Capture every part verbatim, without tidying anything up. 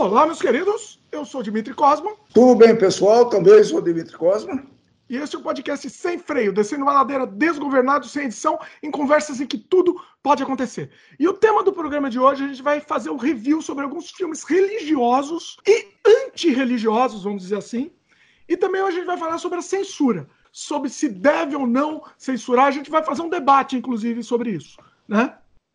Olá, meus queridos, eu sou Dimitri Cosma. Tudo bem, pessoal? Também sou Dimitri Cosma. E esse é o podcast Sem Freio, descendo uma ladeira desgovernado, sem edição, em conversas em que tudo pode acontecer. E o tema do programa de hoje, a gente vai fazer um review sobre alguns filmes religiosos e antirreligiosos, vamos dizer assim. E também hoje a gente vai falar sobre a censura, sobre se deve ou não censurar. A gente vai fazer um debate, inclusive, sobre isso, né?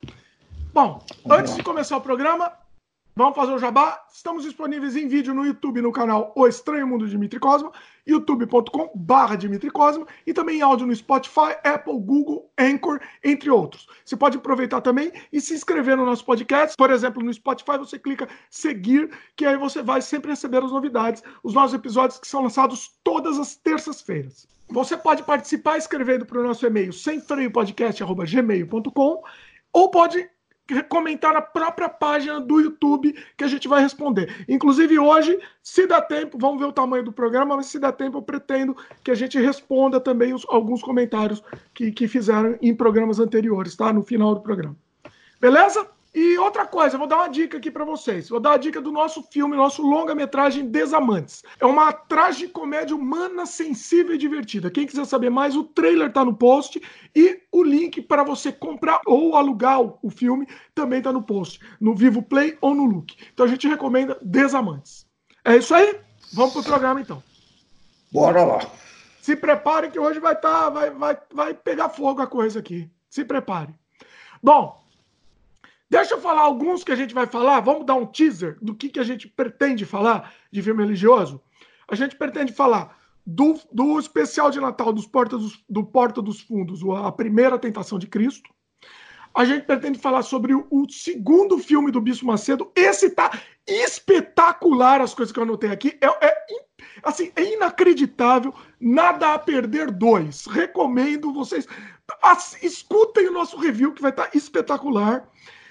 Bom, antes de começar o programa, vamos fazer o jabá. Estamos disponíveis em vídeo no YouTube, no canal O Estranho Mundo de Dimitri Cosma, youtube ponto com barra Dimitri Cosma, e também em áudio no Spotify, Apple, Google, Anchor, entre outros. Você pode aproveitar também e se inscrever no nosso podcast. Por exemplo, no Spotify você clica seguir, que aí você vai sempre receber as novidades, os nossos episódios que são lançados todas as terças-feiras. Você pode participar escrevendo para o nosso e-mail semfreiopodcast arroba gmail ponto com ou pode comentar na própria página do YouTube que a gente vai responder. Inclusive hoje, se dá tempo, vamos ver o tamanho do programa, mas se dá tempo eu pretendo que a gente responda também os, alguns comentários que, que fizeram em programas anteriores, tá? No final do programa. Beleza? E outra coisa, eu vou dar uma dica aqui para vocês. Vou dar a dica do nosso filme, nosso longa-metragem Desamantes. É uma tragicomédia humana, sensível e divertida. Quem quiser saber mais, o trailer tá no post e o link para você comprar ou alugar o filme também tá no post, no Vivo Play ou no Look. Então a gente recomenda Desamantes. É isso aí? Vamos pro programa então. Bora lá. Se prepare que hoje vai, tá, vai, vai, vai pegar fogo a coisa aqui. Se prepare. Bom, deixa eu falar alguns que a gente vai falar. Vamos dar um teaser do que, que a gente pretende falar de filme religioso. A gente pretende falar do, do especial de Natal dos Porta dos, do Porta dos Fundos, a primeira tentação de Cristo. A gente pretende falar sobre o, o segundo filme do Bispo Macedo. Esse tá espetacular, as coisas que eu anotei aqui. É, é, assim, é inacreditável. Nada a perder dois. Recomendo vocês. As, escutem o nosso review, que vai estar espetacular.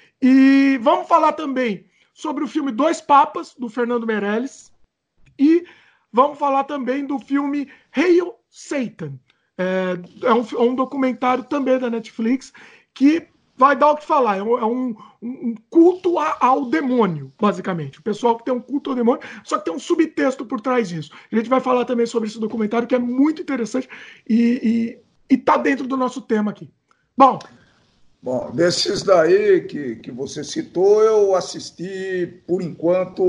E vamos falar também sobre o filme Dois Papas, do Fernando Meirelles. E vamos falar também do filme Hail Satan. É, é, um, é um documentário também da Netflix que vai dar o que falar. É um, é um, um culto a, ao demônio, basicamente. O pessoal que tem um culto ao demônio, só que tem um subtexto por trás disso. A gente vai falar também sobre esse documentário, que é muito interessante e está dentro do nosso tema aqui. Bom... Bom, desses daí que, que você citou, eu assisti, por enquanto,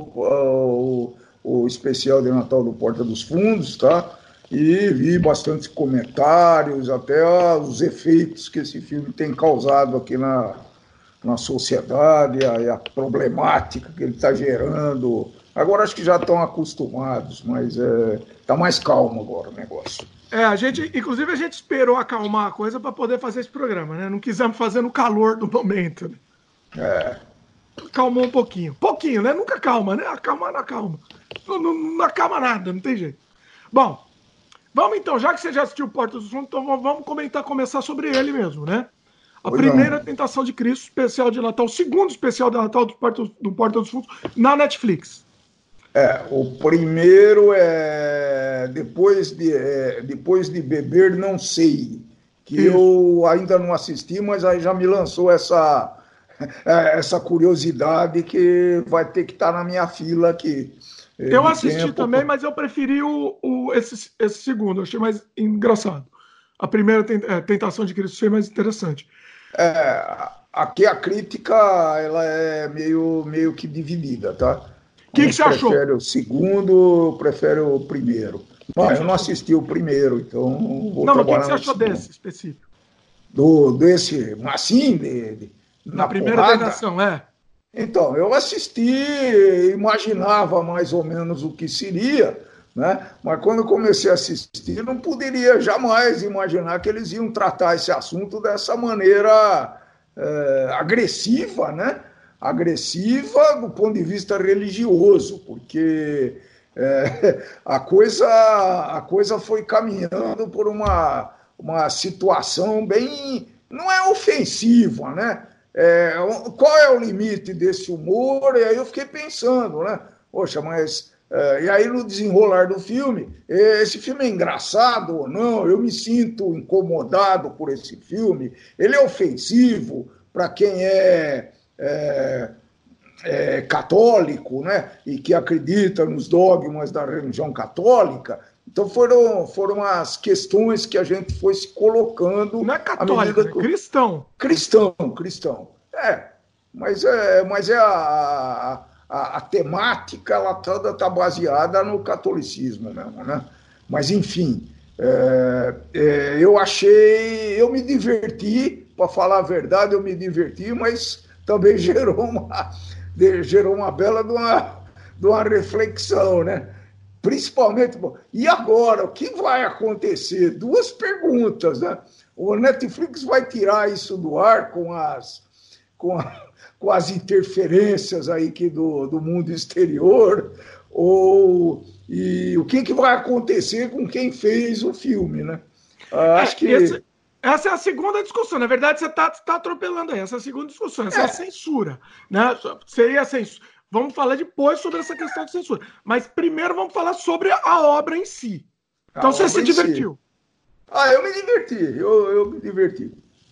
o, o especial de Natal do Porta dos Fundos, tá? E vi bastante comentários, até os efeitos que esse filme tem causado aqui na, na sociedade, a, a problemática que ele está gerando. Agora acho que já estão acostumados, mas está é, mais calmo agora o negócio. É, a gente, inclusive a gente esperou acalmar a coisa para poder fazer esse programa, né? Não quisemos fazer no calor do momento. É. Calmou um pouquinho. Pouquinho, né? Nunca calma, né? Acalma, não acalma. Não, não, não acalma nada, não tem jeito. Bom, vamos então, já que você já assistiu Porta dos Fundos, então vamos comentar, começar sobre ele mesmo, né? A pois primeira não. Tentação de Cristo, especial de Natal, o segundo especial de Natal do Porta, do Porta dos Fundos, na Netflix. É, o primeiro é depois de, é, depois de beber, não sei, que Isso. eu ainda não assisti, mas aí já me lançou essa, essa curiosidade que vai ter que estar na minha fila aqui. Eu assisti tempo. também, mas eu preferi o, o, esse, esse segundo, eu achei mais engraçado. A primeira Tentação de Cristo achei mais interessante. É, aqui a crítica ela é meio, meio que dividida, tá? O que, que você achou? Prefere o segundo, prefere o primeiro. Não, eu não assisti o primeiro, então vou não, trabalhar. Não, mas o que, que você achou segundo. desse específico? Do, desse, assim, de, de, na, na primeira porrada. tentação, é. Então, eu assisti, imaginava mais ou menos o que seria, né? Mas quando eu comecei a assistir, não poderia jamais imaginar que eles iam tratar esse assunto dessa maneira é, agressiva, né? agressiva do ponto de vista religioso, porque é, a, coisa, a coisa foi caminhando por uma, uma situação bem... não é ofensiva, né? É, qual é o limite desse humor? E aí eu fiquei pensando, né? Poxa, mas... É, e aí no desenrolar do filme, esse filme é engraçado ou não? Eu me sinto incomodado por esse filme. Ele é ofensivo para quem é... É, é, católico, né? E que acredita nos dogmas da religião católica. Então foram, foram as questões que a gente foi se colocando. Não é católico, é que... cristão. Cristão, cristão. É, mas é, mas é a, a, a temática, ela toda está baseada no catolicismo mesmo, né? Mas, enfim, é, é, eu achei, eu me diverti, para falar a verdade, eu me diverti, mas também gerou uma, gerou uma bela de uma, de uma reflexão, né? Principalmente, bom, e agora, o que vai acontecer? Duas perguntas, né? O Netflix vai tirar isso do ar com as, com a, com as interferências aí que do, do mundo exterior, ou e o que, que vai acontecer com quem fez o filme, né? Ah, acho que... Esse, essa é a segunda discussão. Na verdade, você está tá atropelando aí. Essa é a segunda discussão. Essa é, é a censura, né? Seria a censura. Vamos falar depois sobre essa questão de censura. Mas primeiro vamos falar sobre a obra em si. Então a você se divertiu. Si. Ah, eu me diverti. Eu, eu me diverti.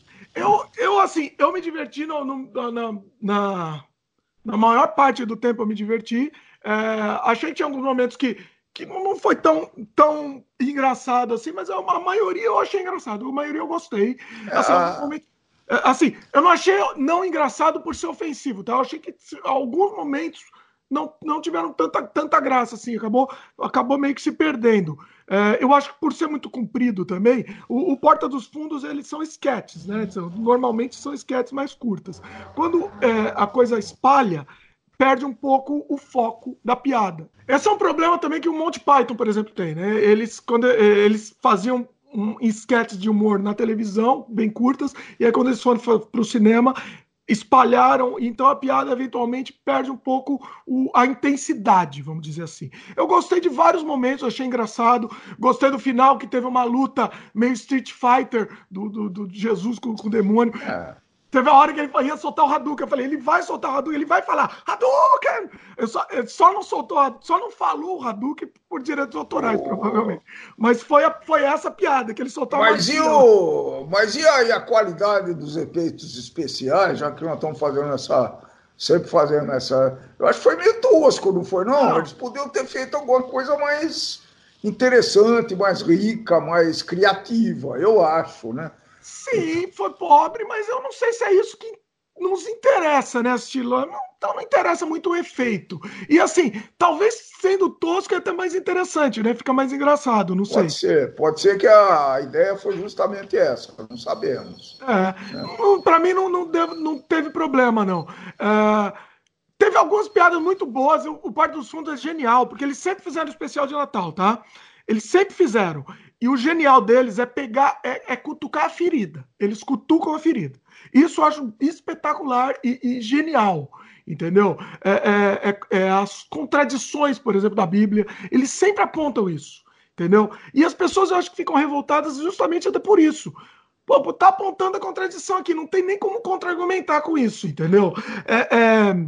Eu, eu, assim, eu me diverti no, no, na, na, na maior parte do tempo eu me diverti. É, achei que tinha alguns momentos que, que não foi tão, tão engraçado assim, mas a, a maioria eu achei engraçado. A maioria eu gostei. Assim, ah. momentos, assim, eu não achei não engraçado por ser ofensivo, tá? Eu achei que alguns momentos não, não tiveram tanta, tanta graça, assim, acabou, acabou meio que se perdendo. É, eu acho que por ser muito comprido também, o, o Porta dos Fundos, eles são esquetes, né? São, normalmente são esquetes mais curtas. Quando é, a coisa espalha, perde um pouco o foco da piada. Esse é um problema também que o Monty Python, por exemplo, tem, né? Eles, quando eles faziam um, esquetes de humor na televisão, bem curtas, e aí quando eles foram para o cinema, espalharam, então a piada eventualmente perde um pouco o, a intensidade, vamos dizer assim. Eu gostei de vários momentos, achei engraçado, gostei do final, que teve uma luta meio Street Fighter do, do, do Jesus com, com o demônio. É. Teve a hora que ele ia soltar o Hadouken, eu falei, ele vai soltar o Hadouken, ele vai falar Hadouken! Eu só, ele só não soltou, só não falou o Hadouken por direitos autorais, oh. provavelmente. Mas foi, a, foi essa piada, que ele soltou mas a e o Mas e a, e a qualidade dos efeitos especiais, já que nós estamos fazendo essa, sempre fazendo essa... Eu acho que foi meio tosco, não foi, não? não. Eles podiam ter feito alguma coisa mais interessante, mais rica, mais criativa, eu acho, né? Sim, foi pobre, mas eu não sei se é isso que nos interessa, né, Stilo? Então não interessa muito o efeito. E assim, talvez sendo tosco é até mais interessante, né? Fica mais engraçado, não sei. Pode ser, pode ser que a ideia foi justamente essa, não sabemos. É, né? Para mim não, não, deve, não teve problema, não. É, teve algumas piadas muito boas, o, o Porta dos Fundos é genial, porque eles sempre fizeram especial de Natal, tá? Eles sempre fizeram. E o genial deles é pegar, é, é cutucar a ferida. Eles cutucam a ferida. Isso eu acho espetacular e, e genial, entendeu? É, é, é, é as contradições, por exemplo, da Bíblia, eles sempre apontam isso, entendeu? E as pessoas eu acho que ficam revoltadas justamente até por isso. Pô, tá apontando a contradição aqui, não tem nem como contra-argumentar com isso, entendeu? É, é,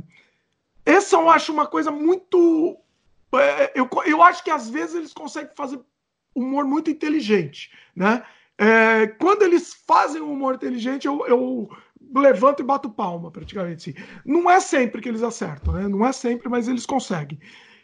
essa eu acho uma coisa muito... É, eu, eu acho que às vezes eles conseguem fazer humor muito inteligente, né? É, quando eles fazem um humor inteligente, eu, eu levanto e bato palma, praticamente. Assim. Não é sempre que eles acertam, né? Não é sempre, mas eles conseguem.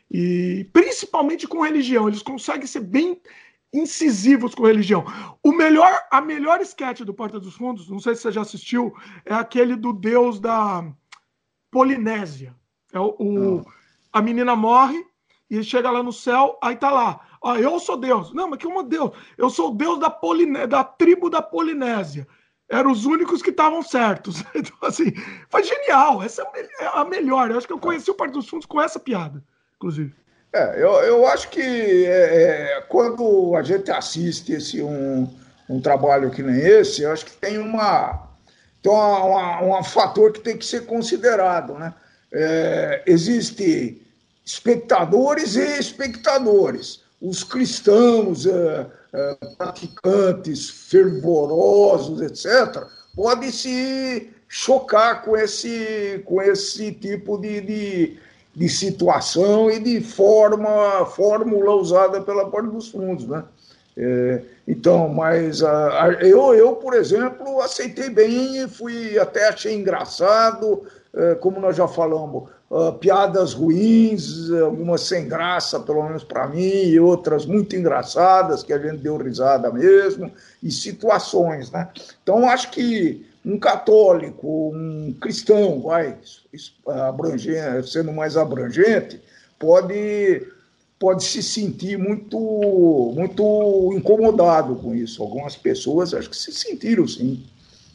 E principalmente com religião, eles conseguem ser bem incisivos com religião. O melhor, a melhor sketch do Porta dos Fundos, não sei se você já assistiu, é aquele do deus da Polinésia. É o, o a menina morre e chega lá no céu, aí tá lá. Ah, eu sou Deus. Não, mas que uma Deus? Eu sou o Deus da, Poliné... da tribo da Polinésia. Eram os únicos que estavam certos. Então, assim, foi genial. Essa é a melhor. Eu acho que eu conheci o Porta dos Fundos com essa piada, inclusive. É, eu, eu acho que é, é, quando a gente assiste esse, um, um trabalho que nem esse, eu acho que tem uma, tem uma, uma, um fator que tem que ser considerado, né? É, existe espectadores e espectadores. Os cristãos, é, é, praticantes, fervorosos, etcétera, podem se chocar com esse, com esse tipo de, de, de situação e de forma, fórmula usada pela Porta dos Fundos, né? É, então, mas a, a, eu, eu, por exemplo, aceitei bem, fui até achei engraçado, é, como nós já falamos, uh, piadas ruins, algumas sem graça, pelo menos para mim, e outras muito engraçadas, que a gente deu risada mesmo, e situações, né? Então, acho que um católico, um cristão, vai, abrangente, sendo mais abrangente, pode, pode se sentir muito, muito incomodado com isso. Algumas pessoas acho que se sentiram, sim.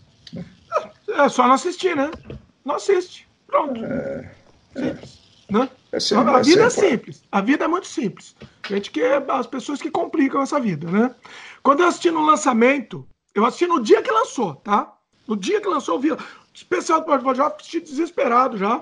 É só não assistir, né? Não assiste. Pronto. É, simples. É. Né? É sempre, a vida é, é simples. A vida é muito simples. A gente que é as pessoas que complicam essa vida, né? Quando eu assisti no lançamento, eu assisti no dia que lançou, tá? No dia que lançou, eu vi o especial do Pode já assisti desesperado já.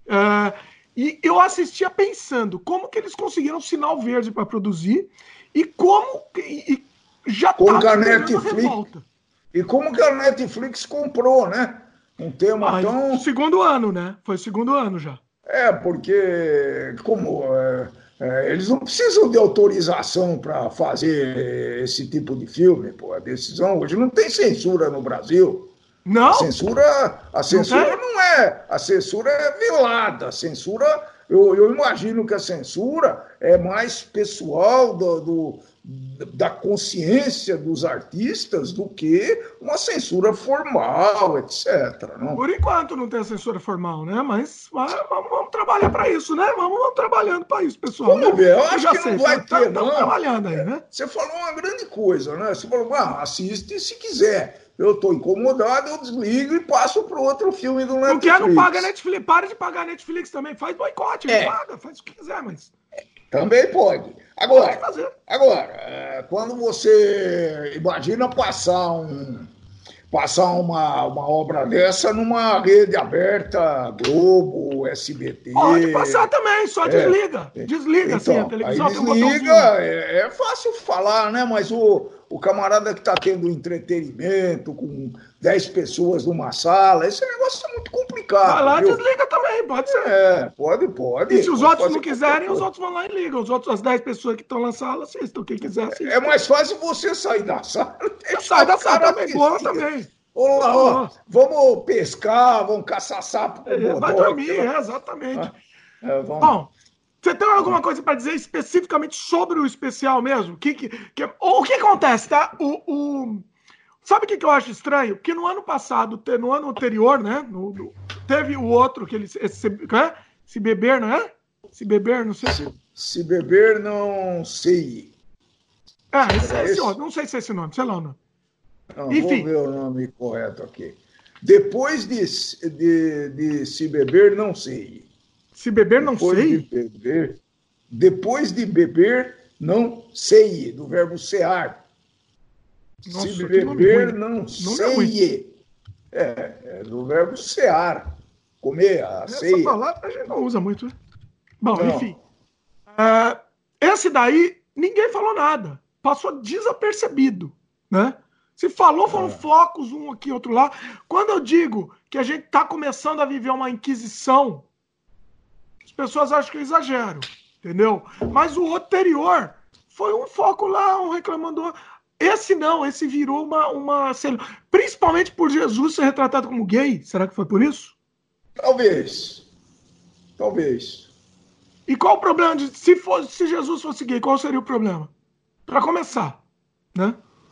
É, e eu assistia pensando como que eles conseguiram sinal verde para produzir e como e, e já estava tá gerando revolta. E como que a Netflix comprou, né? Um tema ah, tão... Segundo ano, né? Foi segundo ano já. É, porque como é, é, eles não precisam de autorização para fazer esse tipo de filme, pô. A decisão hoje não tem censura no Brasil. Não. A censura, a censura não, não é, a censura é velada. A censura, eu, eu imagino que a censura é mais pessoal do, do, da consciência dos artistas do que uma censura formal, etcétera. Não? Por enquanto não tem a censura formal, né? Mas, mas vamos, vamos trabalhar para isso, né? Vamos, vamos trabalhando para isso, pessoal. Vamos ver, eu acho eu que sei, não vai ter, não. Trabalhando aí, né? Você falou uma grande coisa, né? Você falou, ah, assiste se quiser. Eu estou incomodado, eu desligo e passo para outro filme do Netflix. Não quer, não paga Netflix. Para de pagar Netflix também. Faz boicote, é. paga, faz o que quiser, mas... Também pode. Agora, pode agora quando você imagina passar um... passar uma, uma obra dessa numa rede aberta, Globo, S B T... Pode passar também, só desliga. É. Desliga, então, assim, a televisão. Aí desliga, é, é fácil falar, né? Mas o... O camarada que está tendo entretenimento com dez pessoas numa sala, esse negócio é muito complicado. Vai lá, viu? Desliga também, pode ser. É, pode, pode. E se os pode outros não quiserem, os outros vão lá e ligam. Os outros, as dez pessoas que estão na sala, assistam. Quem quiser, assistam. É mais fácil você sair da sala. Sai da sala também, boa também. Olá, ó, vamos pescar, vamos caçar sapo. É, vai dormir, é, exatamente. É, vamos... Bom, você tem alguma coisa para dizer especificamente sobre o especial mesmo? Que, que, que, o que acontece, tá? O, o... Sabe o que, que eu acho estranho? Porque no ano passado, no ano anterior, né? No, no, teve o outro, que ele, esse, é? Se beber, não é? Se beber, não sei. Se, se beber, não sei. Ah, esse, é esse, esse... não sei se é esse nome, sei lá o nome. Não, enfim. Vou ver o nome correto aqui. Depois de, de, de se beber, não sei. Se beber, não depois sei? De beber, depois de beber, não sei, do verbo cear. Nossa, se beber, não sei. É, é do verbo cear. Comer, a Essa ceia. Essa palavra a gente não usa muito. Né? Bom, não. enfim. Uh, esse daí, ninguém falou nada. Passou desapercebido, né? Se falou, foram é. focos, um aqui, outro lá. Quando eu digo que a gente está começando a viver uma inquisição, as pessoas acham que eu exagero, entendeu? Mas o anterior foi um foco lá, um reclamando. Esse não, esse virou uma, uma... Principalmente por Jesus ser retratado como gay. Será que foi por isso? Talvez. Talvez. E qual o problema de... Se, fosse, se Jesus fosse gay, qual seria o problema? Para começar, né?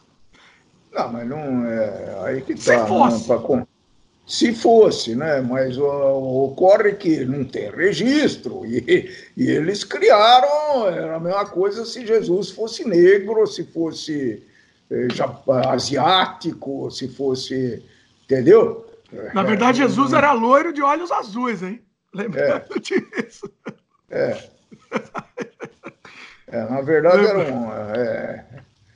Não, mas não é... Aí que tá. Se fosse. Né? Pra... Se fosse, né? Mas ó, ocorre que não tem registro e, e eles criaram, era a mesma coisa se Jesus fosse negro, se fosse eh, já, asiático, se fosse, entendeu? Na verdade, é, Jesus não... era loiro de olhos azuis, hein? Lembrando é. disso. É. é. Na verdade, Lembra? era um... É...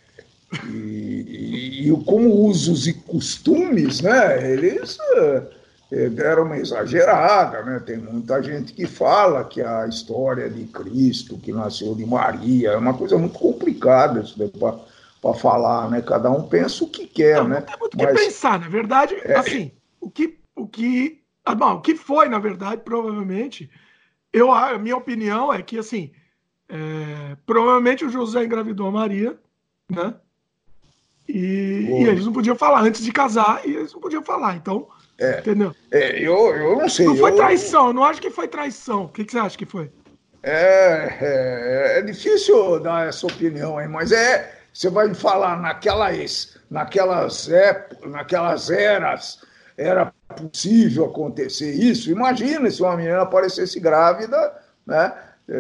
E, e, e como usos e costumes, né, eles é, deram uma exagerada, né? Tem muita gente que fala que a história de Cristo, que nasceu de Maria, é uma coisa muito complicada isso para falar, né? Cada um pensa o que quer, não, né? Não tem muito o que pensar, na verdade, é... assim, o que, o que, ah, bom, o que foi, na verdade, provavelmente, eu, a minha opinião é que, assim, é, provavelmente o José engravidou a Maria, né? E, e eles não podiam falar antes de casar, e eles não podiam falar. Então, É, entendeu? É, eu, eu não sei. Não foi eu, traição, eu não acho que foi traição. O que, que você acha que foi? É, é, é difícil dar essa opinião, hein? Mas é, você vai me falar naquelas, naquelas, épocas, naquelas eras, era possível acontecer isso? Imagina se uma menina aparecesse grávida, né?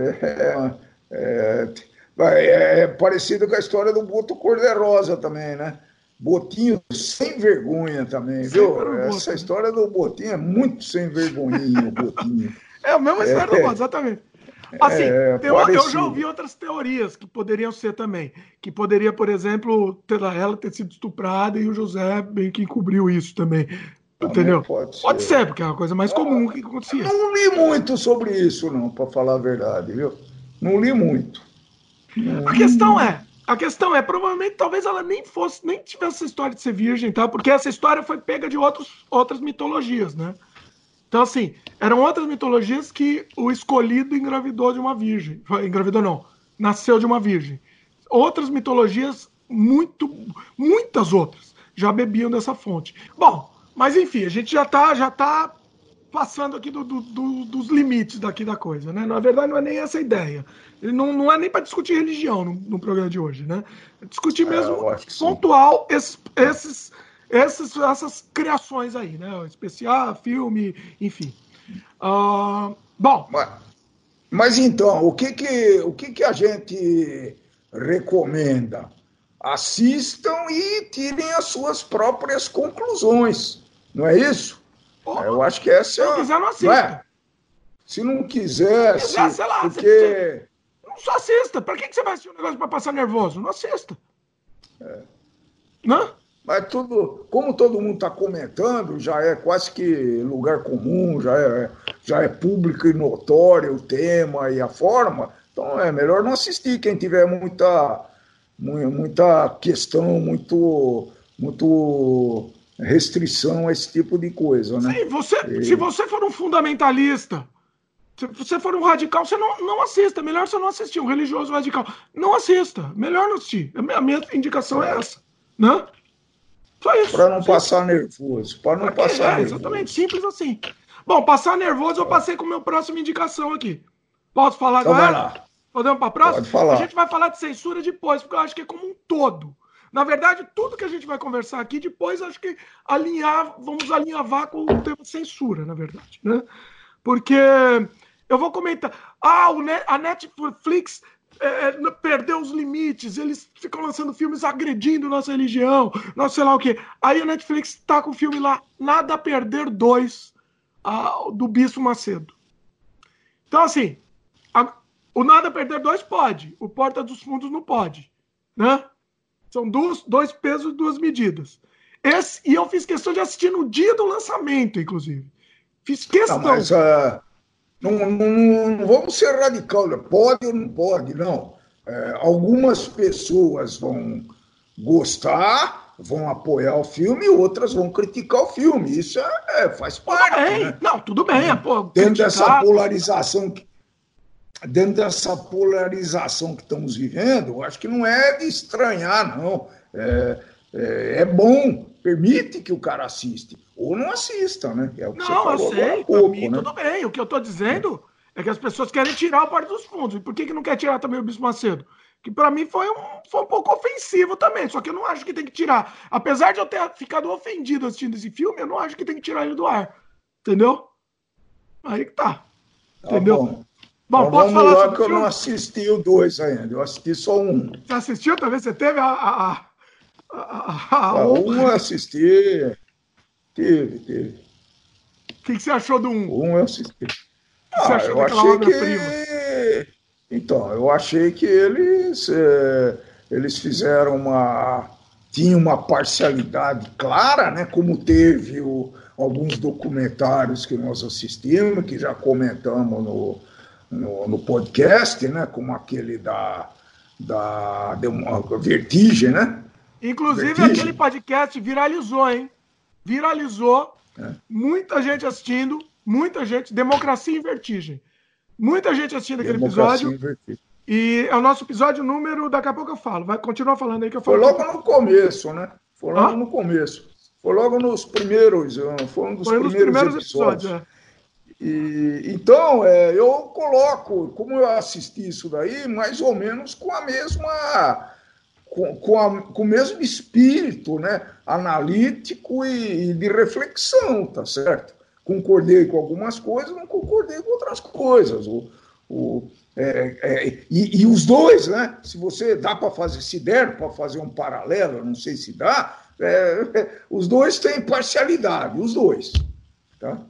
É, é, é, é parecido com a história do Boto Cor-de-Rosa também, né? Botinho sem vergonha também, viu? Essa história do Botinho é muito sem vergonhinha, o Botinho. É a mesma história do Boto, exatamente. Assim, É, tem uma, eu já ouvi outras teorias que poderiam ser também. Que poderia, por exemplo, ter, ela ter sido estuprada e o José bem que encobriu isso também. também entendeu? Pode ser. Pode ser, porque é uma coisa mais comum que acontecia. Não li muito sobre isso, não, para falar a verdade, viu? Não li muito. Não... A questão é, a questão é, provavelmente, talvez ela nem fosse, nem tivesse essa história de ser virgem, tá? Porque essa história foi pega de outros, outras mitologias, né? Então, assim, eram outras mitologias que o escolhido engravidou de uma virgem. Engravidou não, nasceu de uma virgem. Outras mitologias, muito, muitas outras, já bebiam dessa fonte. Bom, mas enfim, a gente já está já tá passando aqui do, do, do, dos limites daqui da coisa, né? Na verdade, não é nem essa a ideia. Não, não é nem para discutir religião no, no programa de hoje, né? É discutir mesmo é, pontual esses... esses Essas, essas criações aí, né? Especial, filme, enfim. Uh, bom. Mas, mas então, o que que, o que que a gente recomenda? Assistam e tirem as suas próprias conclusões, não é isso? Oh, Eu acho que essa se não quiser, não assista. Não é? Se não quiser, se quiser se, sei lá, porque... você, não só assista. Para que, que você vai assistir um negócio para passar nervoso? Não assista. É. Não? Mas tudo, como todo mundo está comentando, já é quase que lugar comum, já é, já é público e notório o tema e a forma, então é melhor não assistir quem tiver muita, muita questão, muito, muito restrição a esse tipo de coisa, né? Sim, você, e... se você for um fundamentalista, se você for um radical, você não, não assista, melhor você não assistir, um religioso radical, não assista, melhor não assistir, a minha indicação é, é essa, né? Para não passar nervoso. Para não pra passar é, nervoso. Exatamente, simples assim. Bom, passar nervoso, eu passei com a minha próxima indicação aqui. Posso falar então agora? Vai lá. Podemos para a próxima? Pode falar. A gente vai falar de censura depois, porque eu acho que é como um todo. Na verdade, tudo que a gente vai conversar aqui, depois acho que alinhar, vamos alinhavar com o tema censura, na verdade. Né? Porque eu vou comentar. Ah, a Netflix É, perdeu os limites, eles ficam lançando filmes agredindo nossa religião, nossa sei lá o quê. Aí a Netflix tá com o filme lá, Nada a Perder dois, a, do Bispo Macedo. Então, assim, a, o Nada a Perder dois pode, o Porta dos Fundos não pode, né? São dois, dois pesos e duas medidas. Esse, e eu fiz questão de assistir no dia do lançamento, inclusive. Fiz questão. Não, mas, uh... Não, não, não vamos ser radical, pode ou não pode, não. É, algumas pessoas vão gostar, vão apoiar o filme, e outras vão criticar o filme. Isso é, é, faz parte. Tudo bem. Né? Não, tudo bem. É, pô, dentro criticar... dessa polarização, dentro dessa polarização que estamos vivendo, acho que não é de estranhar, não. É, é, é bom, permite que o cara assista. Ou não assista, né? É o que não, você falou eu sei, agora há pouco, mim, né? Tudo bem. O que eu estou dizendo é que as pessoas querem tirar o Porta dos Fundos. E por que, que não quer tirar também o Bispo Macedo? Que para mim foi um, foi um pouco ofensivo também. Só que eu não acho que tem que tirar. Apesar de eu ter ficado ofendido assistindo esse filme, eu não acho que tem que tirar ele do ar. Entendeu? Aí que tá. Entendeu? Tá bom. Bom, então, posso vamos falar lá sobre que eu filme? não assisti o dois ainda. Eu assisti só um. Você assistiu? Talvez você teve a... a, a, a, a ah, um eu assisti. Teve, teve. O que, que você achou do um? Um eu assisti. Ah, você achou eu achei que... prima? Então, eu achei que eles, é, eles fizeram uma... Tinha uma parcialidade clara, né? Como teve o, alguns documentários que nós assistimos, que já comentamos no, no, no podcast, né? Como aquele da, da, da Vertigem, né? Inclusive, Vertigem. Aquele podcast viralizou, hein? Viralizou. É. Muita gente assistindo, muita gente. Democracia em Vertigem. Muita gente assistindo aquele episódio. E é o nosso episódio número, daqui a pouco eu falo. Vai continuar falando aí que eu falo. Foi logo no começo, né? Foi logo ah? no começo. Foi logo nos primeiros, foi um dos Foi nos primeiros, primeiros episódios. episódios, é. E, então, é, eu coloco, como eu assisti isso daí, mais ou menos com a mesma, com, com, a, com o mesmo espírito, né, analítico e, e de reflexão, tá certo? Concordei com algumas coisas, não concordei com outras coisas. O, o, é, é, e, e os dois, né? Se você dá para fazer, se der para fazer um paralelo, não sei se dá, é, os dois têm parcialidade, os dois, tá?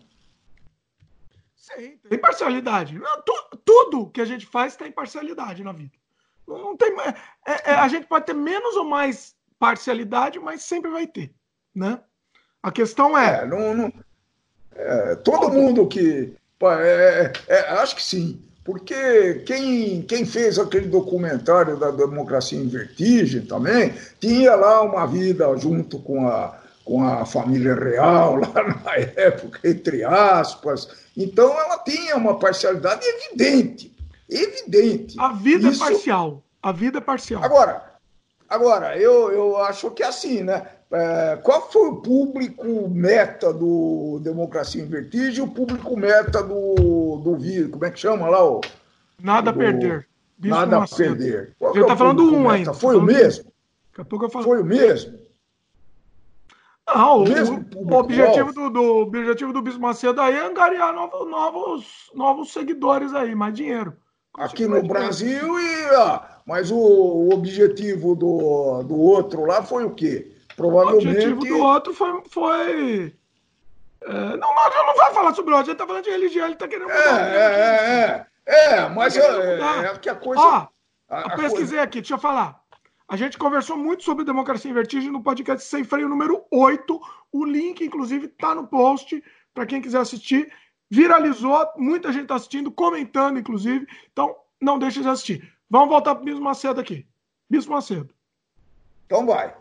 Sim, tem parcialidade. Tudo que a gente faz tem parcialidade na vida. Não tem, é, é, a gente pode ter menos ou mais parcialidade, mas sempre vai ter, né? A questão é... é, não, não, é todo mundo que... É, é, acho que sim. Porque quem, quem fez aquele documentário da Democracia em Vertigem também tinha lá uma vida junto com a, com a família real, lá na época, entre aspas. Então, ela tinha uma parcialidade evidente. Evidente. A vida Isso... é parcial. A vida é parcial. Agora, agora eu, eu acho que é assim, né? É, qual foi o público meta do Democracia em Vertigem e o público meta do, do vídeo? Como é que chama lá? O, Nada a do, perder. Bispo nada a perder. Qual Ele está é falando um meta? ainda. Foi o mesmo? Daqui a pouco eu falo. Foi o mesmo? Não, o, o, o objetivo, do, do, objetivo do Bispo Macedo aí é angariar novos, novos, novos seguidores aí, mais dinheiro. Aqui no Brasil, e, ah, mas o, o objetivo do, do outro lá foi o quê? Provavelmente... O objetivo do outro foi... foi... É, não, não, não vai falar sobre o outro, ele está falando de religião, ele está querendo mudar. É, é, é, é, mas tá é, é que a coisa... Ó, a, eu a pesquisei coisa... aqui, deixa eu falar. A gente conversou muito sobre Democracia em Vertigem no podcast Sem Freio número oito. O link, inclusive, está no post para quem quiser assistir. Viralizou, muita gente está assistindo, comentando, inclusive. Então, não deixe de assistir. Vamos voltar para o Bispo Macedo aqui. Bispo Macedo. Então vai.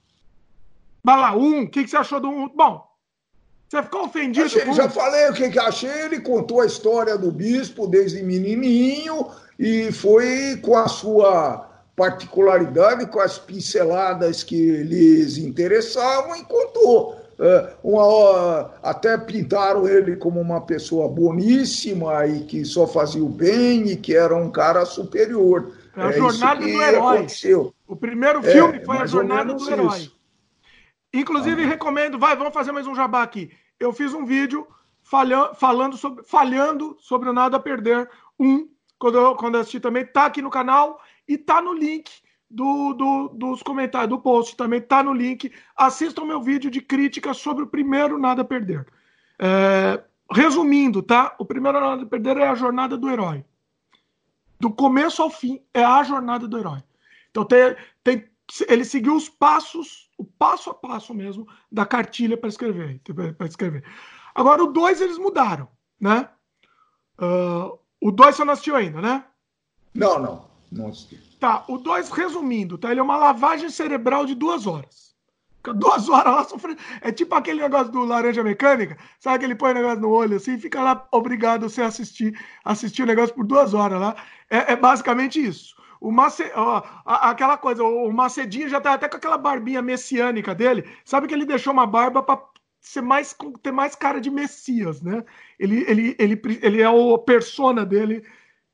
Vai lá, um. O que, que você achou do um? Bom, você ficou ofendido? Achei, com... Já falei o que, que achei. Ele contou a história do bispo desde menininho e foi com a sua particularidade, com as pinceladas que lhes interessavam e contou. É, uma, até pintaram ele como uma pessoa boníssima e que só fazia o bem e que era um cara superior. É a é jornada do herói. Aconteceu. O primeiro filme é, foi a jornada do herói. Isso. Inclusive, ah. recomendo, vai, vamos fazer mais um jabá aqui. Eu fiz um vídeo falha, falando sobre, falhando sobre o Nada a Perder um, quando eu, quando eu assisti também, tá aqui no canal e tá no link do, do, dos comentários, do post também, tá no link. Assistam meu vídeo de crítica sobre o primeiro Nada a Perder. É, resumindo, tá? O primeiro Nada a Perder é a jornada do herói. Do começo ao fim, é a jornada do herói. Então, tem, tem, ele seguiu os passos, o passo a passo mesmo, da cartilha para escrever, para escrever. Agora, o dois eles mudaram, né? Uh, o dois você não assistiu ainda, né? Não, não. Não assisti. Tá, o dois, resumindo, tá? Ele é uma lavagem cerebral de duas horas. Fica duas horas lá sofrendo. É tipo aquele negócio do Laranja Mecânica, sabe que ele põe o negócio no olho assim e fica lá obrigado a você assistir, assistir o negócio por duas horas lá. É, é basicamente isso. O Mace... ó, aquela coisa, o Macedinho já tá até com aquela barbinha messiânica dele. Sabe que ele deixou uma barba para ser mais, ter mais cara de Messias, né? Ele, ele, ele, ele é o persona dele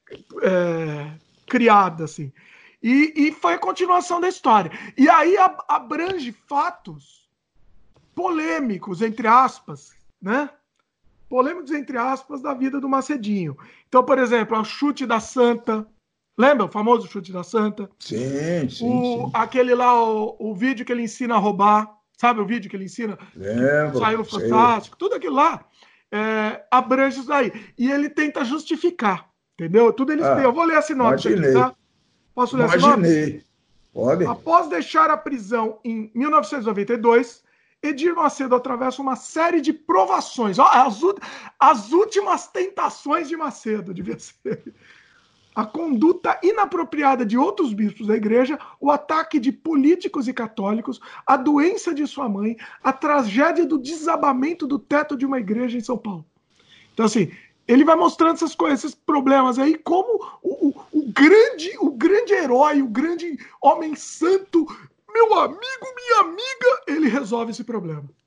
é, criada, assim. E, e foi a continuação da história. E aí abrange fatos polêmicos, entre aspas, né? Polêmicos, entre aspas, da vida do Macedinho. Então, por exemplo, o chute da Santa. Lembra o famoso chute da Santa? Sim, sim, o, sim. Aquele lá, o, o vídeo que ele ensina a roubar. Sabe o vídeo que ele ensina? Lembro. Saiu no Fantástico. Tudo aquilo lá é, abrange isso daí. E ele tenta justificar, entendeu? Tudo ele ah, Eu vou ler a sinopse aqui, tá? Posso ler Imaginei. a sinopse? Pode. Após deixar a prisão em mil novecentos e noventa e dois, Edir Macedo atravessa uma série de provações. Ó, as, as últimas tentações de Macedo, devia ser. A conduta inapropriada de outros bispos da igreja, o ataque de políticos e católicos, a doença de sua mãe, a tragédia do desabamento do teto de uma igreja em São Paulo. Então, assim, ele vai mostrando essas coisas, esses problemas aí, como o, o, o, grande, o grande herói, o grande homem santo, meu amigo, minha amiga, ele resolve esse problema.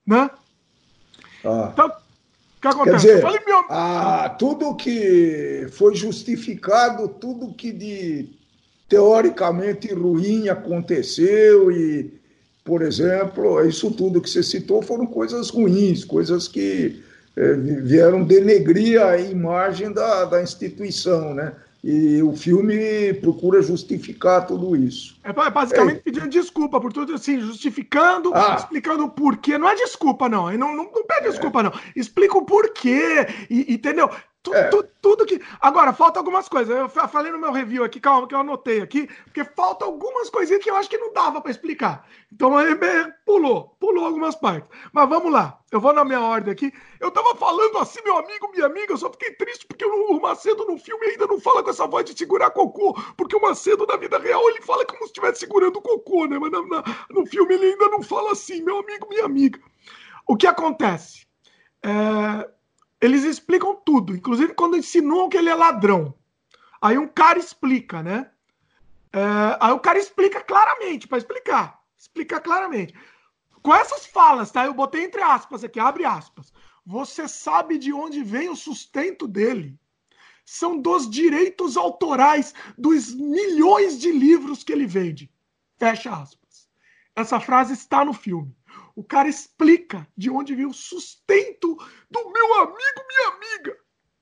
né? Ah. Então, o que acontece? Quer dizer, Falei, meu... ah, tudo que foi justificado, tudo que de teoricamente ruim aconteceu e, por exemplo, isso tudo que você citou foram coisas ruins, coisas que eh, vieram denegrir a imagem da, da instituição, né? E o filme procura justificar tudo isso. É basicamente é. pedindo desculpa por tudo, assim, justificando, ah. explicando o porquê. Não é desculpa, não. Não, não, não pede é. desculpa, não. Explica o porquê, e, entendeu? Tu, é. tu, tudo que... Agora, falta algumas coisas. Eu falei no meu review aqui, calma, que eu anotei aqui, porque falta algumas coisinhas que eu acho que não dava para explicar. Então, ele pulou, pulou algumas partes. Mas vamos lá, eu vou na minha ordem aqui. Eu tava falando assim, meu amigo, minha amiga, eu só fiquei triste porque o Macedo no filme ainda não fala com essa voz de segurar cocô, porque o Macedo na vida real, ele fala como se estivesse segurando cocô, né? Mas na, na, no filme ele ainda não fala assim, meu amigo, minha amiga. O que acontece? É... Eles explicam tudo, inclusive quando insinuam que ele é ladrão. Aí um cara explica, né? É, aí o cara explica claramente, para explicar. Explica claramente. Com essas falas, tá? Eu botei entre aspas aqui, abre aspas. Você sabe de onde vem o sustento dele? São dos direitos autorais dos milhões de livros que ele vende. Fecha aspas. Essa frase está no filme. O cara explica de onde veio o sustento do meu amigo, minha amiga.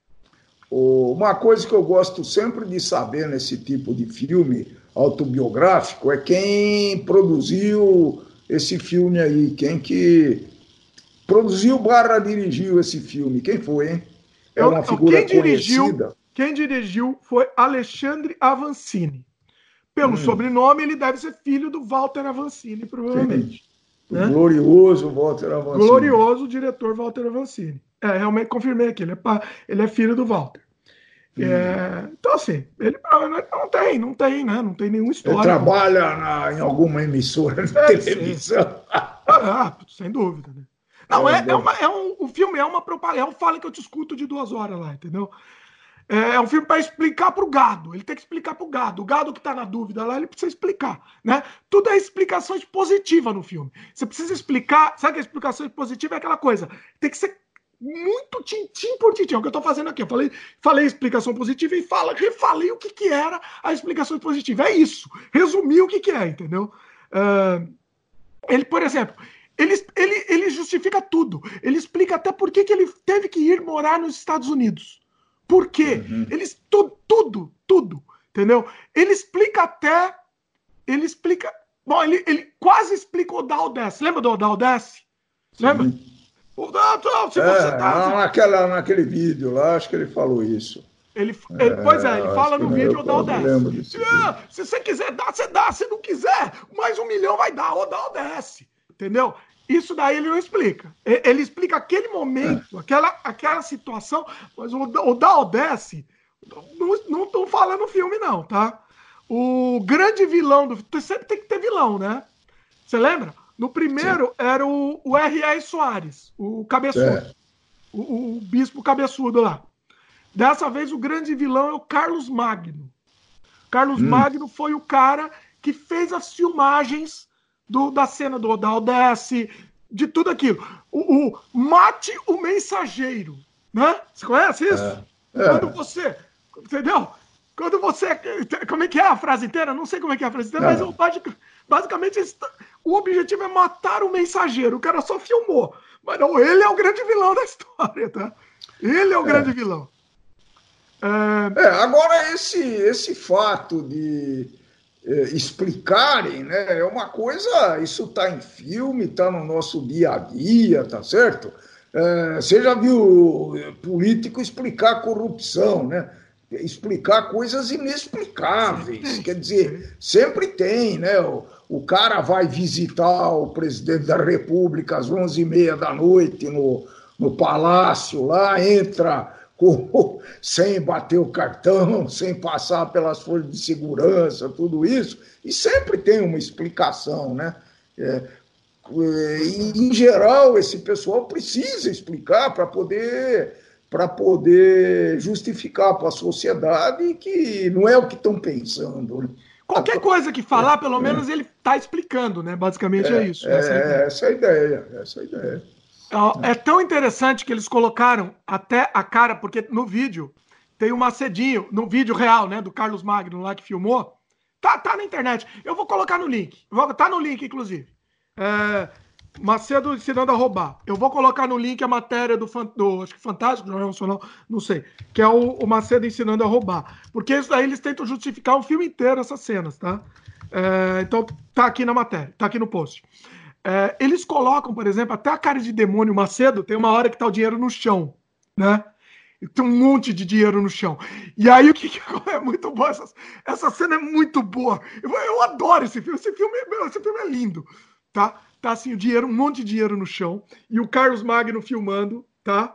Uma coisa que eu gosto sempre de saber nesse tipo de filme autobiográfico é quem produziu esse filme aí, quem que produziu barra dirigiu esse filme. Quem foi, hein? É uma figura quem dirigiu, conhecida. Quem dirigiu foi Alexandre Avancini. Pelo hum. sobrenome, ele deve ser filho do Walter Avancini, provavelmente. O né? glorioso Walter Avancini. Glorioso diretor Walter Avancini. É, realmente confirmei aqui, ele é, pa... ele é filho do Walter. Hum. É... Então, assim, ele não tem, não tem, né? Não tem nenhuma história. Ele trabalha na, em alguma emissora de é, televisão. Ah, sem dúvida, né? Não, é, é, uma, é um, o filme é uma propaganda, é um Fala que eu te escuto de duas horas lá, entendeu? É, é um filme para explicar para o gado. Ele tem que explicar para o gado. O gado que está na dúvida lá, ele precisa explicar, né? Tudo é explicação expositiva no filme. Você precisa explicar. Sabe que a explicação expositiva é aquela coisa? Tem que ser muito tintim por tintim. É o que eu estou fazendo aqui. Eu falei, falei explicação positiva e fala, refalei o que, que era a explicação positiva. É isso. Resumi o que, que é, entendeu? Uh, ele, por exemplo, ele, ele, ele justifica tudo. Ele explica até por que, que ele teve que ir morar nos Estados Unidos. Por quê? Uhum. Eles, tu, tudo, tudo, entendeu? Ele explica até, ele explica, bom, ele, ele quase explica o Odaldesse. Lembra do Odaldesse? Lembra? Uhum. O Odaldesse, se você é, tá... Naquela, naquele vídeo lá, acho que ele falou isso. Ele, ele, é, pois é, ele fala no vídeo o Odaldesse. Se, se você quiser dar, você dá. Se não quiser, mais um milhão vai dar, o Odaldesse. Entendeu? Isso daí ele não explica. Ele explica aquele momento, é. aquela, aquela situação, mas o, o Odaldesse não estão falando no filme, não, tá? O grande vilão do filme, sempre tem que ter vilão, né? Você lembra? No primeiro Sim. era o, o R R. Soares, o cabeçudo, é. o, o bispo cabeçudo lá. Dessa vez o grande vilão é o Carlos Magno. Carlos hum. Magno foi o cara que fez as filmagens Do, da cena do Odaldesse, de tudo aquilo. O, o Mate o Mensageiro, né? Você conhece isso? É, é. Quando você, entendeu? Quando você, como é que é a frase inteira? Não sei como é que é a frase inteira, é. mas basicamente o objetivo é matar o mensageiro. O cara só filmou. Mas não, ele é o grande vilão da história, tá? Ele é o é. grande vilão. É... é, agora esse, esse fato de explicarem, né? É uma coisa, isso está em filme, está no nosso dia a dia, tá certo? É, você já viu político explicar corrupção, né? Explicar coisas inexplicáveis, sim, quer dizer, sempre tem, né? O, o cara vai visitar o presidente da República às onze e meia da noite no, no palácio lá, entra Com, sem bater o cartão, sem passar pelas forças de segurança, tudo isso, e sempre tem uma explicação, né? É, em geral, esse pessoal precisa explicar para poder, para poder justificar para a sociedade que não é o que estão pensando. Né? qualquer coisa que falar, pelo menos ele está explicando, né? Basicamente é, é isso. É, essa, é essa a ideia, essa a ideia. É, é tão interessante que eles colocaram até a cara, porque no vídeo tem um Macedinho, no vídeo real, né, do Carlos Magno lá que filmou, tá, tá na internet. Eu vou colocar no link, vou, tá no link, inclusive. É, Macedo ensinando a roubar. Eu vou colocar no link a matéria do, do acho que Fantástico, Jornal Nacional, não sei, que é o, o Macedo ensinando a roubar. Porque isso daí eles tentam justificar o filme inteiro, essas cenas, tá? É, então tá aqui na matéria, tá aqui no post. É, eles colocam, por exemplo, até a cara de demônio Macedo, tem uma hora que tá o dinheiro no chão, né? E tem um monte de dinheiro no chão. E aí o que, que é muito bom? Essa, essa cena é muito boa. Eu, eu adoro esse filme. Esse filme, esse filme é lindo, tá? Tá assim, o dinheiro, um monte de dinheiro no chão. E o Carlos Magno filmando, tá?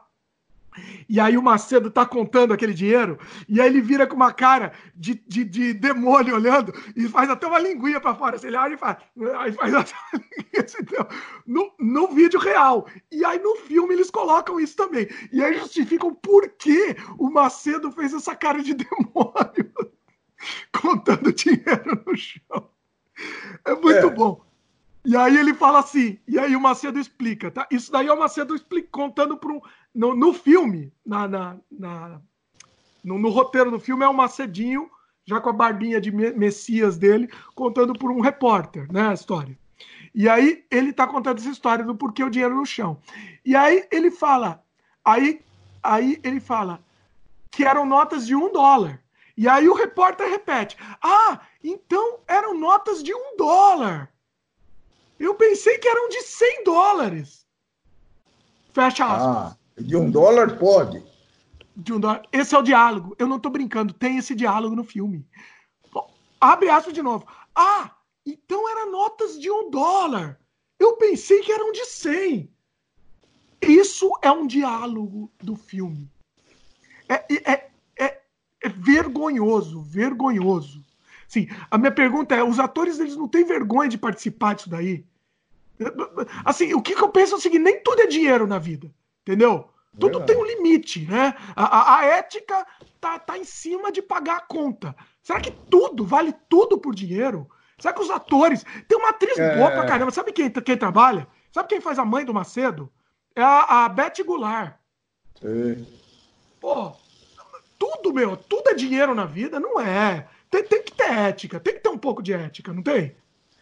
E aí o Macedo tá contando aquele dinheiro, e aí ele vira com uma cara de, de, de demônio olhando, e faz até uma linguinha pra fora. Assim, ele olha e faz, aí faz até uma linguinha, assim, no, no vídeo real. E aí no filme eles colocam isso também. E aí justificam por que o Macedo fez essa cara de demônio contando dinheiro no chão. É muito é. bom. E aí ele fala assim, e aí o Macedo explica, tá? Isso daí é o Macedo explica, contando para um... No, no filme, na, na, na no, no roteiro do filme, é o Macedinho, já com a barbinha de Messias dele, contando por um repórter, né, a história. E aí ele tá contando essa história do porquê o dinheiro no chão. E aí ele fala, aí, aí ele fala que eram notas de um dólar. E aí o repórter repete, ah, então eram notas de um dólar. Eu pensei que eram de cem dólares. Fecha aspas. Ah, de um dólar pode. De um dólar. Esse é o diálogo. Eu não tô brincando. Tem esse diálogo no filme. Abre aspas de novo. Ah, então eram notas de um dólar. Eu pensei que eram de cem. Isso é um diálogo do filme. É, é, é, é vergonhoso, vergonhoso. Sim, a minha pergunta é, os atores eles não têm vergonha de participar disso daí? Assim, o que, que eu penso é o seguinte, nem tudo é dinheiro na vida, entendeu? Tudo é. Tem um limite, né? A, a, a ética tá, tá em cima de pagar a conta. Será que tudo, vale tudo por dinheiro? Será que os atores... Tem uma atriz é. boa pra caramba, sabe quem, quem trabalha? Sabe quem faz a mãe do Macedo? É a, a Beth Goulart. Sim. Pô, tudo, meu, tudo é dinheiro na vida? Não é. Tem, tem que ter ética, tem que ter um pouco de ética, não tem?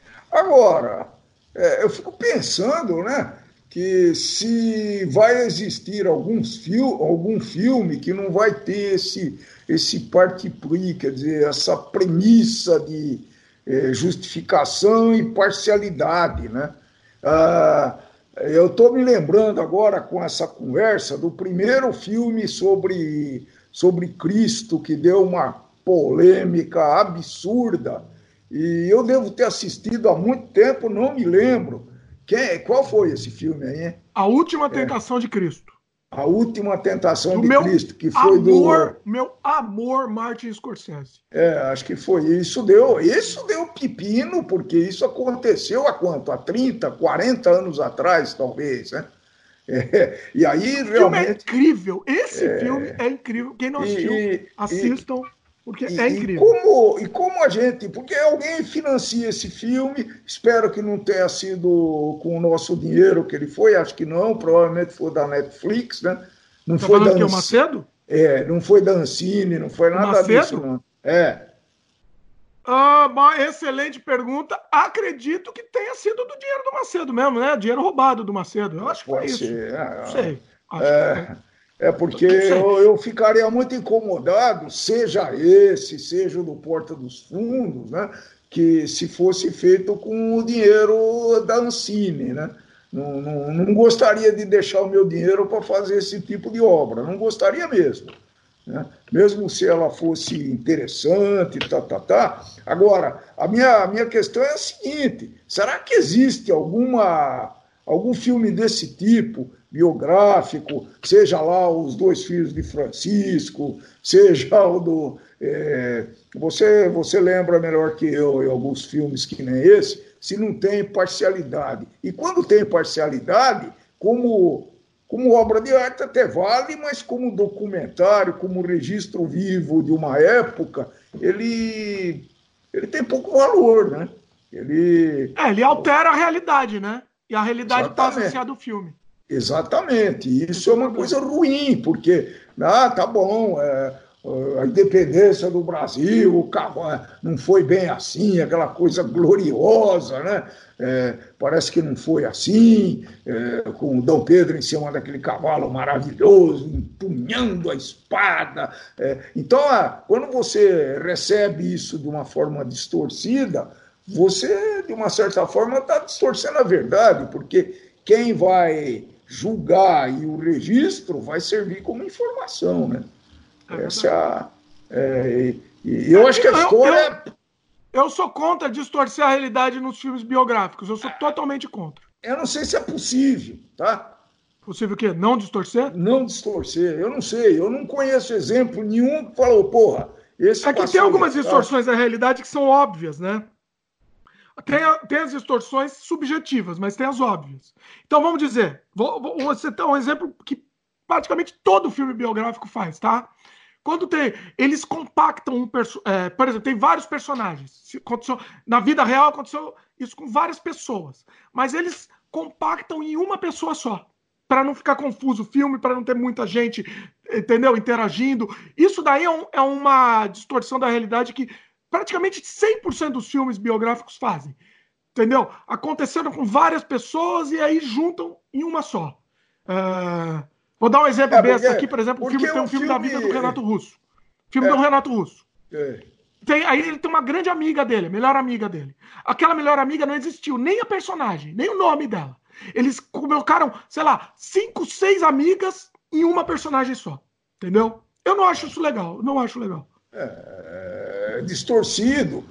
Agora, é, eu fico pensando, né, que se vai existir alguns fil algum filme que não vai ter esse, esse parti pris, quer dizer, essa premissa de é, justificação e parcialidade, né? Ah, eu estou me lembrando agora, com essa conversa, do primeiro filme sobre, sobre Cristo, que deu uma polêmica absurda, e eu devo ter assistido há muito tempo, não me lembro. Quem, qual foi esse filme aí? Hein? A Última Tentação é. de Cristo. A Última Tentação do de meu Cristo, que foi amor, do... Meu amor, Martin Scorsese. É, acho que foi isso. Deu, isso deu pepino, porque isso aconteceu há quanto? Há trinta, quarenta anos atrás, talvez, né? É, e aí, o realmente... filme é incrível. Esse é... filme é incrível. Quem não assistiu, e, assistam, e, porque e, é incrível. E como, e como a gente... Porque alguém financia esse filme, espero que não tenha sido com o nosso dinheiro que ele foi, acho que não, provavelmente foi da Netflix, né? Não tá foi falando da que é o Macedo? É, não foi da Ancine, não foi nada Macedo? disso, não. É. Ah, uma excelente pergunta. Acredito que tenha sido do dinheiro do Macedo mesmo, né? Dinheiro roubado do Macedo. Eu acho que Pode foi ser. isso. É, não sei. Acho é, que foi. é porque eu, eu ficaria muito incomodado, seja esse, seja o do Porta dos Fundos, né? Que se fosse feito com o dinheiro da Ancine, né? Não, não, não gostaria de deixar o meu dinheiro para fazer esse tipo de obra. Não gostaria mesmo. Né? Mesmo se ela fosse interessante, tá, tá, tá. Agora, a minha, a minha questão é a seguinte: será que existe alguma, algum filme desse tipo, biográfico, seja lá Os Dois Filhos de Francisco, seja o do... É, você, você lembra melhor que eu em alguns filmes que nem esse, se não tem parcialidade. E quando tem parcialidade, como... Como obra de arte até vale, mas como documentário, como registro vivo de uma época, ele, ele tem pouco valor, né? Ele, é, ele altera a realidade, né? E a realidade Exatamente. passa a ser a do filme. Exatamente. E isso é uma coisa ruim, porque, ah, tá bom, é, a independência do Brasil não foi bem assim, aquela coisa gloriosa, né? É, parece que não foi assim, é, com o Dom Pedro em cima daquele cavalo maravilhoso, empunhando a espada. É, então, ah, quando você recebe isso de uma forma distorcida, você, de uma certa forma, está distorcendo a verdade, porque quem vai julgar e o registro vai servir como informação, né? É Essa é, e eu acho que a história... Eu, eu, eu sou contra distorcer a realidade nos filmes biográficos. Eu sou totalmente contra. Eu não sei se é possível, tá? Possível o quê? Não distorcer? Não distorcer. Eu não sei. Eu não conheço exemplo nenhum que falou, porra, esse é que tem algumas distorções da realidade que são óbvias, né? Tem, tem as distorções subjetivas, mas tem as óbvias. Então vamos dizer, vou, vou, vou citar um exemplo que praticamente todo filme biográfico faz, tá? Quando tem, eles compactam um personagem, é, por exemplo, tem vários personagens. Na vida real aconteceu isso com várias pessoas, mas eles compactam em uma pessoa só, para não ficar confuso o filme, para não ter muita gente, entendeu, interagindo. Isso daí é, um, é uma distorção da realidade que praticamente cem por cento dos filmes biográficos fazem, entendeu? Aconteceram com várias pessoas e aí juntam em uma só. Uh, vou dar um exemplo é, besta aqui, por exemplo, o filme, tem um filme, filme da vida do Renato Russo. Filme é. do Renato Russo. É. Tem, aí ele tem uma grande amiga dele, melhor amiga dele. Aquela melhor amiga não existiu, nem a personagem, nem o nome dela. Eles colocaram, sei lá, cinco, seis amigas em uma personagem só, entendeu? Eu não acho isso legal, não acho legal. É, distorcido.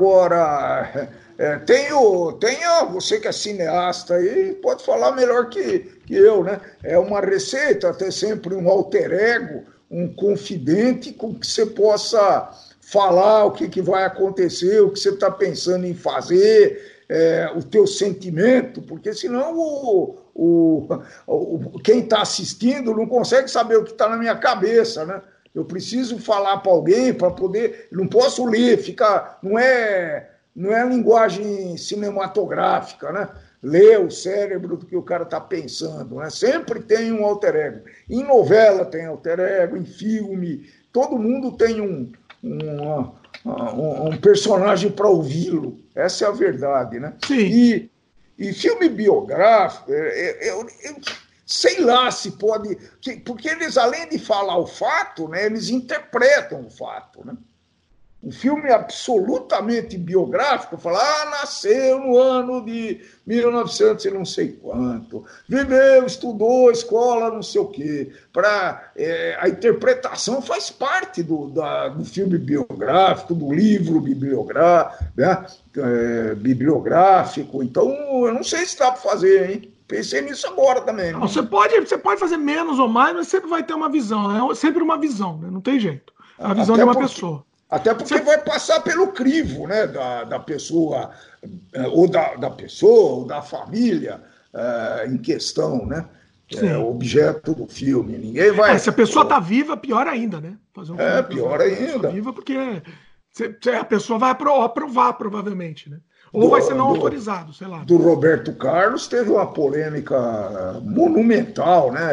Agora, é, tem, o, tem a, você que é cineasta aí, pode falar melhor que, que eu, né? É uma receita ter sempre um alter ego, um confidente com que você possa falar o que, que vai acontecer, o que você está pensando em fazer, é, o teu sentimento, porque senão o, o, o, quem está assistindo não consegue saber o que está na minha cabeça, né? Eu preciso falar para alguém para poder... Não posso ler, ficar... Não é, não é linguagem cinematográfica, né? Ler o cérebro do que o cara está pensando, né? Sempre tem um alter ego. Em novela tem alter ego, em filme, todo mundo tem um, um, um, um personagem para ouvi-lo. Essa é a verdade, né? Sim. E, e filme biográfico... Eu, eu, sei lá se pode... Porque eles, além de falar o fato, né, eles interpretam o fato. Né? Um filme absolutamente biográfico, falar, ah, nasceu no ano de mil e novecentos e não sei quanto, viveu, estudou, escola, não sei o quê. Pra, é, a interpretação faz parte do, da, do filme biográfico, do livro bibliográfico, né? é, bibliográfico. Então, eu não sei se dá para fazer, hein? Pensei nisso agora também. Não, você, pode, você pode fazer menos ou mais, mas sempre vai ter uma visão. É sempre uma visão, né? Não tem jeito. É a visão até de uma porque, pessoa. Até porque você... vai passar pelo crivo, né? Da, da pessoa, ou da, da pessoa, ou da família uh, em questão, né? É o objeto do filme. Ninguém vai. É, se a pessoa está viva, pior ainda, né? Fazer um é, pior ainda. Viva porque a pessoa vai aprovar, provavelmente, né? Ou do, vai ser não do, autorizado, sei lá. Do Roberto Carlos teve uma polêmica monumental, né?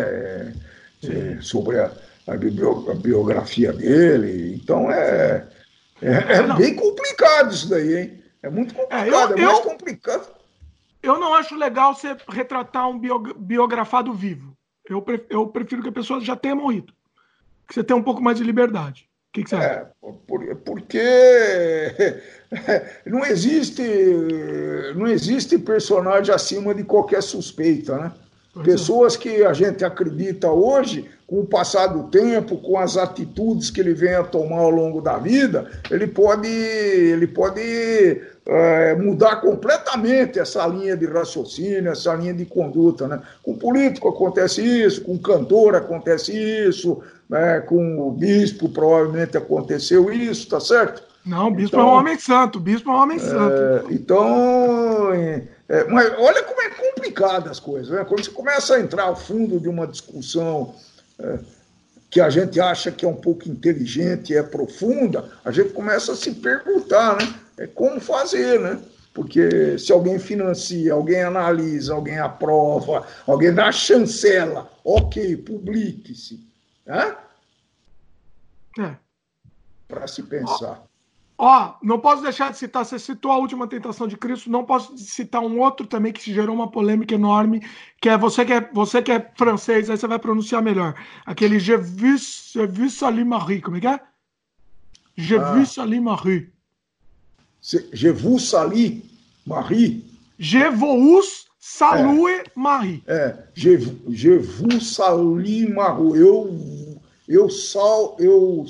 É, sobre a, a, biografia dele. Então é, é, é bem complicado isso daí, hein? É muito complicado, é, eu, é mais eu, complicado. Eu não acho legal você retratar um biografado vivo. Eu prefiro, eu prefiro que a pessoa já tenha morrido. Que você tenha um pouco mais de liberdade. O que, que você acha? É, porque não existe, não existe personagem acima de qualquer suspeita, né? Pois Pessoas é. que a gente acredita hoje, com o passar do tempo, com as atitudes que ele vem a tomar ao longo da vida, ele pode, ele pode é, mudar completamente essa linha de raciocínio, essa linha de conduta, né? Com político acontece isso, com cantor acontece isso, né? Com o bispo provavelmente aconteceu isso, tá certo? Não, o bispo então, é um homem santo, o bispo é um homem é, santo. Então... É, mas olha como é complicado as coisas, né? Quando você começa a entrar ao fundo de uma discussão, é, que a gente acha que é um pouco inteligente, é profunda, a gente começa a se perguntar, né? É como fazer, né? Porque se alguém financia, alguém analisa, alguém aprova, alguém dá chancela, ok, publique-se, né? É. Para se pensar. Ó, não posso deixar de citar, você citou A Última Tentação de Cristo, não posso citar um outro também que gerou uma polêmica enorme, que é você que é, você que é francês, aí você vai pronunciar melhor. Aquele Je vis, je vis Salut Marie, como é que é? Je Ah, vis Salut Marie. Je vous salue, Marie. Je vous salue Marie. É, je, je vous salue, Marie. Eu, eu, sal, eu,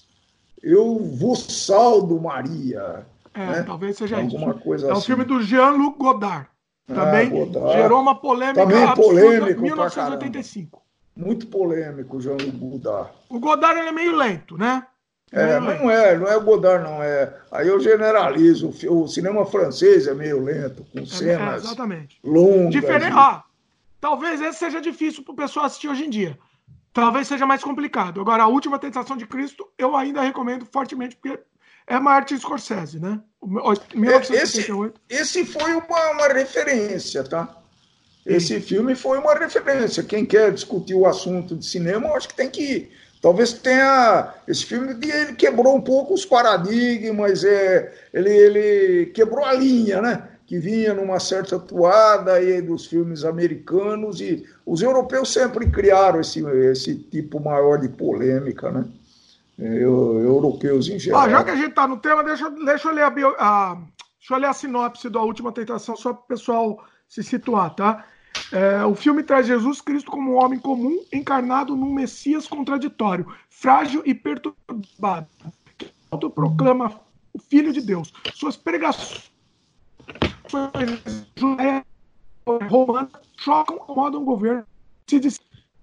eu vos saldo, Maria. É, né? talvez seja Alguma isso. Coisa é um assim. filme do Jean-Luc Godard. Também ah, Godard. gerou uma polêmica Também absurda polêmico em mil novecentos e oitenta e cinco. Muito polêmico, Jean-Luc Godard. O Godard ele é meio lento, né? É, mas não é, não é o Godard, não. É, aí eu generalizo. O cinema francês é meio lento, com cenas é, exatamente. longas. Diferente. E... Ah, talvez esse seja difícil para o pessoal assistir hoje em dia. Talvez seja mais complicado. Agora, A Última Tentação de Cristo, eu ainda recomendo fortemente, porque é Martin Scorsese, né? mil novecentos e oitenta e oito. Esse, esse foi uma, uma referência, tá? Esse Sim. filme foi uma referência. Quem quer discutir o assunto de cinema, eu acho que tem que... Talvez tenha... Esse filme ele quebrou um pouco os paradigmas, é, ele, ele quebrou a linha, né? Que vinha numa certa toada aí dos filmes americanos, e os europeus sempre criaram esse, esse tipo maior de polêmica, né? Eu, europeus em geral. Ah, já que a gente está no tema, deixa, deixa, eu ler a, bio, a, deixa eu ler a sinopse da Última Tentação, só para o pessoal se situar, tá? É, o filme traz Jesus Cristo como um homem comum, encarnado num Messias contraditório, frágil e perturbado, que autoproclama o Filho de Deus. Suas pregações judaicas romanas chocam o modo um governo se diz...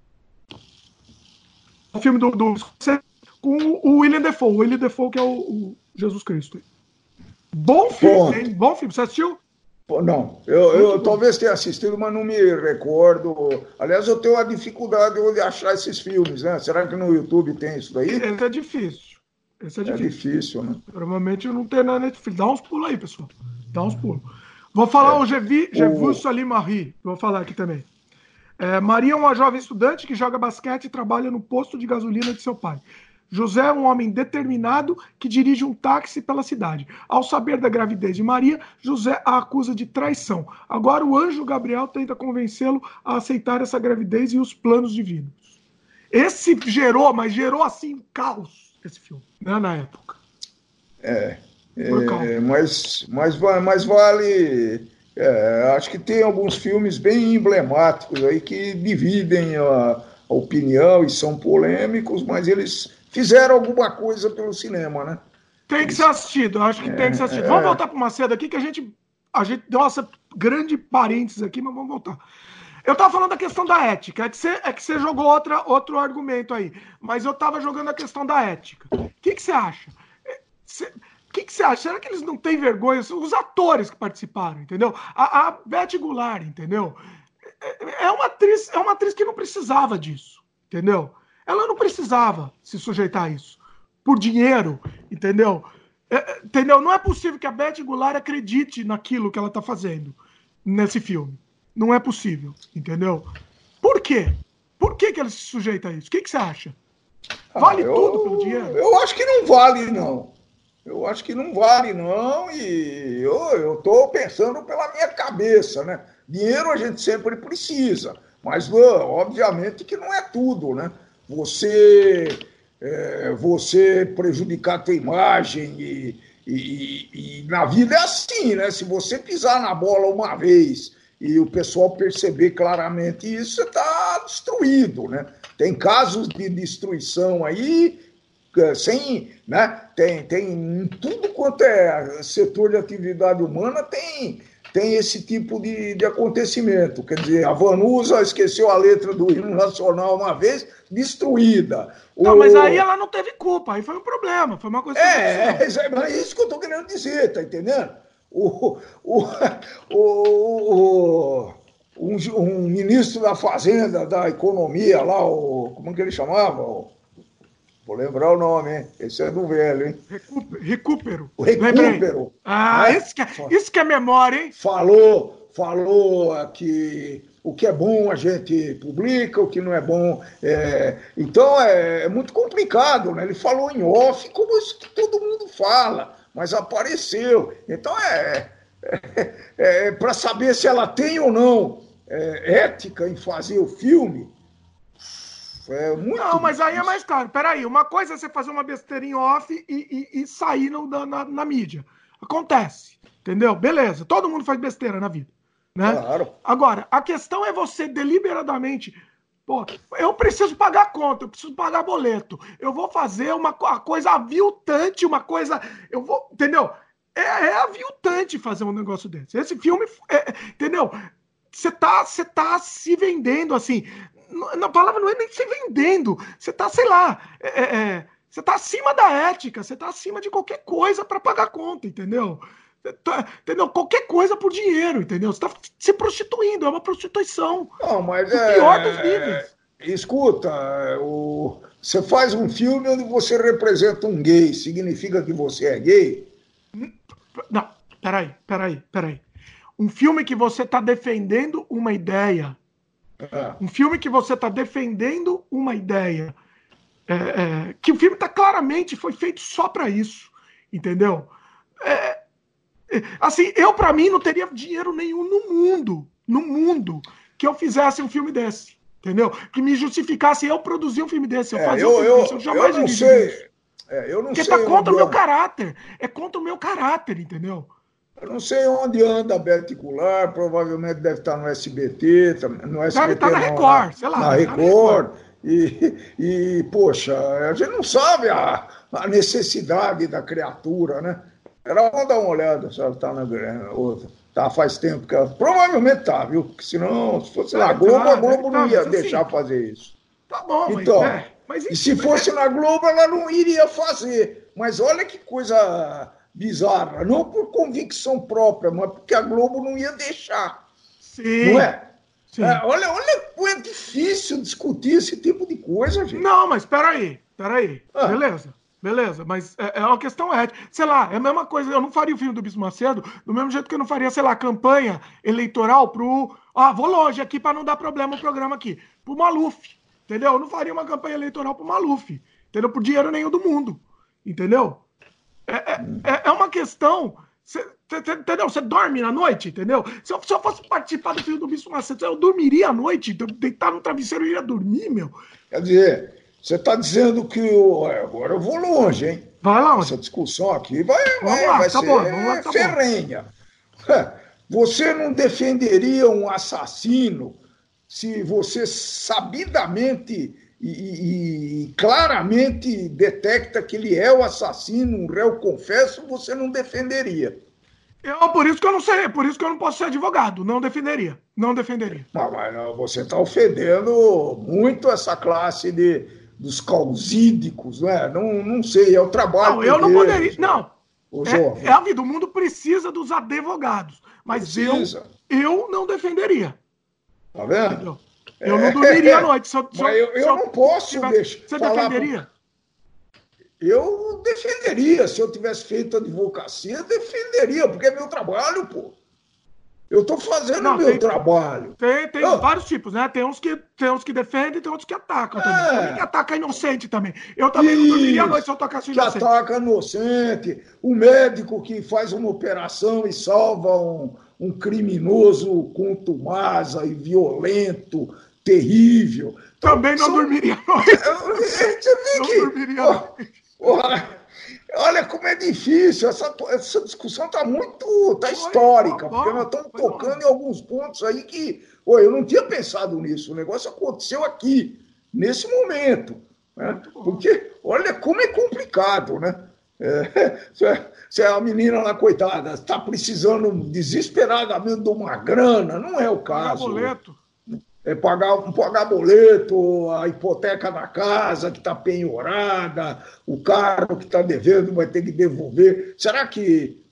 O filme do, do com o William Dafoe, o William Dafoe que é o, o Jesus Cristo. Bom filme, Bom. hein? Bom filme. Você assistiu? Não, eu, eu talvez tenha assistido, mas não me recordo. Aliás, eu tenho uma dificuldade de achar esses filmes, né? Será que no YouTube tem isso daí? Esse é difícil. Esse é difícil. É difícil, né? Provavelmente não tem na Netflix. Dá uns pulos aí, pessoal. Dá uns pulos. Vou falar é. o Jevi, Jevu Salim Marie. Vou falar aqui também. É, Maria é uma jovem estudante que joga basquete e trabalha no posto de gasolina de seu pai. José é um homem determinado que dirige um táxi pela cidade. Ao saber da gravidez de Maria, José a acusa de traição. Agora o anjo Gabriel tenta convencê-lo a aceitar essa gravidez e os planos divinos. Esse gerou, mas gerou assim um caos, esse filme, né, na época. É, é mas, mas, mas vale... É, acho que tem alguns filmes bem emblemáticos aí que dividem a, a opinião e são polêmicos, mas eles... fizeram alguma coisa pelo cinema, né? Tem que ser assistido, acho que é, tem que ser assistido. É... Vamos voltar para uma cena aqui que a gente, a gente deu essa grande parênteses aqui, mas vamos voltar. Eu estava falando da questão da ética, é que você, é que você jogou outra, outro argumento aí, mas eu estava jogando a questão da ética. O que, que você acha? O que, que você acha? Será que eles não têm vergonha? Os atores que participaram, entendeu? A, a Beth Goulart, entendeu? É uma atriz, é uma atriz que não precisava disso, entendeu? Ela não precisava se sujeitar a isso. Por dinheiro, entendeu? É, entendeu? Não é possível que a Beth Goulart acredite naquilo que ela está fazendo nesse filme. Não é possível, entendeu? Por quê? Por que, que ela se sujeita a isso? O que, que você acha? Vale ah, eu, tudo pelo dinheiro? Eu acho que não vale, não. Eu acho que não vale, não. E eu estou pensando pela minha cabeça, né? Dinheiro a gente sempre precisa. Mas, obviamente, que não é tudo, né? Você, é, você prejudicar a tua imagem e, e, e na vida é assim, né? Se você pisar na bola uma vez e o pessoal perceber claramente isso, você está destruído, né? Tem casos de destruição aí, sem, né? Tem, tem em tudo quanto é setor de atividade humana, tem... tem esse tipo de, de acontecimento. Quer dizer, a Vanusa esqueceu a letra do hino nacional uma vez, destruída. Não, o... mas aí ela não teve culpa, aí foi um problema, foi uma coisa... É, é, é isso que eu estou querendo dizer, tá entendendo? O, o, o, o, um, um ministro da Fazenda, da Economia lá, o, como que ele chamava? O, Vou lembrar o nome, hein? Esse é do velho, hein? Recupero. O Recupero. Ah, né? isso, que é, isso que é memória, hein? Falou, falou que o que é bom a gente publica, o que não é bom. É... Então é, é muito complicado, né? Ele falou em off, como isso que todo mundo fala, mas apareceu. Então é, é, é para saber se ela tem ou não é, ética em fazer o filme. É muito não, mas difícil. aí é mais claro. Peraí, uma coisa é você fazer uma besteira em off e, e, e sair no, na, na mídia. Acontece, entendeu? Beleza, todo mundo faz besteira na vida, né? Claro. Agora, a questão é você deliberadamente... Pô, eu preciso pagar a conta, eu preciso pagar boleto. Eu vou fazer uma, uma coisa aviltante, uma coisa... Eu vou... Entendeu? É, é aviltante fazer um negócio desse. Esse filme... É, entendeu? Você tá, você tá se vendendo, assim... Na palavra não é nem se vendendo. Você tá, sei lá, é, é, você tá acima da ética, você tá acima de qualquer coisa para pagar conta, entendeu? Tá, entendeu? Qualquer coisa por dinheiro, entendeu? Você tá se prostituindo, é uma prostituição. Não, mas o é... pior dos níveis. Escuta, o... você faz um filme onde você representa um gay, significa que você é gay? Não, peraí, peraí, peraí. Um filme que você tá defendendo uma ideia... Ah. Um filme que você está defendendo uma ideia, é, é, que o filme tá claramente foi feito só para isso, entendeu? É, é, assim, eu para mim não teria dinheiro nenhum no mundo, no mundo, que eu fizesse um filme desse, entendeu? Que me justificasse eu produzir um filme desse, eu é, fazer eu, um filme eu, desse, eu jamais eu não dirigiria sei, isso. é, eu não Porque sei tá contra o meu anda. caráter, é contra o meu caráter, entendeu? Eu não sei onde anda a Bete Goulart, provavelmente deve estar no S B T, no S B T Deve estar na não, Record, na, sei lá. na Record. E, e, poxa, a gente não sabe a, a necessidade da criatura, né? Era bom dar uma olhada se ela está na outra. Tá, faz tempo que ela... Provavelmente tá, viu? Porque senão, se fosse na Globo, a Globo não ia deixar fazer isso. Tá bom, então, mas... É, mas e se fosse na Globo, ela não iria fazer. Mas olha que coisa... bizarra, não por convicção própria, mas porque a Globo não ia deixar. Sim. Não é? Sim. é olha, olha, é difícil discutir esse tipo de coisa, gente. Não, mas peraí, peraí. Ah. Beleza, beleza, mas é, é uma questão ética. Sei lá, é a mesma coisa, eu não faria o filme do Bispo Macedo do mesmo jeito que eu não faria, sei lá, campanha eleitoral pro... Ah, vou longe aqui para não dar problema o programa aqui. Pro Maluf, entendeu? Eu não faria uma campanha eleitoral pro Maluf, entendeu? Por dinheiro nenhum do mundo, entendeu? É, é, é uma questão... Cê, cê, cê, entendeu? Você dorme na noite, entendeu? Se eu, se eu fosse participar do filme do Bispo Macedo, eu dormiria à noite, deitar no travesseiro e iria dormir, meu. Quer dizer, você está dizendo que eu, agora eu vou longe, hein? Vai lá, essa discussão aqui vai, vamos vai, lá, vai tá ser bom, vamos lá, tá ferrenha. Bom. Você não defenderia um assassino se você sabidamente e, e, e claramente detecta que ele é o assassino, um réu confesso, você não defenderia? Eu, por isso que eu não sei, por isso que eu não posso ser advogado, não defenderia, não defenderia. Não, mas não, você está ofendendo muito essa classe de, dos causídicos, né? Não, não sei, é o trabalho. Não, eu não deles, poderia, não. É, é a vida, o mundo precisa dos advogados, mas eu, eu não defenderia. Tá vendo? Entendeu? Eu não dormiria à noite. Se eu, se mas eu, eu, se eu não posso tivesse, deixar. Você defenderia? Pro... Eu defenderia. Se eu tivesse feito advocacia, eu defenderia, porque é meu trabalho, pô. Eu estou fazendo o meu tem, trabalho. Tem, tem eu... vários tipos, né? Tem uns, que, tem uns que defendem e tem outros que atacam também. É. Também que ataca inocente também. Eu também Isso, não dormiria à noite se eu tocasse inocente. Que ataca inocente. O médico que faz uma operação e salva um, um criminoso contumaz e violento, terrível. Também não São... dormiria à noite. Você vê não que... dormiria à noite. Olha, olha como é difícil, essa, essa discussão está muito tá histórica, porque nós estamos tocando em alguns pontos aí que oh, eu não tinha pensado nisso, o negócio aconteceu aqui, nesse momento, né? Porque olha como é complicado, né? É, se a menina lá, coitada, está precisando desesperadamente de uma grana, não é o caso. Boleto. É pagar, pagar boleto, a hipoteca da casa que está penhorada, o carro que está devendo vai ter que devolver. Será que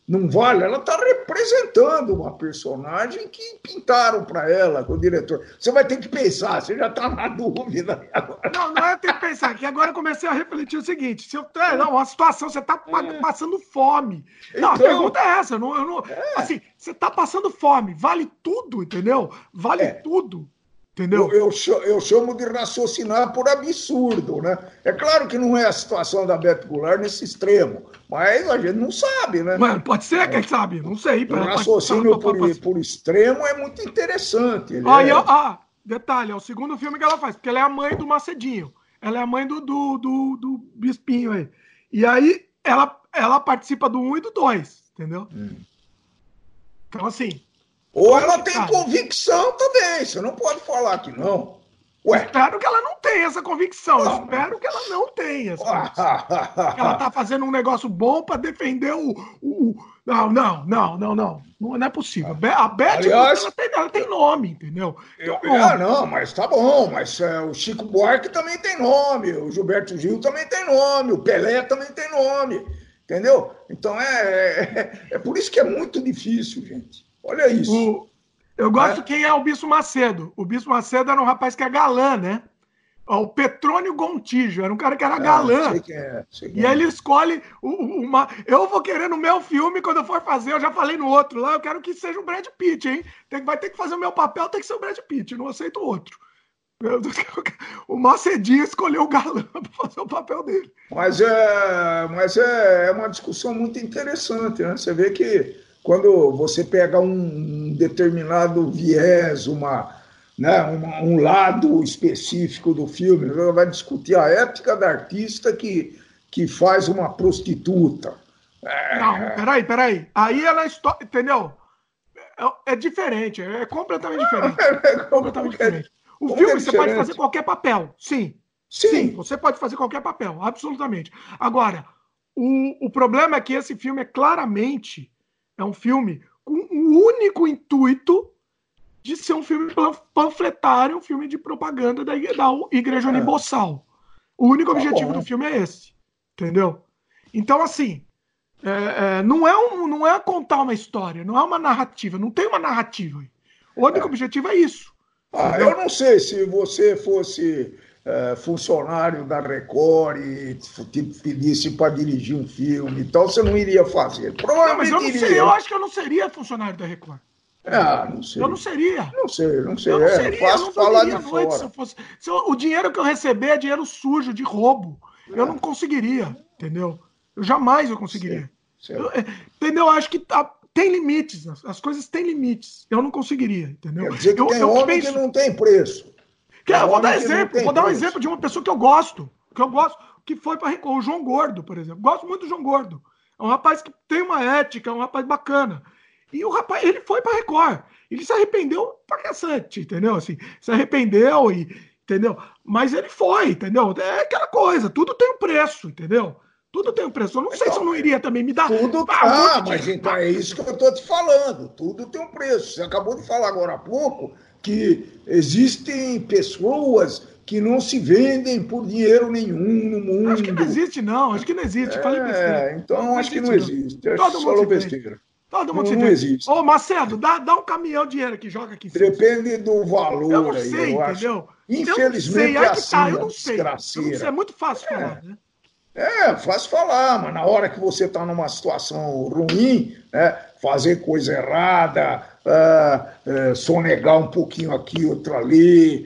não vale, ela está representando uma personagem que pintaram para ela, com o diretor. Você vai ter que pensar, você já está na dúvida agora. Não, não é ter que pensar, que agora eu comecei a refletir o seguinte: se eu, é, não, uma situação, você está passando fome. Não, então, a pergunta é essa. Não, eu não, é. Assim, você está passando fome, vale tudo, entendeu? Vale é. tudo. Entendeu? Eu, eu, eu chamo de raciocinar por absurdo, né? É claro que não é a situação da Beth Goulart nesse extremo, mas a gente não sabe, né? Mas pode ser, quem sabe? Não sei. O raciocínio por, por extremo é muito interessante. Ele ah, é... e, ah, detalhe, é o segundo filme que ela faz, porque ela é a mãe do Macedinho. Ela é a mãe do, do, do, do Bispinho aí. E aí, ela, ela participa do um e do dois, entendeu? Hum. Então, assim... Ou ela tem cara? convicção também, você não pode falar que não. Ué. Espero que ela não tenha essa convicção. Não. Espero que ela não tenha essa convicção. Ela tá fazendo um negócio bom para defender o, o. Não, não, não, não, não. Não é possível. A Beth, Aliás, ela, tem, ela tem nome, entendeu? Eu, nome. Ah, não, mas tá bom. Mas é, o Chico Buarque também tem nome, o Gilberto Gil também tem nome, o Pelé também tem nome. Entendeu? Então é, é, é por isso que é muito difícil, gente. Olha isso. O, eu gosto é? quem é o Bispo Macedo. O Bispo Macedo era um rapaz que é galã, né? O Petrônio Gontijo, era um cara que era é, galã. Sei que é, sei que e aí ele escolhe uma. Eu vou querer no meu filme, quando eu for fazer, eu já falei no outro lá, eu quero que seja o Brad Pitt, hein? Tem, vai ter que fazer o meu papel, tem que ser o Brad Pitt, não aceito o outro. O Macedinho escolheu o galã para fazer o papel dele. Mas é, mas é, é uma discussão muito interessante, né? Você vê que quando você pega um determinado viés, uma, né, uma, um lado específico do filme, você vai discutir a ética da artista que, que faz uma prostituta. É... Não, peraí, peraí. Aí ela, entendeu? É, é diferente, é completamente diferente. É completamente diferente. O Como filme é você pode fazer qualquer papel, sim. sim. Sim, você pode fazer qualquer papel, absolutamente. Agora, o, o problema é que esse filme é claramente... É um filme com o único intuito de ser um filme panfletário, um filme de propaganda da, da Igreja Unibossal. O único tá objetivo bom. do filme é esse. Entendeu? Então, assim, é, é, não, é um, não é contar uma história, não é uma narrativa, não tem uma narrativa. O único é. objetivo é isso. Ah, eu não sei se você fosse é, funcionário da Record e te pedisse para dirigir um filme, então você não iria fazer. Provavelmente não, mas eu não iria. sei, eu acho que eu não seria funcionário da Record. Ah, não sei. Eu não seria. Não sei, não sei. Eu não é seria, fácil eu não falar de noite, fora. Se eu fosse, se eu, o dinheiro que eu receber é dinheiro sujo, de roubo. É. Eu não conseguiria, entendeu? Eu jamais eu conseguiria. Sei, sei. Eu, entendeu? Eu acho que tá, tem limites, as coisas têm limites. Eu não conseguiria, entendeu? Quer dizer que eu, tem eu homem penso... que não tem preço. Que, eu vou dar exemplo, vou dar um preço. exemplo de uma pessoa que eu gosto, que eu gosto, que foi para Record, o João Gordo, por exemplo. Gosto muito do João Gordo. É um rapaz que tem uma ética, é um rapaz bacana. E o rapaz, ele foi para Record. Ele se arrependeu pra cacete, entendeu? Assim, se arrependeu e, entendeu? Mas ele foi, entendeu? É aquela coisa, tudo tem um preço, entendeu? Tudo tem um preço. Eu não sei então, se eu não iria também me dar... Tudo tá, um mas de... então é isso que eu tô te falando. Tudo tem um preço. Você acabou de falar agora há pouco que existem pessoas que não se vendem por dinheiro nenhum no mundo. Acho que não existe, não. Acho que não existe. É, Falei besteira. então não acho que não existe. Não. Todo mundo falou besteira. Todo mundo não, não existe. Ô, Macedo, dá, dá um caminhão de dinheiro aqui, joga aqui. Depende do valor. Eu não sei, aí, eu entendeu? Acho. Infelizmente, eu não sei. é assim, tá, eu não sei. Eu não sei. É muito fácil é. falar, né? É, fácil falar, mas na hora que você está numa situação ruim, né, fazer coisa errada, uh, uh, sonegar um pouquinho aqui, outro ali,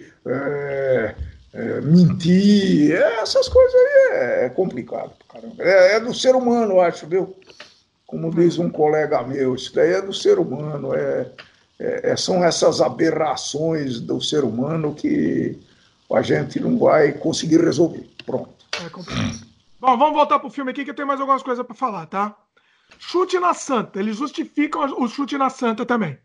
uh, uh, mentir, essas coisas aí é, é complicado, caramba. É, é do ser humano, eu acho, viu? Como diz um colega meu, isso daí é do ser humano, é, é, são essas aberrações do ser humano que a gente não vai conseguir resolver. Pronto. É complicado. Bom, vamos voltar pro filme aqui que eu tenho mais algumas coisas para falar, tá? Chute na Santa. Eles justificam o chute na Santa também.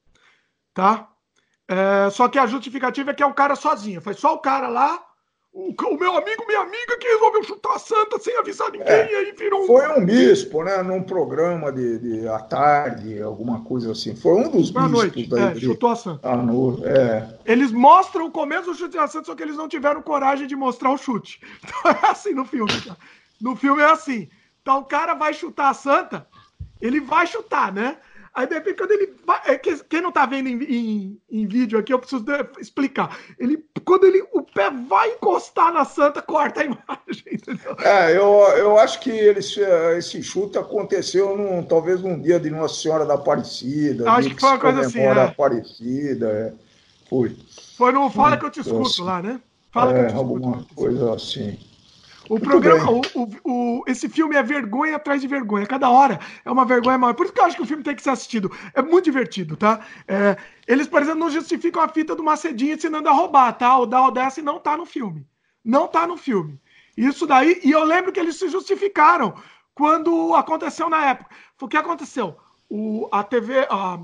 Tá? É, só que a justificativa é que é o cara sozinho. Foi só o cara lá, o, o meu amigo, minha amiga, que resolveu chutar a Santa sem avisar ninguém é, e aí virou um... Foi um bispo, né? Num programa de, de à tarde, alguma coisa assim. Foi um dos Foi à bispos noite. da É, igreja. chutou a Santa. Ah, no, é. Eles mostram o começo do chute na Santa, só que eles não tiveram coragem de mostrar o chute. Então é assim no filme. Tá? No filme é assim. Então o cara vai chutar a Santa ele vai chutar, né? Aí, de repente, quando ele vai... Quem não tá vendo em, em, em vídeo aqui, eu preciso explicar. Ele, quando ele, o pé vai encostar na santa, corta a imagem, entendeu? É, eu, eu acho que eles, esse chute aconteceu num, talvez num dia de Nossa Senhora da Aparecida. Acho que foi uma coisa assim, é. Aparecida, é. Foi. Foi no Fala Que Eu Te Escuto assim, lá, né? Fala é, Que Eu Te Escuto. Alguma coisa assim. O programa, o, o, o, esse filme é vergonha atrás de vergonha. Cada hora é uma vergonha maior. Por isso que eu acho que o filme tem que ser assistido. É muito divertido, tá? É, eles, por exemplo, não justificam a fita do Macedinho ensinando a roubar, tá? O da Odessa não tá no filme. Não tá no filme. Isso daí... E eu lembro que eles se justificaram quando aconteceu na época. O que aconteceu? O, a T V... A,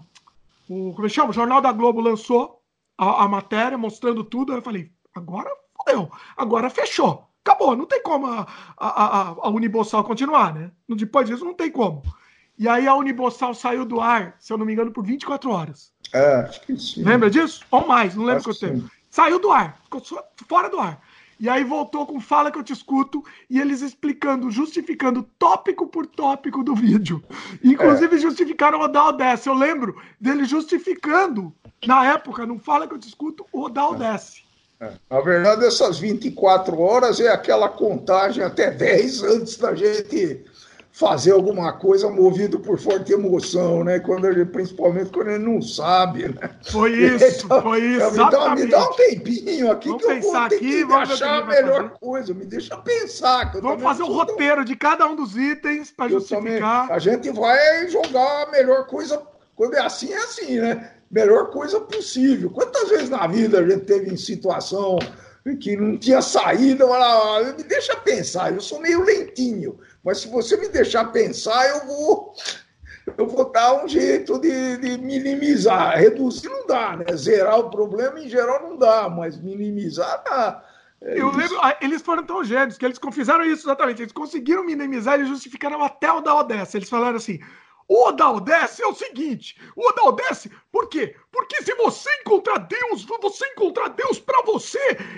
o, como é que chama? O Jornal da Globo lançou a, a matéria mostrando tudo. Aí eu falei, agora fodeu. Agora fechou. Acabou, não tem como a, a, a, a Unibossal continuar, né? Depois disso, não tem como. E aí a Unibossal saiu do ar, se eu não me engano, por vinte e quatro horas. É, acho que sim. Lembra disso? Ou mais, não lembro Acho quanto tempo. sim. Saiu do ar, ficou fora do ar. E aí voltou com Fala Que Eu Te Escuto, e eles explicando, justificando tópico por tópico do vídeo. Inclusive é. justificaram o da Odessa. Eu lembro dele justificando, na época, no Fala Que Eu Te Escuto, o da Odessa. É. Na verdade, essas vinte e quatro horas é aquela contagem até dez antes da gente fazer alguma coisa movido por forte emoção, né? Quando ele, principalmente quando ele não sabe, né? Foi isso, então, foi isso. Me dá, me dá um tempinho aqui vamos que eu vou ter aqui, que achar a melhor coisa. Me deixa pensar. Que vamos fazer um roteiro de cada um dos itens para justificar. Também, a gente vai jogar a melhor coisa. Quando é assim, é assim, né? Melhor coisa possível. Quantas vezes na vida a gente teve em situação que não tinha saída? Olha, me deixa pensar, eu sou meio lentinho, mas se você me deixar pensar, eu vou eu vou dar um jeito de, de minimizar. Reduzir não dá, né? Zerar o problema em geral não dá, mas minimizar dá. É eu isso. lembro, eles foram tão gênios que eles fizeram isso exatamente, eles conseguiram minimizar e justificaram até o da Odessa. Eles falaram assim, o da Odessa é o seguinte, o da Odessa, por quê? Porque se você encontrar Deus, você encontrar Deus para você,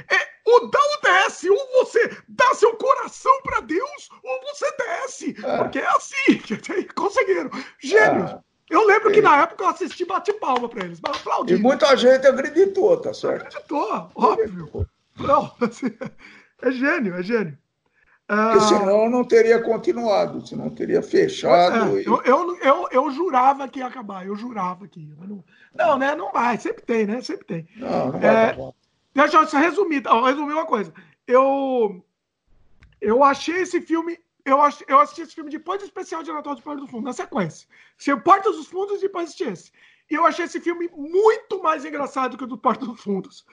é o da Odessa, ou você dá seu coração para Deus, ou você desce, é. Porque é assim, que conseguiram, gênios. É. Eu lembro é. que na época eu assisti bate-palma para eles, mas aplaudi. E muita gente acreditou, tá certo? Acreditou, óbvio. Não, assim, é gênio, é gênio. Porque senão não teria continuado, senão teria fechado. É, e... eu, eu, eu, eu jurava que ia acabar, eu jurava que ia. Não, não, né? Não vai, sempre tem, né? Sempre tem. Não, não vai é, acabar. Deixa eu resumir, resumir uma coisa. Eu, eu achei esse filme, eu, ach, eu assisti esse filme depois do especial de Natal de Porta dos Fundos, na sequência. Se Porta dos Fundos e depois assisti esse. E eu achei esse filme muito mais engraçado que o do Porta dos Fundos.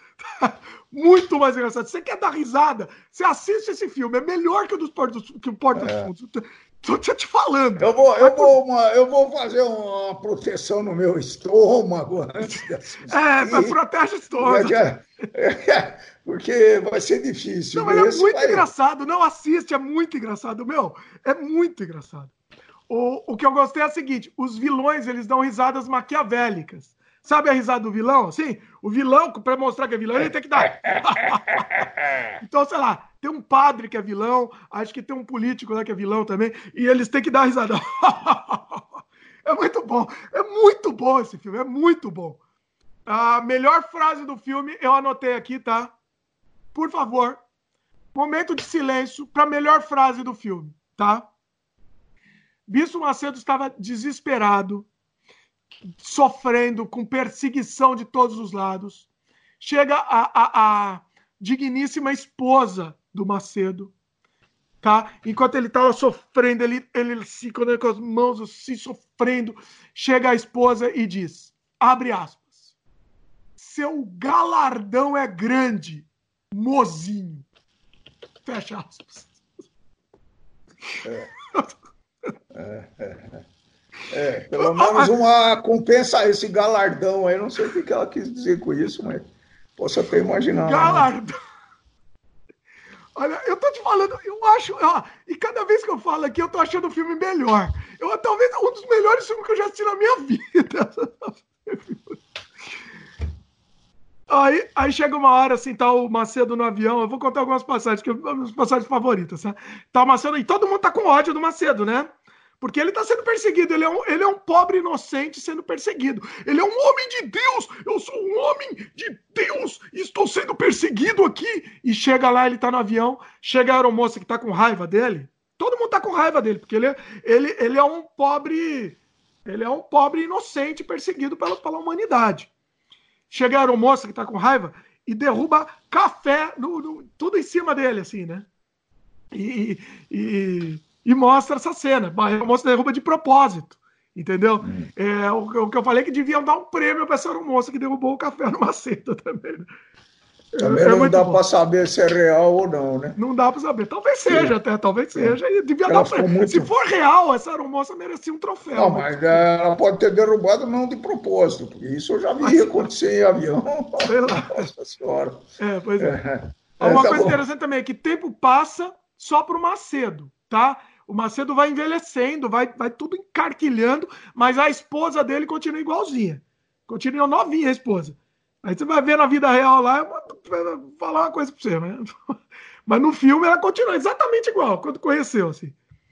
Muito mais engraçado. Você quer dar risada? Você assiste esse filme. É melhor que o, dos Porta, que o Porta é. dos Fundos. Tô te falando. Eu vou, eu, vou uma, eu vou fazer uma proteção no meu estômago antes de assistir. É, protege o estômago. Porque vai ser difícil. Não, mas é muito vai... engraçado. Não assiste, é muito engraçado. Meu, é muito engraçado. O, o que eu gostei é o seguinte, os vilões, eles dão risadas maquiavélicas. Sabe a risada do vilão? Assim, o vilão, para mostrar que é vilão, ele tem que dar. Então, sei lá, tem um padre que é vilão, acho que tem um político lá que é vilão também, e eles têm que dar risada. É muito bom, é muito bom esse filme, é muito bom. A melhor frase do filme, eu anotei aqui, tá? Por favor, momento de silêncio para a melhor frase do filme, tá? Bispo Macedo estava desesperado, sofrendo com perseguição de todos os lados. Chega a, a, a digníssima esposa do Macedo, tá? Enquanto ele estava sofrendo, ele, ele se com as mãos assim, sofrendo, chega a esposa e diz, abre aspas, seu galardão é grande, mozinho. Fecha aspas. É. É, é, é, pelo menos uma compensa esse galardão aí. Não sei o que ela quis dizer com isso, mas posso até imaginar. Galardão. Né? Olha, eu tô te falando, eu acho, ó, e cada vez que eu falo aqui, eu tô achando o filme melhor. Eu, talvez um dos melhores filmes que eu já assisti na minha vida. Aí, aí chega uma hora, assim, tá o Macedo no avião, eu vou contar algumas passagens, que são as passagens favoritas, né? Tá o Macedo, e todo mundo tá com ódio do Macedo, né? Porque ele está sendo perseguido, ele é, um, ele é um pobre inocente sendo perseguido. Ele é um homem de Deus, eu sou um homem de Deus e estou sendo perseguido aqui. E chega lá, ele está no avião, chega a aeromoça que está com raiva dele. Todo mundo está com raiva dele, porque ele é, ele, ele é um pobre, ele é um pobre inocente perseguido pela, pela humanidade. Chega a aeromoça que está com raiva e derruba café, no, no, tudo em cima dele, assim, né? E... e E mostra essa cena. A moça derruba de propósito. Entendeu? Hum. É, o, o que eu falei é que deviam dar um prêmio para essa moça que derrubou o café no Macedo também. Né? Também é, não dá para saber se é real ou não, né? Não dá para saber. Talvez seja, é. até, talvez seja. É. E devia dar um prêmio. Muito... Se for real, essa moça merecia um troféu. Não, mas, mas ela pode ter derrubado não de propósito, porque isso eu já vi mas... acontecer em avião. Sei lá. Nossa Senhora. É, pois é. é. Uma tá coisa bom. Interessante também é que tempo passa só para o Macedo, tá? O Macedo vai envelhecendo, vai, vai tudo encarquilhando, mas a esposa dele continua igualzinha. Continua novinha a esposa. Aí você vai ver na vida real lá, eu vou falar uma coisa pra você, né? Mas no filme ela continua exatamente igual, quando conheceu, assim.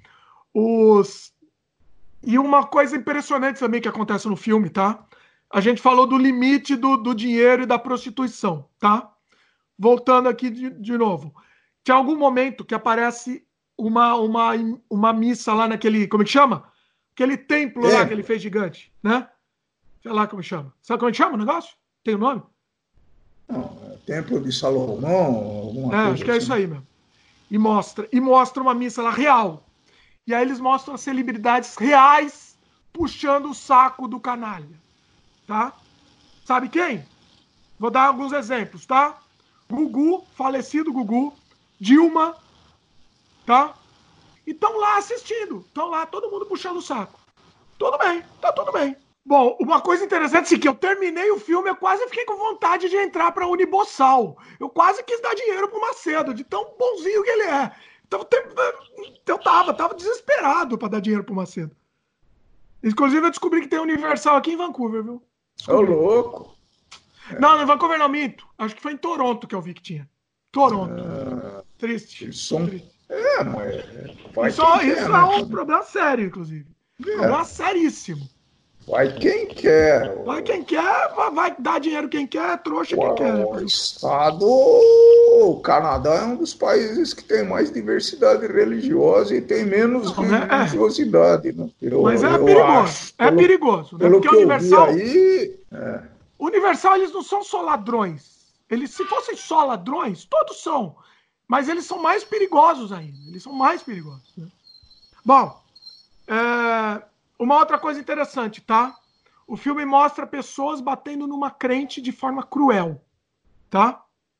Os... E uma coisa impressionante também que acontece no filme, tá? A gente falou do limite do, do dinheiro e da prostituição, tá? Voltando aqui de, de novo. Tem algum momento que aparece Uma, uma, uma missa lá naquele, como é que chama? Aquele templo é. lá que ele fez gigante, né? Sei lá como chama. Sabe como é que chama o negócio? Tem o um nome? Não, é Templo de Salomão, alguma é, coisa acho que assim. é isso aí mesmo. E mostra, e mostra uma missa lá real. E aí eles mostram as celebridades reais puxando o saco do canalha, tá? Sabe quem? Vou dar alguns exemplos, tá? Gugu, falecido Gugu, Dilma, tá? E estão lá assistindo. Estão lá, todo mundo puxando o saco. Tudo bem, tá tudo bem. Bom, uma coisa interessante é que eu terminei o filme, eu quase fiquei com vontade de entrar pra Unibossal. Eu quase quis dar dinheiro pro Macedo, de tão bonzinho que ele é. Então eu tava, tava desesperado pra dar dinheiro pro Macedo. Inclusive eu descobri que tem Universal aqui em Vancouver, viu? Ô, louco. Não, em Vancouver não, minto. Acho que foi em Toronto que eu vi que tinha. Toronto. Ah, triste. Som... triste. É, mas... Isso, quer, isso né? é um problema sério, inclusive. É. Problema seríssimo. Vai quem quer. Vai quem quer, vai, vai dar dinheiro quem quer, trouxa quem o, quer. O Estado, o Canadá é um dos países que tem mais diversidade religiosa e tem menos Não, religiosidade. É. Né? Eu, Mas é perigoso, acho, é pelo, perigoso. Né? Pelo Porque que Universal, eu vi aí, é. Universal, eles não são só ladrões. Eles, se fossem só ladrões, todos são. Mas eles são mais perigosos ainda. Eles são mais perigosos. Né? Bom, é, uma outra coisa interessante, tá? O filme mostra pessoas batendo numa crente de forma cruel, tá?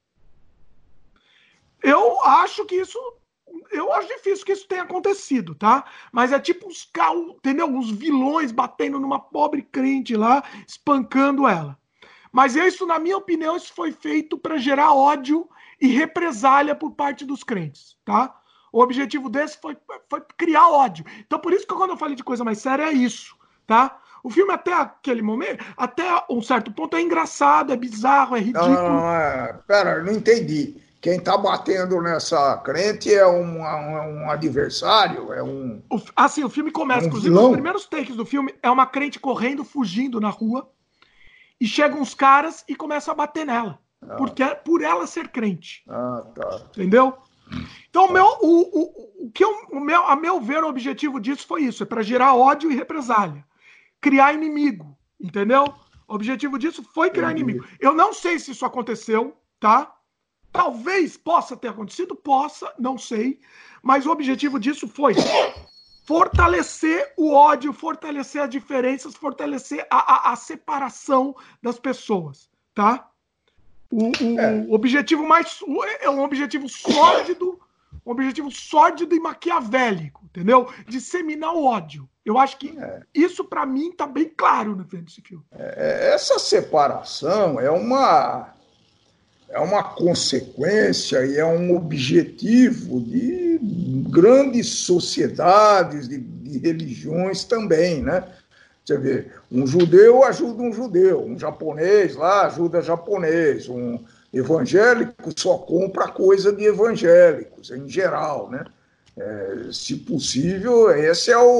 Eu acho que isso... Eu acho difícil que isso tenha acontecido, tá? Mas é tipo uns, entendeu? Uns vilões batendo numa pobre crente lá, espancando ela. Mas isso, na minha opinião, isso foi feito para gerar ódio e represália por parte dos crentes, tá? O objetivo desse foi, foi criar ódio. Então, por isso que quando eu falei de coisa mais séria, é isso, tá? O filme até aquele momento, até um certo ponto, é engraçado, é bizarro, é ridículo. Não, não, não é... Pera, não entendi. Quem tá batendo nessa crente é um, um, um adversário? É um... O, assim, o filme começa, um inclusive, vilão? Os primeiros takes do filme é uma crente correndo, fugindo na rua, e chegam uns caras e começam a bater nela. Ah. Porque, por ela ser crente. Ah, tá. Entendeu? Então, o meu, o, o, o que eu, o meu, a meu ver, o objetivo disso foi isso. É para gerar ódio e represália. Criar inimigo. Entendeu? O objetivo disso foi criar Entendi. inimigo. Eu não sei se isso aconteceu, tá? Talvez possa ter acontecido, possa, não sei. Mas o objetivo disso foi fortalecer o ódio, fortalecer as diferenças, fortalecer a, a, a separação das pessoas, tá? O, o, é. o objetivo mais... É um objetivo sórdido, um objetivo sórdido e maquiavélico, entendeu? Disseminar o ódio. Eu acho que é. isso, para mim, tá bem claro no desse filme. É, essa separação é uma... é uma consequência e é um objetivo de grandes sociedades, de, de religiões também, né? Você vê, um judeu ajuda um judeu, um japonês lá ajuda japonês, um evangélico só compra coisa de evangélicos, em geral, né? É, se possível, esse é o,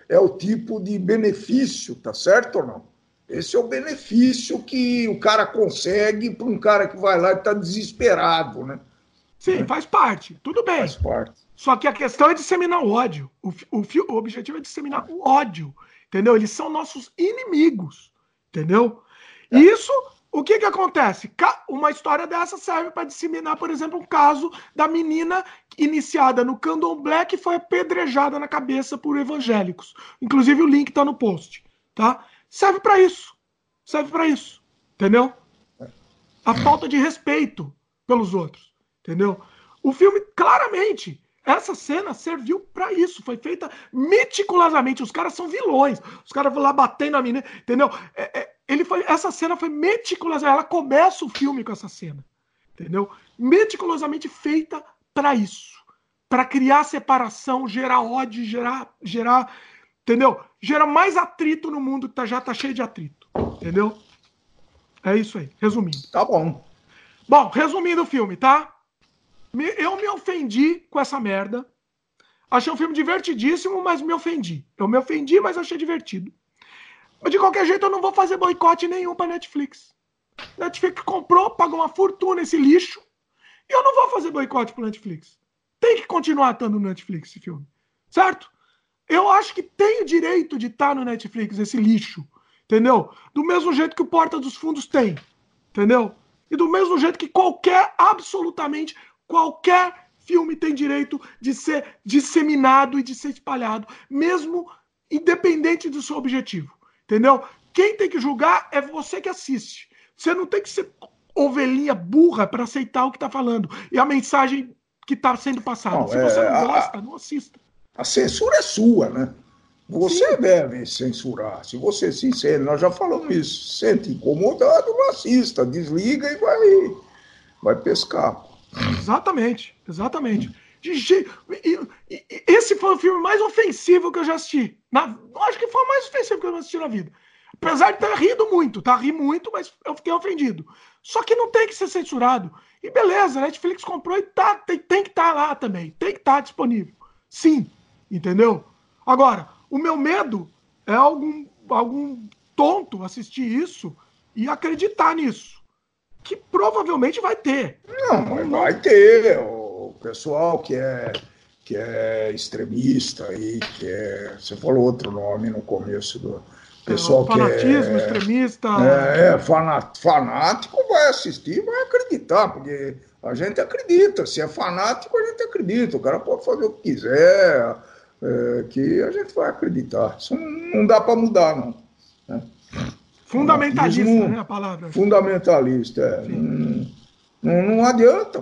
é o tipo de benefício, tá certo ou não? Esse é o benefício que o cara consegue para um cara que vai lá e está desesperado, né? Sim, faz parte, tudo bem. Faz parte. Só que a questão é disseminar o ódio. O, o, o objetivo é disseminar o ódio, entendeu? Eles são nossos inimigos, entendeu? É. E isso, o que que acontece? Uma história dessa serve para disseminar, por exemplo, um caso da menina iniciada no candomblé que foi apedrejada na cabeça por evangélicos. Inclusive o link está no post, tá? Serve para isso. Serve para isso, entendeu? A falta de respeito pelos outros, entendeu? O filme, claramente, essa cena serviu para isso. Foi feita meticulosamente. Os caras são vilões. Os caras vão lá batendo a menina, entendeu? É, é, ele foi, essa cena foi meticulosamente. Ela começa o filme com essa cena, entendeu? Meticulosamente feita para isso. Para criar separação, gerar ódio, gerar, gerar, entendeu? Gera mais atrito no mundo que tá, já tá cheio de atrito, entendeu? É isso aí, resumindo. Tá bom. Bom, resumindo o filme, tá? Eu me ofendi com essa merda. Achei um filme divertidíssimo, mas me ofendi. Eu me ofendi, mas achei divertido. Mas de qualquer jeito, eu não vou fazer boicote nenhum pra Netflix. Netflix comprou, pagou uma fortuna esse lixo. E eu não vou fazer boicote pro Netflix. Tem que continuar estando no Netflix esse filme. Certo? Eu acho que tem o direito de estar no Netflix, esse lixo. Entendeu? Do mesmo jeito que o Porta dos Fundos tem. Entendeu? E do mesmo jeito que qualquer, absolutamente, qualquer filme tem direito de ser disseminado e de ser espalhado, mesmo independente do seu objetivo. Entendeu? Quem tem que julgar é você que assiste. Você não tem que ser ovelhinha burra para aceitar o que está falando e a mensagem que está sendo passada. Não, Se é, você não gosta, a, não assista. A censura é sua, né? Você Sim. deve censurar. Se você se sente, nós já falamos isso, se sente incomodado, não assista, desliga e vai, vai pescar. Exatamente, exatamente. De je... Esse foi o filme mais ofensivo que eu já assisti. Na... Acho que foi o mais ofensivo que eu já assisti na vida. Apesar de ter rido muito, tá? Ri muito, mas eu fiquei ofendido. Só que não tem que ser censurado. E beleza, a Netflix comprou e tá, tem, tem que estar tá lá também. Tem que estar tá disponível. Sim, entendeu? Agora, o meu medo é algum, algum tonto assistir isso e acreditar nisso. Que provavelmente vai ter. Não, mas vai ter. O pessoal que é, que é extremista e que é... Você falou outro nome no começo do... Pessoal é, fanatismo, que é, extremista. É, é fanático vai assistir, vai acreditar, porque a gente acredita. Se é fanático, a gente acredita. O cara pode fazer o que quiser, é, que a gente vai acreditar. Isso não, não dá para mudar, não. Né? Fundamentalista, Fanatismo, né, a palavra? Fundamentalista, é. Não, não, não adianta.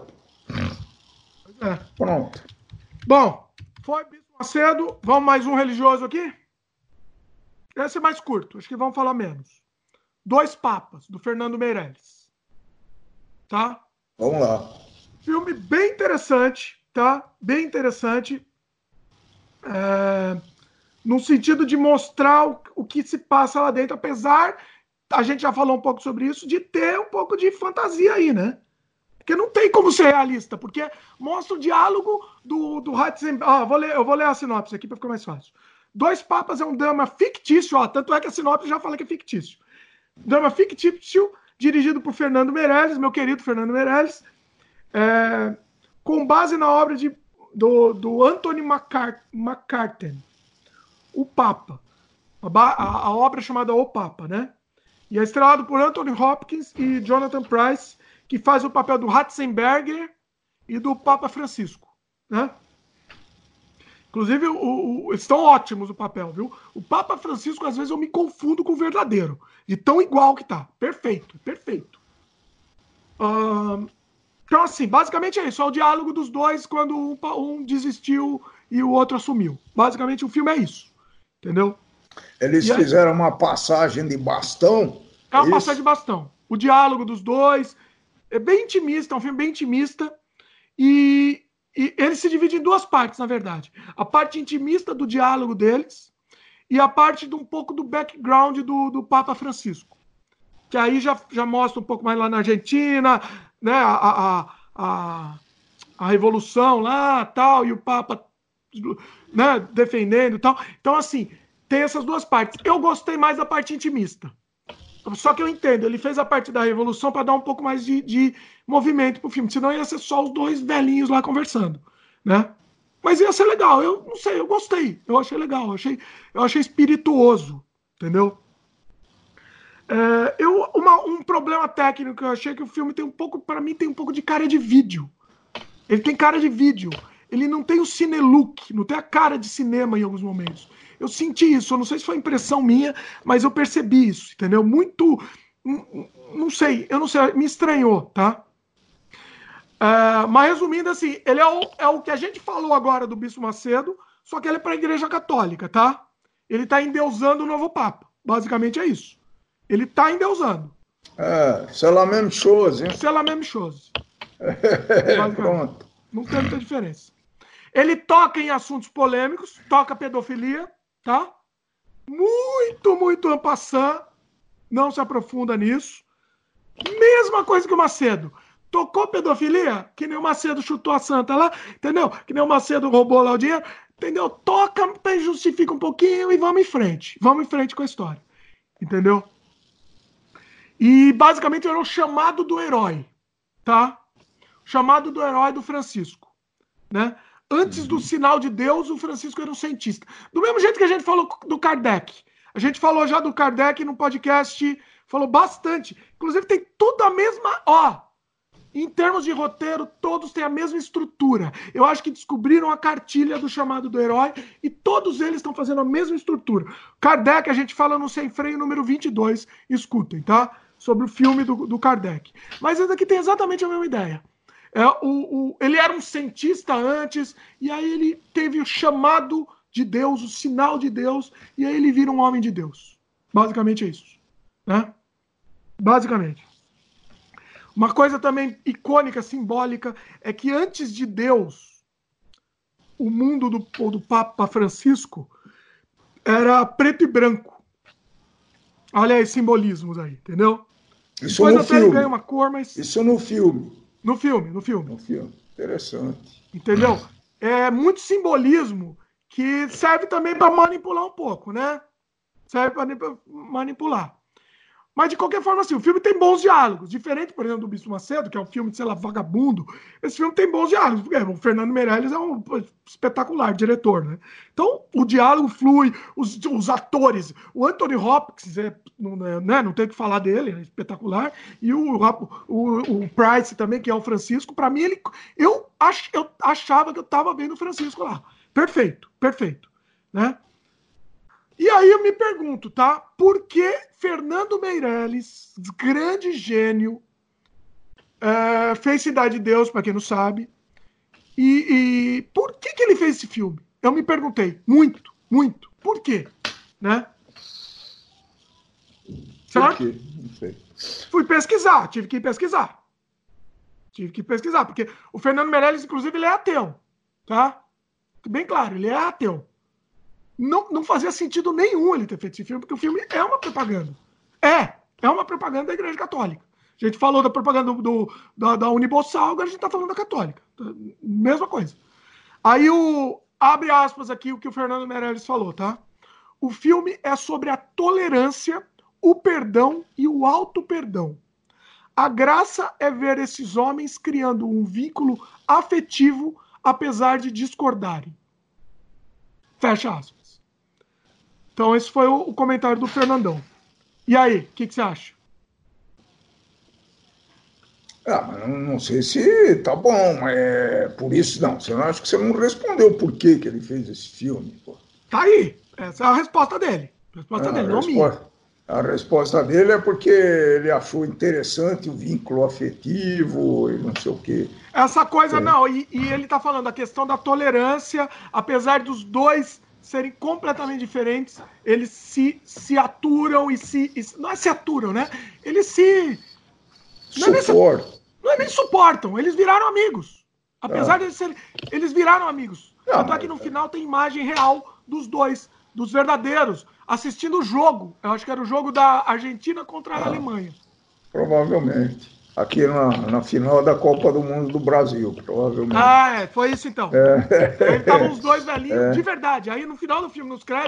É. Pronto. Bom, foi Bispo Macedo. Vamos mais um religioso aqui? Esse é mais curto, acho que vamos falar menos. Dois Papas, do Fernando Meirelles. Tá? Vamos lá. Filme bem interessante, tá? Bem interessante. É... No sentido de mostrar o, o que se passa lá dentro, apesar, a gente já falou um pouco sobre isso, de ter um pouco de fantasia aí, né? Porque não tem como ser realista, porque mostra o diálogo do, do Ratzenberger. Ah, vou ler, eu vou ler a sinopse aqui para ficar mais fácil. Dois Papas é um drama fictício, ó, tanto é que a sinopse já fala que é fictício. Drama fictício, dirigido por Fernando Meirelles, meu querido Fernando Meirelles, é, com base na obra de, do, do Anthony McCarten, O Papa. A, a, a obra chamada O Papa, né? E é estrelado por Anthony Hopkins e Jonathan Pryce, que faz o papel do Ratzenberger e do Papa Francisco, né? Inclusive, o, o, estão ótimos o papel, viu? O Papa Francisco, às vezes, eu me confundo com o verdadeiro. De tão igual que tá. Perfeito, perfeito. Uh, então, assim, basicamente é isso. É o diálogo dos dois quando um, um desistiu e o outro assumiu. Basicamente, o filme é isso. Entendeu? Eles e fizeram é... uma passagem de bastão? É uma é passagem de bastão. O diálogo dos dois é bem intimista, é um filme bem intimista. E... E ele se divide em duas partes, na verdade. A parte intimista do diálogo deles e a parte de um pouco do background do, do Papa Francisco. Que aí já, já mostra um pouco mais lá na Argentina, né, a, a, a, a revolução lá, tal, e o Papa, né, defendendo e tal. Então, assim, tem essas duas partes. Eu gostei mais da parte intimista. Só que eu entendo, ele fez a parte da revolução para dar um pouco mais de, de movimento pro filme, senão ia ser só os dois velhinhos lá conversando, né? Mas ia ser legal, eu não sei, eu gostei, eu achei legal, eu achei, eu achei espirituoso, entendeu? É, eu, uma, um problema técnico que eu achei que o filme tem um pouco, para mim, tem um pouco de cara de vídeo. Ele tem cara de vídeo, ele não tem o cinelook, não tem a cara de cinema em alguns momentos. Eu senti isso, eu não sei se foi impressão minha, mas eu percebi isso, entendeu? Muito, não sei, eu não sei, me estranhou, tá? Uh, mas resumindo assim, ele é o, é o que a gente falou agora do Bispo Macedo, só que ele é para a Igreja Católica, tá? Ele está endeusando o novo Papa, basicamente é isso. Ele está endeusando. É, c'est la même chose, hein? C'est la même chose. Pronto. Não tem muita diferença. Ele toca em assuntos polêmicos, toca pedofilia, tá? Muito, muito en passant, não se aprofunda nisso. Mesma coisa que o Macedo. Tocou pedofilia, que nem o Macedo chutou a santa lá, entendeu? Que nem o Macedo roubou lá o dinheiro, entendeu? Toca, justifica um pouquinho e vamos em frente. Vamos em frente com a história, entendeu? E basicamente era o chamado do herói, tá? O chamado do herói do Francisco, né? Antes do sinal de Deus, o Francisco era um cientista. Do mesmo jeito que a gente falou do Kardec. A gente falou já do Kardec no podcast, falou bastante. Inclusive tem tudo a mesma... Ó, em termos de roteiro, todos têm a mesma estrutura. Eu acho que descobriram a cartilha do chamado do herói e todos eles estão fazendo a mesma estrutura. Kardec, a gente fala no Sem Freio número vinte e dois. Escutem, tá? Sobre o filme do, do Kardec. Mas esse aqui tem exatamente a mesma ideia. É, o, o, ele era um cientista antes, e aí ele teve o chamado de Deus, o sinal de Deus, e aí ele vira um homem de Deus. Basicamente é isso, né? Basicamente. Uma coisa também icônica, simbólica, é que antes de Deus, o mundo do, do Papa Francisco era preto e branco. Olha aí, simbolismos aí, entendeu? Isso Depois no até ele filme. ganha uma cor, mas... Isso no filme. No filme, no filme. No filme. Interessante. Entendeu? É muito simbolismo que serve também para manipular um pouco, né? Serve para manipular. Mas, de qualquer forma, assim, o filme tem bons diálogos. Diferente, por exemplo, do Bispo Macedo, que é um filme de, sei lá, vagabundo. Esse filme tem bons diálogos. Porque o Fernando Meirelles é um espetacular diretor, né? Então, o diálogo flui, os, os atores. O Anthony Hopkins, é, não, né, não tem o que falar dele, é espetacular. E o, o, o Price também, que é o Francisco. Para mim, ele, eu, ach, eu achava que eu estava vendo o Francisco lá. Perfeito, perfeito, né? E aí eu me pergunto, tá? Por que Fernando Meirelles, grande gênio, é, fez Cidade de Deus, para quem não sabe, e, e por que, que ele fez esse filme? Eu me perguntei, muito, muito. Por quê? Né? Certo? Por quê? Não sei. Fui pesquisar, tive que pesquisar. Tive que pesquisar, porque o Fernando Meirelles, inclusive, ele é ateu, tá? Bem claro, ele é ateu. Não, não fazia sentido nenhum ele ter feito esse filme, porque o filme é uma propaganda. É, é uma propaganda da Igreja Católica. A gente falou da propaganda do, do, da, da Unibossal, agora a gente está falando da Católica. Mesma coisa. Aí o abre aspas aqui o que o Fernando Meirelles falou, tá? O filme é sobre a tolerância, o perdão e o auto-perdão. A graça é ver esses homens criando um vínculo afetivo, apesar de discordarem. Fecha aspas. Então esse foi o, o comentário do Fernandão. E aí, o que, que você acha? Ah, mas não, não sei se tá bom, mas é por isso não. Você não acha que você não respondeu por que, que ele fez esse filme? Pô. Tá aí. Essa é a resposta dele. A resposta Ah, dele, a não resposta, minha. A resposta dele é porque ele achou interessante o vínculo afetivo e não sei o quê. Essa coisa, é. não. E, e ele tá falando a questão da tolerância, apesar dos dois serem completamente diferentes, eles se, se aturam e se... E, não é se aturam, né? Eles se... Não é, nem, não é nem suportam, eles viraram amigos. Apesar ah. de eles serem... Eles viraram amigos. Não, Tanto é que no final tem imagem real dos dois, dos verdadeiros, assistindo o jogo. Eu acho que era o jogo da Argentina contra a ah, Alemanha. Provavelmente. Aqui na, na final da Copa do Mundo do Brasil, provavelmente. Ah, é, foi isso então. É. Aí estavam os dois velhinhos, é. de verdade. Aí no final do filme, nos créditos,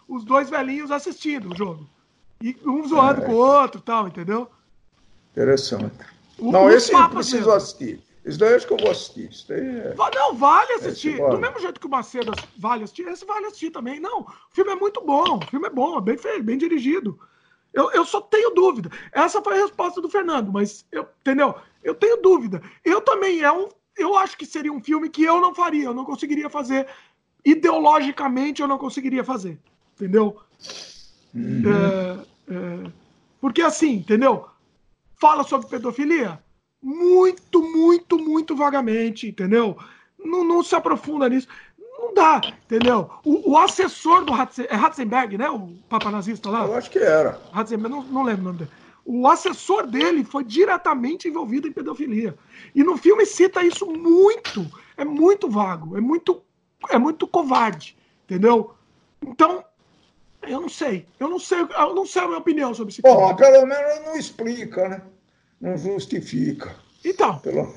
os dois velhinhos assistindo o jogo. E um zoando é. com o outro e tal, entendeu? Interessante. O, não, esse eu preciso mesmo. assistir. Isso daí eu acho que eu vou assistir. Isso daí é... Não, vale assistir. Vale. Do mesmo jeito que o Macedo vale assistir, esse vale assistir também. Não, o filme é muito bom. O filme é bom, é bem feito, bem dirigido. Eu, eu só tenho dúvida. Essa foi a resposta do Fernando, mas, eu, entendeu? Eu tenho dúvida. Eu também, é um, eu acho que seria um filme que eu não faria, eu não conseguiria fazer. Ideologicamente, eu não conseguiria fazer. Entendeu? Uhum. É, é, porque assim, entendeu? Fala sobre pedofilia muito, muito, muito vagamente, entendeu? Não, não se aprofunda nisso. Não dá, entendeu? O, o assessor do Ratzenberg, é Ratzenberg, né? O papa nazista lá? Eu acho que era. Ratzenberg, não, não lembro o nome dele. O assessor dele foi diretamente envolvido em pedofilia. E no filme cita isso muito. É muito vago, é muito, é muito covarde, entendeu? Então, eu não sei. Eu não sei, eu não sei a minha opinião sobre esse filme. Bom, pelo menos não explica, né? Não justifica. Então. Pelo...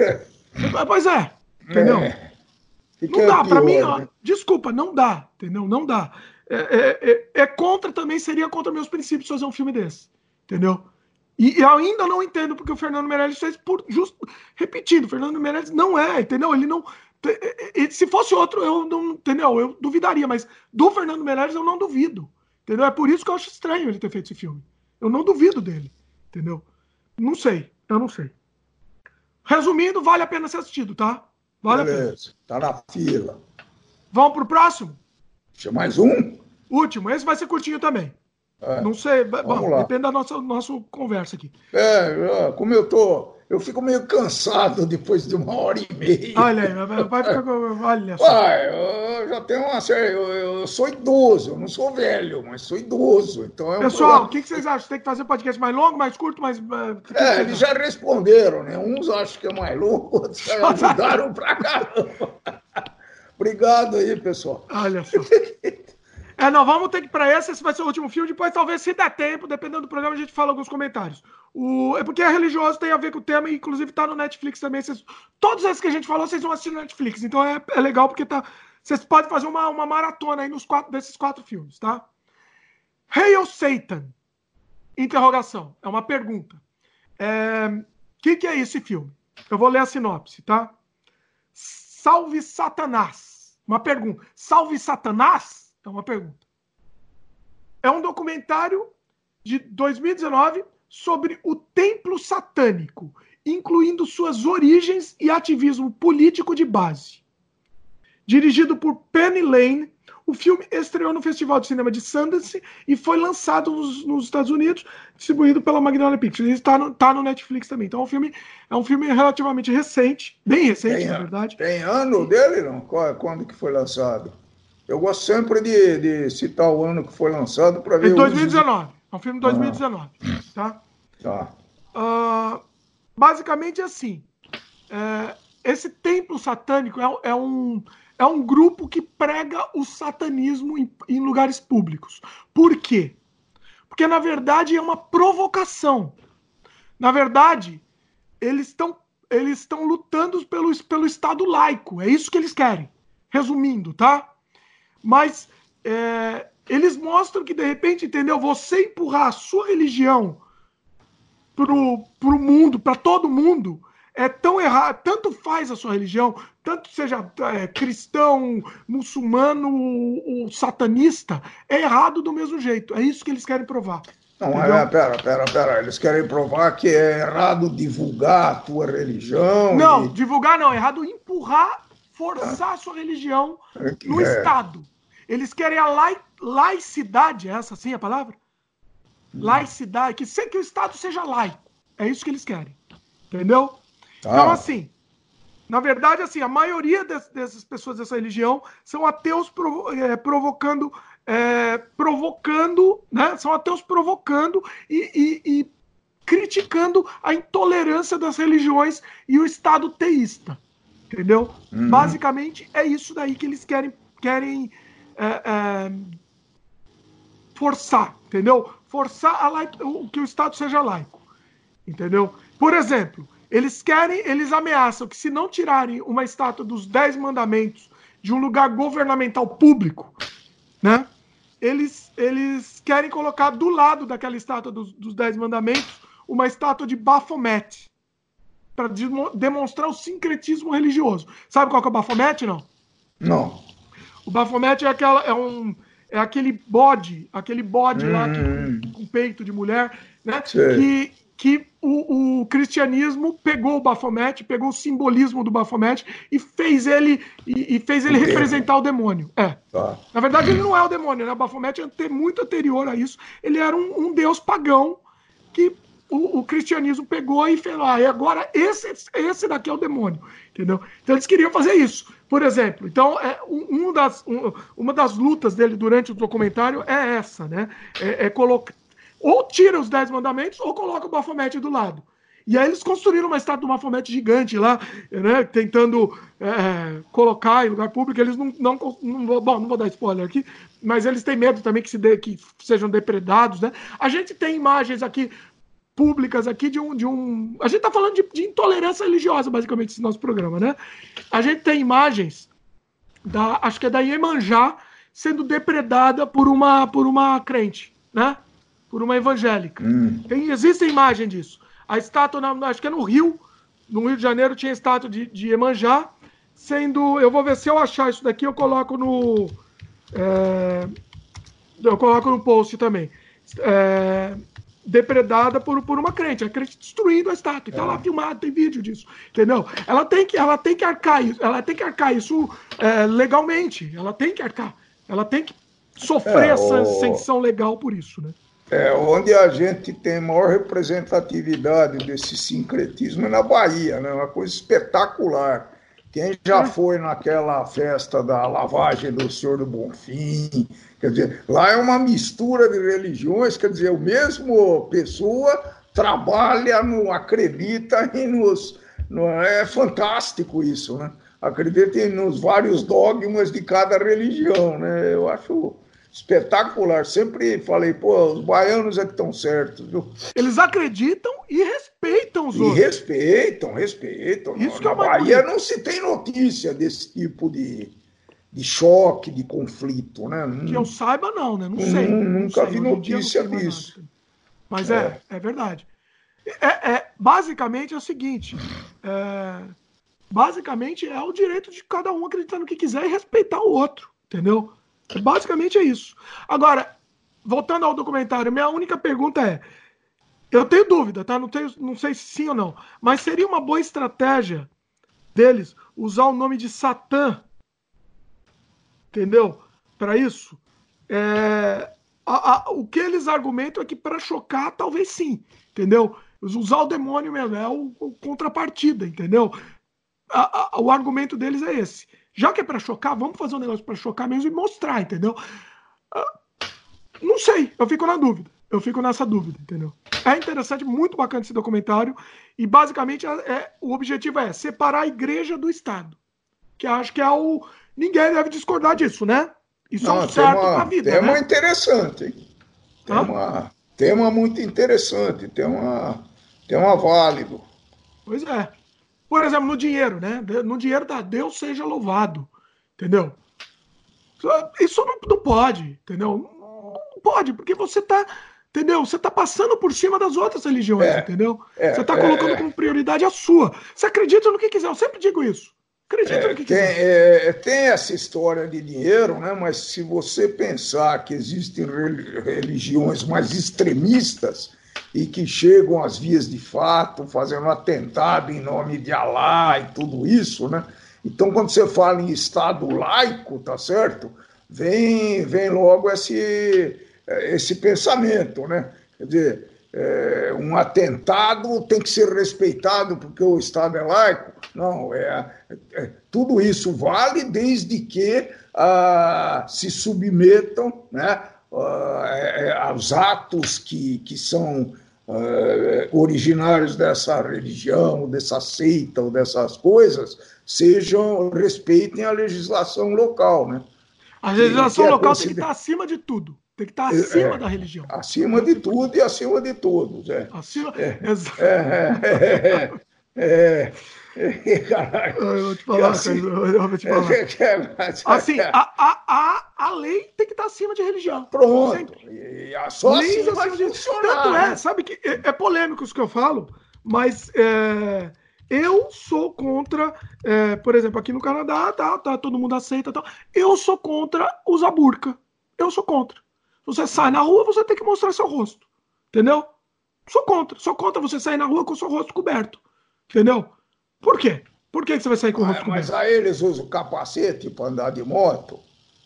Pois é, entendeu? É. Não dá, pra mim, ó, desculpa, não dá, entendeu? Não dá. É, é, é, é contra também, seria contra meus princípios fazer um filme desse, entendeu? E eu ainda não entendo porque o Fernando Meirelles fez por, justo, repetindo, o Fernando Meirelles não é, entendeu? Ele não, se fosse outro, eu não, entendeu? Eu duvidaria, mas do Fernando Meirelles eu não duvido, entendeu? É por isso que eu acho estranho ele ter feito esse filme. Eu não duvido dele, entendeu? Não sei, eu não sei. Resumindo, vale a pena ser assistido, tá? Vale Beleza, tá na fila. Vamos pro próximo? Deixa mais um? Último, esse vai ser curtinho também. É, não sei, bom, depende da nossa, nossa conversa aqui. É, como eu tô, eu fico meio cansado depois de uma hora e meia. Olha aí, vai ficar com... Olha só. Pai, eu já tenho uma série, eu, eu sou idoso, eu não sou velho, mas sou idoso. Então é um Pessoal, programa... o que, que vocês acham? Tem que fazer podcast mais longo, mais curto, mais... É, eles já responderam, né? Uns acham que é mais longo, outros já ajudaram pra caramba. Obrigado aí, pessoal. Olha só. É, não, vamos ter que ir para esse, esse vai ser o último filme, depois talvez, se der tempo, dependendo do programa, a gente fala alguns comentários. O, é porque é religioso, tem a ver com o tema, e inclusive tá no Netflix também. Vocês, todos esses que a gente falou, vocês vão assistir no Netflix, então é, é legal porque tá, vocês podem fazer uma, uma maratona aí nos quatro, desses quatro filmes, tá? Hail Satan, interrogação, é uma pergunta. O é, que, que é esse filme? Eu vou ler a sinopse, tá? Salve Satanás, uma pergunta. Salve Satanás? É uma pergunta. É um documentário de dois mil e dezenove sobre o templo satânico, incluindo suas origens e ativismo político de base. Dirigido por Penny Lane, o filme estreou no Festival de Cinema de Sundance e foi lançado nos, nos Estados Unidos, distribuído pela Magnolia Pictures. Ele está no, tá no Netflix também. Então é um filme, é um filme relativamente recente, bem recente, tem, na verdade. Tem ano dele, não? Quando que foi lançado? Eu gosto sempre de, de citar o ano que foi lançado para ver... Em dois mil e dezenove. Os... É um filme de dois mil e dezenove. Ah. Tá? Tá. Uh, basicamente assim. É, esse templo satânico é, é, um, é um grupo que prega o satanismo em, em lugares públicos. Por quê? Porque, na verdade, é uma provocação. Na verdade, eles estão eles estão lutando pelo, pelo Estado laico. É isso que eles querem. Resumindo, tá? Mas é, eles mostram que, de repente, entendeu? Você empurrar a sua religião pro, pro mundo, para todo mundo, é tão errado. Tanto faz a sua religião, tanto seja é, cristão, muçulmano ou satanista, é errado do mesmo jeito. É isso que eles querem provar. Não, é, pera, pera, pera. Eles querem provar que é errado divulgar a tua religião. Não, e... divulgar não. É errado empurrar, forçar ah. a sua religião no é. Estado. Eles querem a lai, laicidade, é essa sim a palavra? Hum. Laicidade, que, que o Estado seja laico. É isso que eles querem. Entendeu? Ah. Então, assim, na verdade, assim, a maioria des, dessas pessoas dessa religião são ateus provo é, provocando, é, provocando, né? São ateus provocando e, e, e criticando a intolerância das religiões e o Estado teísta. Entendeu? Uhum. Basicamente, é isso daí que eles querem, querem É, é, forçar, entendeu? Forçar a laico, que o Estado seja laico, entendeu? Por exemplo, eles querem, eles ameaçam que se não tirarem uma estátua dos Dez Mandamentos de um lugar governamental público, né? eles, eles querem colocar do lado daquela estátua dos, dos Dez Mandamentos uma estátua de Baphomet, para demonstrar o sincretismo religioso. Sabe qual que é o Baphomet, não? Não. O Baphomet é, aquela, é, um, é aquele bode, aquele bode hum. lá que, com, com peito de mulher, né? Que, que o, o cristianismo pegou o Baphomet, pegou o simbolismo do Baphomet e fez ele, e, e fez ele representar o demônio. É. Tá. Na verdade, ele não é o demônio, né? O Baphomet é muito anterior a isso. Ele era um, um deus pagão que o, o cristianismo pegou e falou, ah, e agora esse, esse daqui é o demônio, entendeu? Então eles queriam fazer isso, por exemplo. Então, é, um, um das, um, uma das lutas dele durante o documentário é essa, né? É, é colocar, ou tira os Dez Mandamentos ou coloca o Baphomet do lado. E aí eles construíram uma estátua do Baphomet gigante lá, né, tentando é, colocar em lugar público. Eles não, não, não vou, bom, não vou dar spoiler aqui, mas eles têm medo também que, se de, que sejam depredados, né? A gente tem imagens aqui públicas aqui de um, de um... A gente está falando de, de intolerância religiosa, basicamente, esse nosso programa, né? A gente tem imagens, da, acho que é da Iemanjá, sendo depredada por uma, por uma crente, né? Por uma evangélica. Hum. Tem, existe imagem disso. A estátua, na, acho que é no Rio, no Rio de Janeiro, tinha estátua de, de Iemanjá, sendo... Eu vou ver se eu achar isso daqui, eu coloco no... É, eu coloco no post também. É... depredada por, por uma crente, a crente destruindo a estátua, está é. lá filmado, tem vídeo disso, entendeu? Ela tem que, ela tem que arcar isso, ela tem que arcar isso é, legalmente, ela tem que arcar, ela tem que sofrer é, essa o... sanção legal por isso, né? É, onde a gente tem maior representatividade desse sincretismo é na Bahia, né? Uma coisa espetacular. Quem já foi naquela festa da lavagem do Senhor do Bonfim, quer dizer, lá é uma mistura de religiões, quer dizer, o mesmo pessoa trabalha, no, acredita e nos... No, é fantástico isso, né? Acredita nos vários dogmas de cada religião, né? Eu acho espetacular. Sempre falei, pô, os baianos é que estão certos, viu? Eles acreditam e respeitam os e outros. E respeitam, respeitam. Isso Na que é Bahia não se tem notícia desse tipo de, de choque, de conflito, né? Que eu saiba, não, né? Não sei. Não, não nunca sei. vi notícia disso. Mas é, é, é verdade. É, é, basicamente é o seguinte, é, basicamente é o direito de cada um acreditar no que quiser e respeitar o outro, entendeu? Basicamente é isso. Agora, voltando ao documentário, minha única pergunta é, eu tenho dúvida, tá? Não, tenho, não sei se sim ou não, mas seria uma boa estratégia deles usar o nome de Satã, entendeu? Para isso. É, a, a, o que eles argumentam é que para chocar, talvez sim, entendeu? Usar o demônio mesmo, é o, o contrapartida, entendeu? A, a, o argumento deles é esse. Já que é para chocar, vamos fazer um negócio para chocar mesmo e mostrar, entendeu? Uh, não sei, eu fico na dúvida. Eu fico nessa dúvida, entendeu? É interessante, muito bacana esse documentário. E basicamente é, é, o objetivo é separar a igreja do Estado. Que acho que é o... Ninguém deve discordar disso, né? Isso não, é um certo para a vida, tema né? interessante, hein? Tema, tema muito interessante, tema, tema válido. Pois é. Por exemplo, no dinheiro, né? No dinheiro da Deus seja louvado, entendeu? Isso não, não pode, entendeu? Não pode, porque você está, entendeu? Você está passando por cima das outras religiões, é, entendeu? É, você está colocando é, como prioridade a sua. Você acredita no que quiser, eu sempre digo isso. Acredita é, no que tem, quiser. É, tem essa história de dinheiro, né? Mas se você pensar que existem religiões mais extremistas e que chegam às vias de fato, fazendo atentado em nome de Alá e tudo isso, né? Então, quando você fala em Estado laico, tá certo? Vem, vem logo esse, esse pensamento, né? Quer dizer, é, um atentado tem que ser respeitado porque o Estado é laico. Não, é, é tudo isso vale desde que ah, se submetam, né, ah, aos atos que, que são ah, originários dessa religião, dessa seita ou dessas coisas, sejam, respeitem a legislação local, né? A legislação local consider... tem que estar acima de tudo. Tem que estar acima é, da religião. Acima de tudo e acima de todos. É. Acima... É, é, é, é, caralho. Eu vou te falar, assim, cara, eu vou te falar. Assim, a, a, a, a lei tem que estar acima de religião. Pronto. Sempre. E a só assim vai de... funcionar. Tanto é, sabe que é, é polêmico isso que eu falo, mas é, eu sou contra, é, por exemplo, aqui no Canadá, tá, tá, todo mundo aceita, tá, eu sou contra usar burca. Eu sou contra. Você sai na rua, você tem que mostrar seu rosto. Entendeu? Sou contra. Sou contra você sair na rua com o seu rosto coberto. Entendeu? Por quê? Por que você vai sair com o rosto ah, coberto? Mas aí eles usam capacete para andar de moto?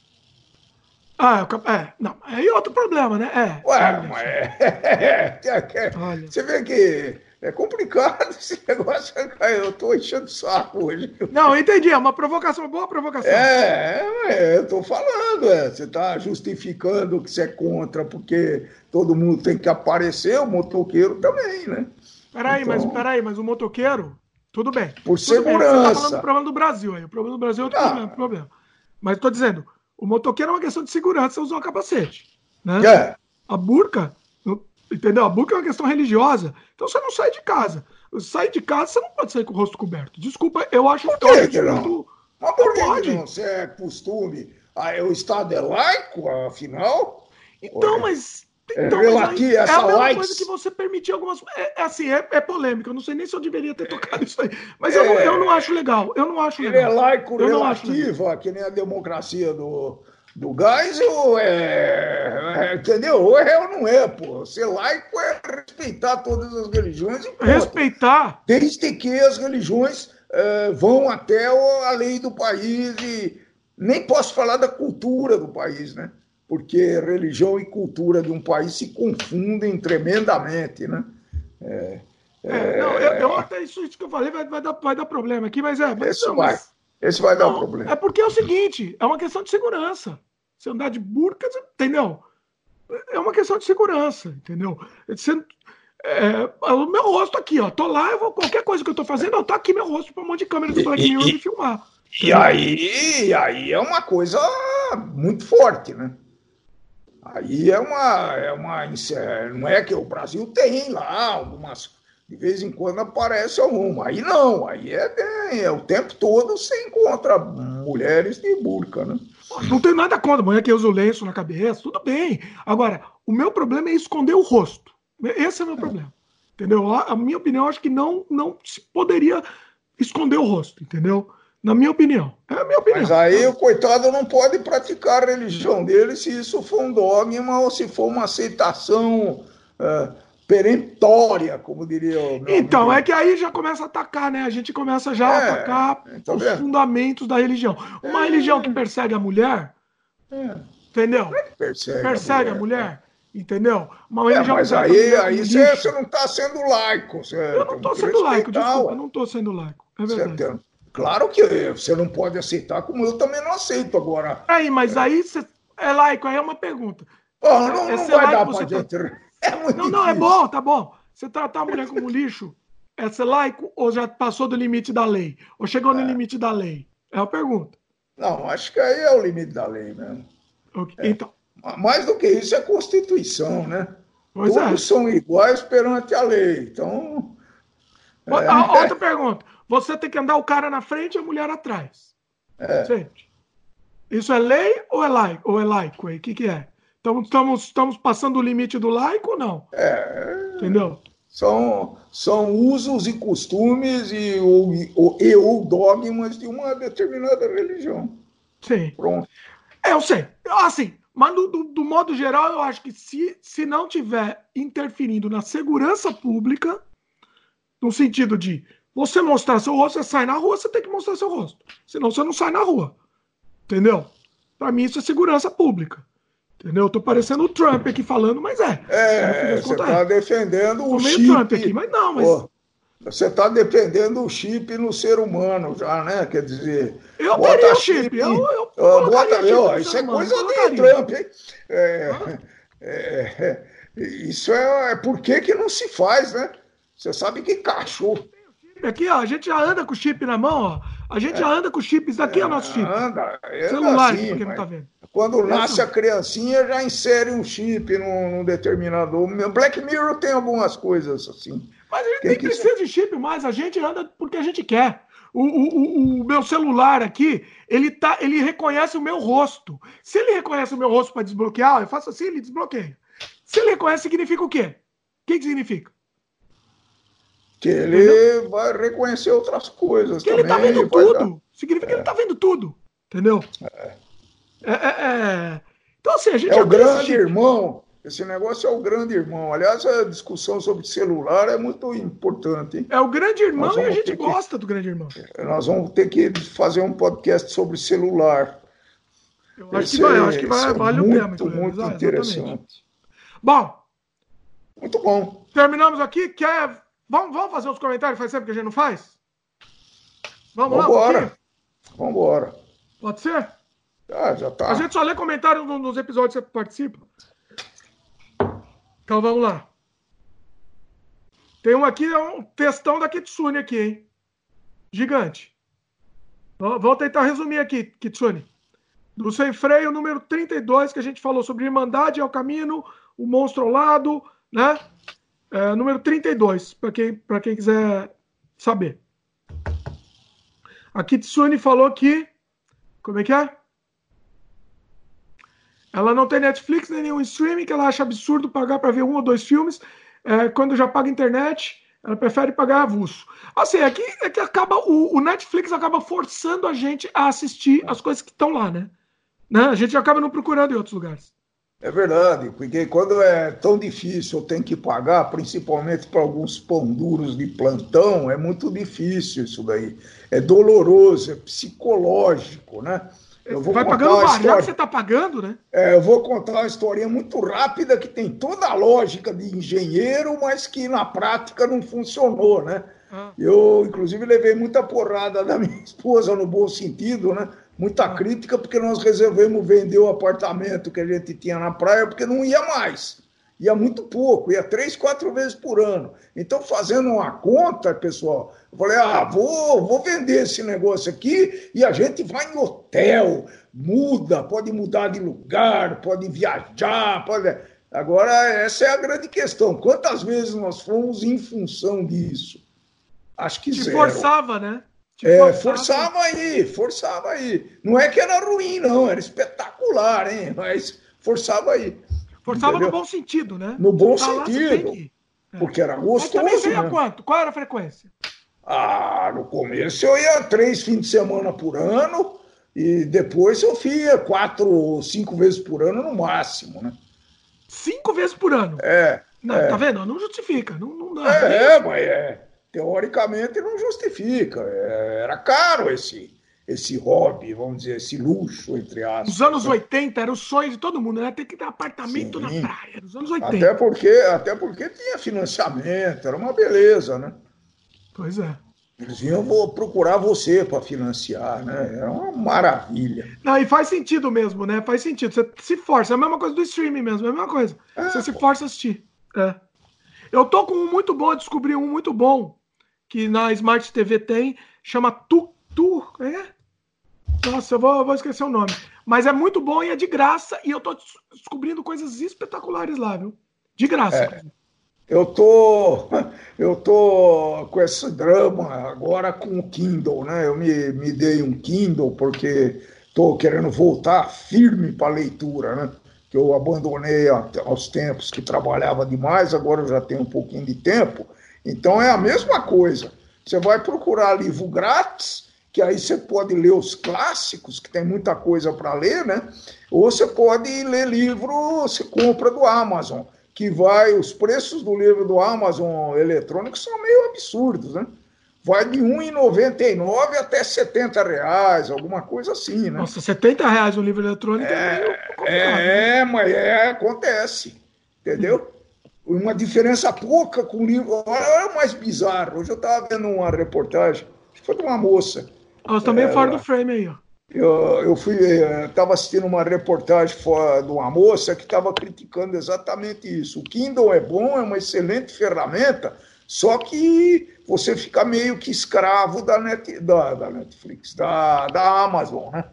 Ah, é, não, aí é outro problema, né? É. Ué, mas é, é, você vê que é complicado esse negócio. Eu tô enchendo o saco hoje. Não, eu entendi, é uma provocação, uma boa provocação. É, é eu tô falando, é, você tá justificando que você é contra porque todo mundo tem que aparecer, o motoqueiro também, né? Peraí, então... mas peraí, mas o motoqueiro, tudo bem. Por tudo segurança. Bem. Você tá falando do problema do Brasil aí, o problema do Brasil é outro ah. problema, problema. Mas tô dizendo, o motoqueiro é uma questão de segurança usar um capacete, né? É. A burca, entendeu? A burca é uma questão religiosa. Então você não sai de casa. Sai de casa, você não pode sair com o rosto coberto. Desculpa, eu acho por que que não? Muito... Mas por que pode. não? Se é costume. Ah, o Estado é laico, afinal? Então, Ué. mas... Então, é, mas aí, essa é a mesma likes. coisa que você permitir algumas... É, é assim, é, é polêmico. Eu não sei nem se eu deveria ter tocado isso aí. Mas é. eu, não, eu não acho legal. Eu não acho Ele legal. é laico eu relativa, que nem a democracia do... do gás, ou é, é, entendeu? Ou é ou não é, pô. Ser laico é respeitar todas as religiões. E respeitar? Desde que as religiões é, vão até a lei do país e nem posso falar da cultura do país, né? Porque religião e cultura de um país se confundem tremendamente, né? É, é, não, eu, eu até isso, isso que eu falei vai, vai, dar, vai dar problema aqui, mas é... Mas, esse, não, vai, mas, esse vai não, dar problema. É porque é o seguinte, é uma questão de segurança. Se andar de burca, entendeu? É uma questão de segurança, entendeu? Você, é, o meu rosto aqui, ó. Tô lá, eu vou, qualquer coisa que eu tô fazendo, eu tô aqui meu rosto pra um monte de câmera do Black Mirror me filmar. E aí, e aí é uma coisa muito forte, né? Aí é uma, é uma. Não é que o Brasil tem lá algumas. De vez em quando aparece alguma. Aí não, aí é, é, é o tempo todo você encontra mulheres de burca, né? Não tem nada contra, mulher que usa o lenço na cabeça, tudo bem. Agora, o meu problema é esconder o rosto. Esse é o meu problema. Entendeu? A, a minha opinião, eu acho que não, não se poderia esconder o rosto, entendeu? Na minha opinião. É a minha opinião. Mas aí o coitado não pode praticar a religião dele se isso for um dogma ou se for uma aceitação uh, perentória, como diria o meu Então, amigo. é que aí já começa a atacar, né? A gente começa já é, a atacar tá os vendo? fundamentos da religião. Uma é. religião que persegue a mulher, é. entendeu? É persegue, persegue a mulher. A mulher. Entendeu? Uma religião é, mas aí, aí você, você não está sendo laico. Você eu não estou sendo laico, desculpa, eu não estou sendo laico. É verdade. Claro que você não pode aceitar, como eu também não aceito agora. Aí, mas é. aí você é laico, aí é uma pergunta. Oh, não, é não vai dar pra gente. Tá... É muito não, não, difícil. É bom, tá bom. Você tratar a mulher como lixo, é ser laico ou já passou do limite da lei? Ou chegou no é. limite da lei? É a pergunta. Não, acho que aí é o limite da lei mesmo. Okay. É. Então. Mais do que isso é a Constituição, né? Pois Todos é. são iguais perante a lei. Então. É... A outra pergunta. Você tem que andar o cara na frente e a mulher atrás. É. Gente, isso é lei ou é laico? Ou é laico aí? O que, que é? Então, estamos, estamos passando o limite do laico ou não? É. Entendeu? São, são usos e costumes e ou, ou, e, ou dogmas de uma determinada religião. Sim. Pronto. É, eu sei. Assim, mas do, do, do modo geral, eu acho que se, se não tiver interferindo na segurança pública, no sentido de você mostrar seu rosto, você sai na rua, você tem que mostrar seu rosto. Senão você não sai na rua. Entendeu? Para mim isso é segurança pública. Entendeu? Eu tô parecendo o Trump aqui falando, mas é. É, você tá é. defendendo o meio chip. Trump aqui, mas não, mas... Pô, você tá defendendo o chip no ser humano já, né? Quer dizer... Eu teria o chip. Eu, eu, eu uh, bota, chip eu, isso é coisa de Trump, hein? É, ah. é, é, isso é, é por que que não se faz, né? Você sabe que cachorro... Aqui, ó, a gente já anda com o chip na mão, ó. A gente é. já anda com o chip. Isso daqui é, é o nosso chip. Anda, anda celular, assim, pra quem não tá vendo. Quando nasce a criancinha, já insere um chip num, num determinado... Black Mirror tem algumas coisas assim. Mas a gente nem precisa de chip mais. A gente anda porque a gente quer. O, o, o meu celular aqui, ele, tá, ele reconhece o meu rosto. Se ele reconhece o meu rosto para desbloquear, eu faço assim, ele desbloqueia. Se ele reconhece, significa o quê? O que, que significa? Que ele entendeu? Vai reconhecer outras coisas que também. Ele tá vendo tudo. Dar... Significa é. que ele tá vendo tudo. Entendeu? É. É, é, é... Então, assim, a gente... É o grande assiste... irmão. Esse negócio é o grande irmão. Aliás, a discussão sobre celular é muito importante. Hein? É o grande irmão e a gente gosta que... do grande irmão. Nós vamos ter que fazer um podcast sobre celular. Eu acho esse que vai, eu acho que vai, vale muito, o tema. Muito, muito ah, interessante. Exatamente. Bom. Muito bom. Terminamos aqui. Quer... Vamos, vamos fazer os comentários? Faz tempo que a gente não faz? Vamos Vambora. lá? Vamos embora. Pode ser? Ah, já tá. A gente só lê comentários nos episódios que você participa. Então vamos lá. Tem um aqui, é um textão da Kitsune aqui, hein? Gigante. Vou tentar resumir aqui, Kitsune. Do Sem Freio, número trinta e dois, que a gente falou sobre Irmandade ao Caminho, o Monstro ao Lado, né? É, número trinta e dois, para quem, para quem quiser saber. A Kitsune falou que... Como é que é? Ela não tem Netflix nem nenhum streaming, que ela acha absurdo pagar para ver um ou dois filmes. É, quando já paga internet, ela prefere pagar avulso. Assim, é que, é que acaba, o, o Netflix acaba forçando a gente a assistir as coisas que estão lá, né? né? A gente acaba não procurando em outros lugares. É verdade, porque quando é tão difícil, tem que pagar, principalmente para alguns pão duros de plantão, é muito difícil isso daí. É doloroso, é psicológico, né? Eu vou Vai pagando o história... já que você está pagando, né? É, eu vou contar uma historinha muito rápida que tem toda a lógica de engenheiro, mas que na prática não funcionou, né? Ah. Eu, inclusive, levei muita porrada da minha esposa no bom sentido, né? Muita ah. crítica, porque nós resolvemos vender o apartamento que a gente tinha na praia, porque não ia mais. Ia muito pouco, ia três, quatro vezes por ano. Então, fazendo uma conta, pessoal, eu falei, ah, vou, vou vender esse negócio aqui e a gente vai em hotel, muda, pode mudar de lugar, pode viajar, pode... Agora, essa é a grande questão. Quantas vezes nós fomos em função disso? Acho que Te zero. forçava, né? Te é, forçava. forçava aí, forçava aí. Não é que era ruim, não, era espetacular, hein? Mas forçava aí. Forçava Entendeu? no bom sentido, né? No bom tá sentido. Que... É. Porque era gostoso. Mas também veio né? a quanto? Qual era a frequência? Ah, no começo eu ia três fins de semana por ano e depois eu ia quatro ou cinco vezes por ano no máximo, né? Cinco vezes por ano? É. Não, é. Tá vendo? Não justifica. Não, não dá. É, é, mas é. Teoricamente não justifica. É, era caro esse... esse hobby, vamos dizer, esse luxo, entre aspas. Nos anos oitenta era o sonho de todo mundo, né? Ter que ter apartamento Sim. na praia, nos anos oitenta. Até porque, até porque tinha financiamento, era uma beleza, né? Pois é. Eles iam vou procurar você para financiar, né? Era uma maravilha. Não, e faz sentido mesmo, né? Faz sentido. Você se força, é a mesma coisa do streaming mesmo, é a mesma coisa. É, você pô. se força a assistir. É. Eu tô com um muito bom, descobri um muito bom, que na Smart T V tem, chama Tu... Tu... É? Nossa, eu vou, eu vou esquecer o nome. Mas é muito bom e é de graça. E eu tô descobrindo coisas espetaculares lá, viu? De graça. É, eu tô eu tô com esse drama agora com o Kindle, né? Eu me, me dei um Kindle porque tô querendo voltar firme para a leitura, né? Que eu abandonei aos tempos que trabalhava demais, agora eu já tenho um pouquinho de tempo. Então é a mesma coisa. Você vai procurar livro grátis, que aí você pode ler os clássicos, que tem muita coisa para ler, né? Ou você pode ler livro, você compra do Amazon, que vai, os preços do livro do Amazon eletrônico são meio absurdos, né? Vai de um real e noventa e nove centavos até setenta reais, alguma coisa assim, né? Nossa, setenta reais um livro eletrônico é, é meio complicado. É, né? Mas é, acontece, entendeu? Hum. Uma diferença pouca com o livro. Olha o mais bizarro. Hoje eu estava vendo uma reportagem, acho que foi de uma moça. Nós também é, fora do frame aí, ó. Eu, eu fui, estava assistindo uma reportagem fora de uma moça que estava criticando exatamente isso. O Kindle é bom, é uma excelente ferramenta, só que você fica meio que escravo da, Net, da, da Netflix, da, da Amazon, né?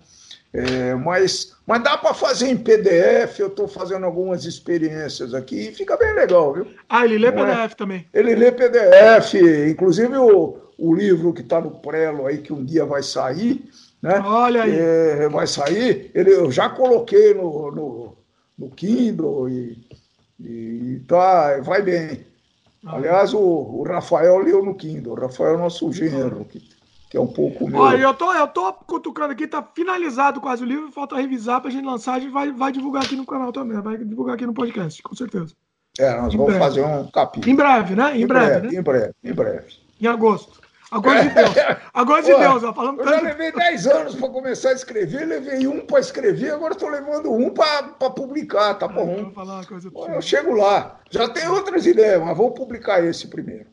É, mas, mas dá para fazer em P D F, eu estou fazendo algumas experiências aqui e fica bem legal, viu? Ah, ele lê Não P D F é? também. Ele lê P D F, inclusive o, o livro que está no prelo aí, que um dia vai sair, né? Olha aí. É, vai sair, ele, eu já coloquei no, no, no Kindle e, e tá, vai bem. Ah. Aliás, o, o Rafael leu no Kindle, o Rafael é nosso genro, que, que é um pouco meu... Olha, eu tô, eu tô cutucando aqui, tá finalizado quase o livro, falta revisar pra gente lançar, a gente vai, vai divulgar aqui no canal também, vai divulgar aqui no podcast, com certeza. É, nós em vamos breve. fazer um capítulo. Em breve, né? Em, em breve, breve né? Em breve, em breve. Em agosto. Agosto de Deus. Agosto de Deus, ó, falando Eu já levei dez anos para começar a escrever, levei um para escrever, agora estou levando um para publicar, tá bom? Eu vou falar uma coisa pra você. Eu chego lá. Já tenho outras ideias, mas vou publicar esse primeiro.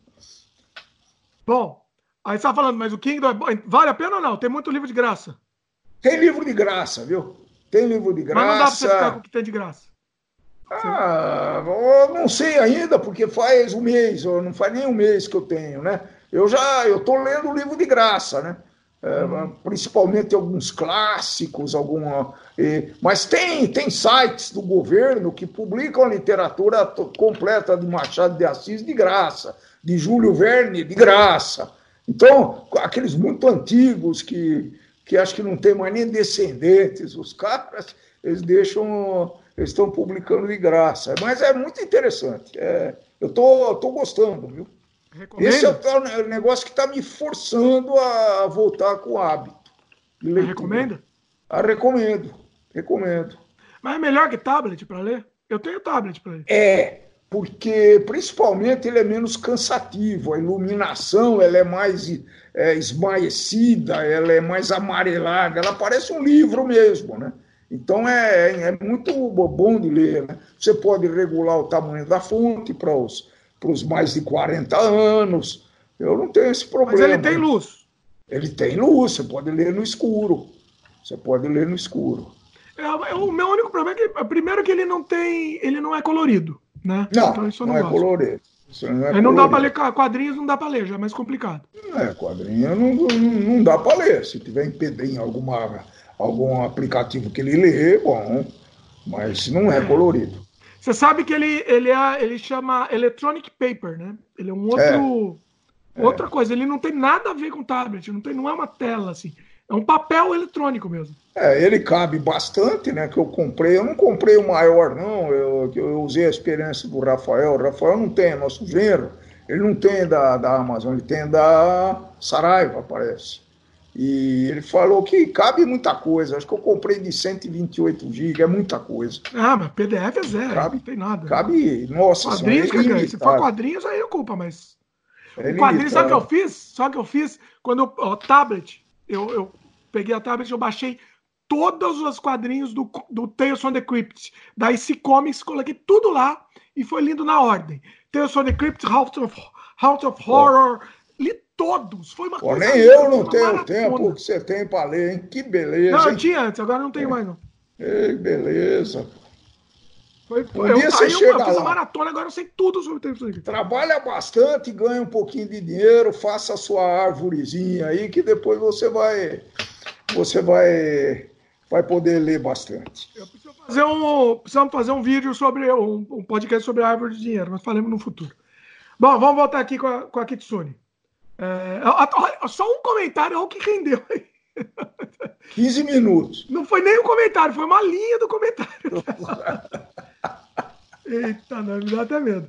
Bom, aí você tá falando, mas o Kindle é bom, vale a pena ou não? Tem muito livro de graça. Tem livro de graça, viu? Tem livro de graça. Mas não dá para você ficar com o que tem de graça. Ah, eu não sei ainda, porque faz um mês, ou não faz nem um mês que eu tenho, né? Eu já eu estou lendo o livro de graça, né? É, uhum. Principalmente alguns clássicos, alguma, e, mas tem, tem sites do governo que publicam a literatura completa de Machado de Assis de graça, de Júlio Verne de graça. Então, aqueles muito antigos que, que acho que não tem mais nem descendentes, os caras, eles deixam, eles estão publicando de graça. Mas é muito interessante. É, eu tô, tô gostando, viu? Recomendo. Esse é o negócio que está me forçando a voltar com o hábito. Recomenda? Ah, recomendo, recomendo. Mas é melhor que tablet para ler? Eu tenho tablet para ler. É, porque principalmente ele é menos cansativo, a iluminação ela é mais é, esmaecida, ela é mais amarelada, ela parece um livro mesmo, né? Então é, é muito bom de ler, né? Você pode regular o tamanho da fonte para os para os mais de quarenta anos. Eu não tenho esse problema. Mas ele tem luz. Ele tem luz, você pode ler no escuro. Você pode ler no escuro. É, o meu único problema é que, primeiro, que ele não tem, ele não é colorido, né? Não, então, isso não, não é colorido. Isso não é colorido. Não dá para ler quadrinhos, não dá para ler, já é mais complicado. Não é, quadrinho não, não, não dá para ler. Se tiver em P D em alguma, algum aplicativo que ele lê, bom, mas não é, é. colorido. Você sabe que ele, ele, é, ele chama Electronic Paper, né? Ele é um outro... É. Outra é. coisa, ele não tem nada a ver com tablet, não, tem, não é uma tela, assim. É um papel eletrônico mesmo. É, ele cabe bastante, né? Que eu comprei. Eu não comprei o maior, não. Eu, eu usei a experiência do Rafael. O Rafael não tem, nosso genro. Ele não tem da, da Amazon, ele tem da Saraiva, parece. E ele falou que cabe muita coisa. Acho que eu comprei de cento e vinte e oito gigas, é muita coisa. Ah, mas P D F é zero, cabe, não tem nada. Cabe, nossa, quadrinhos, senhora, é se for quadrinhos, aí ocupa, mas... É o quadrinho, sabe o que eu fiz? Só que eu fiz quando eu, ó, tablet, eu, eu peguei a tablet, eu baixei todos os quadrinhos do, do Tales from the Crypt, da I C Comics, coloquei tudo lá e foi lindo na ordem. Tales from the Crypt, House of, House of Horror, li todos. Foi uma Pô, coisa. Nem eu não tenho o tempo que você tem para ler, hein? Que beleza. Não, hein? eu tinha antes, agora não tenho é. mais, não. Ei, beleza. Foi, um eu, dia você eu, chega eu fiz lá. a maratona, agora eu sei tudo sobre o Tales from the Crypt. Trabalha bastante, ganha um pouquinho de dinheiro, faça a sua árvorezinha aí, que depois você vai. Você vai. Vai poder ler bastante. Eu preciso fazer um, precisamos fazer um vídeo sobre um, um podcast sobre a árvore de dinheiro, mas falemos no futuro. Bom, vamos voltar aqui com a, com a Kitsune. É, só um comentário, olha o que rendeu aí. quinze minutos. Não foi nem um comentário, foi uma linha do comentário. Eita, não, me dá até medo.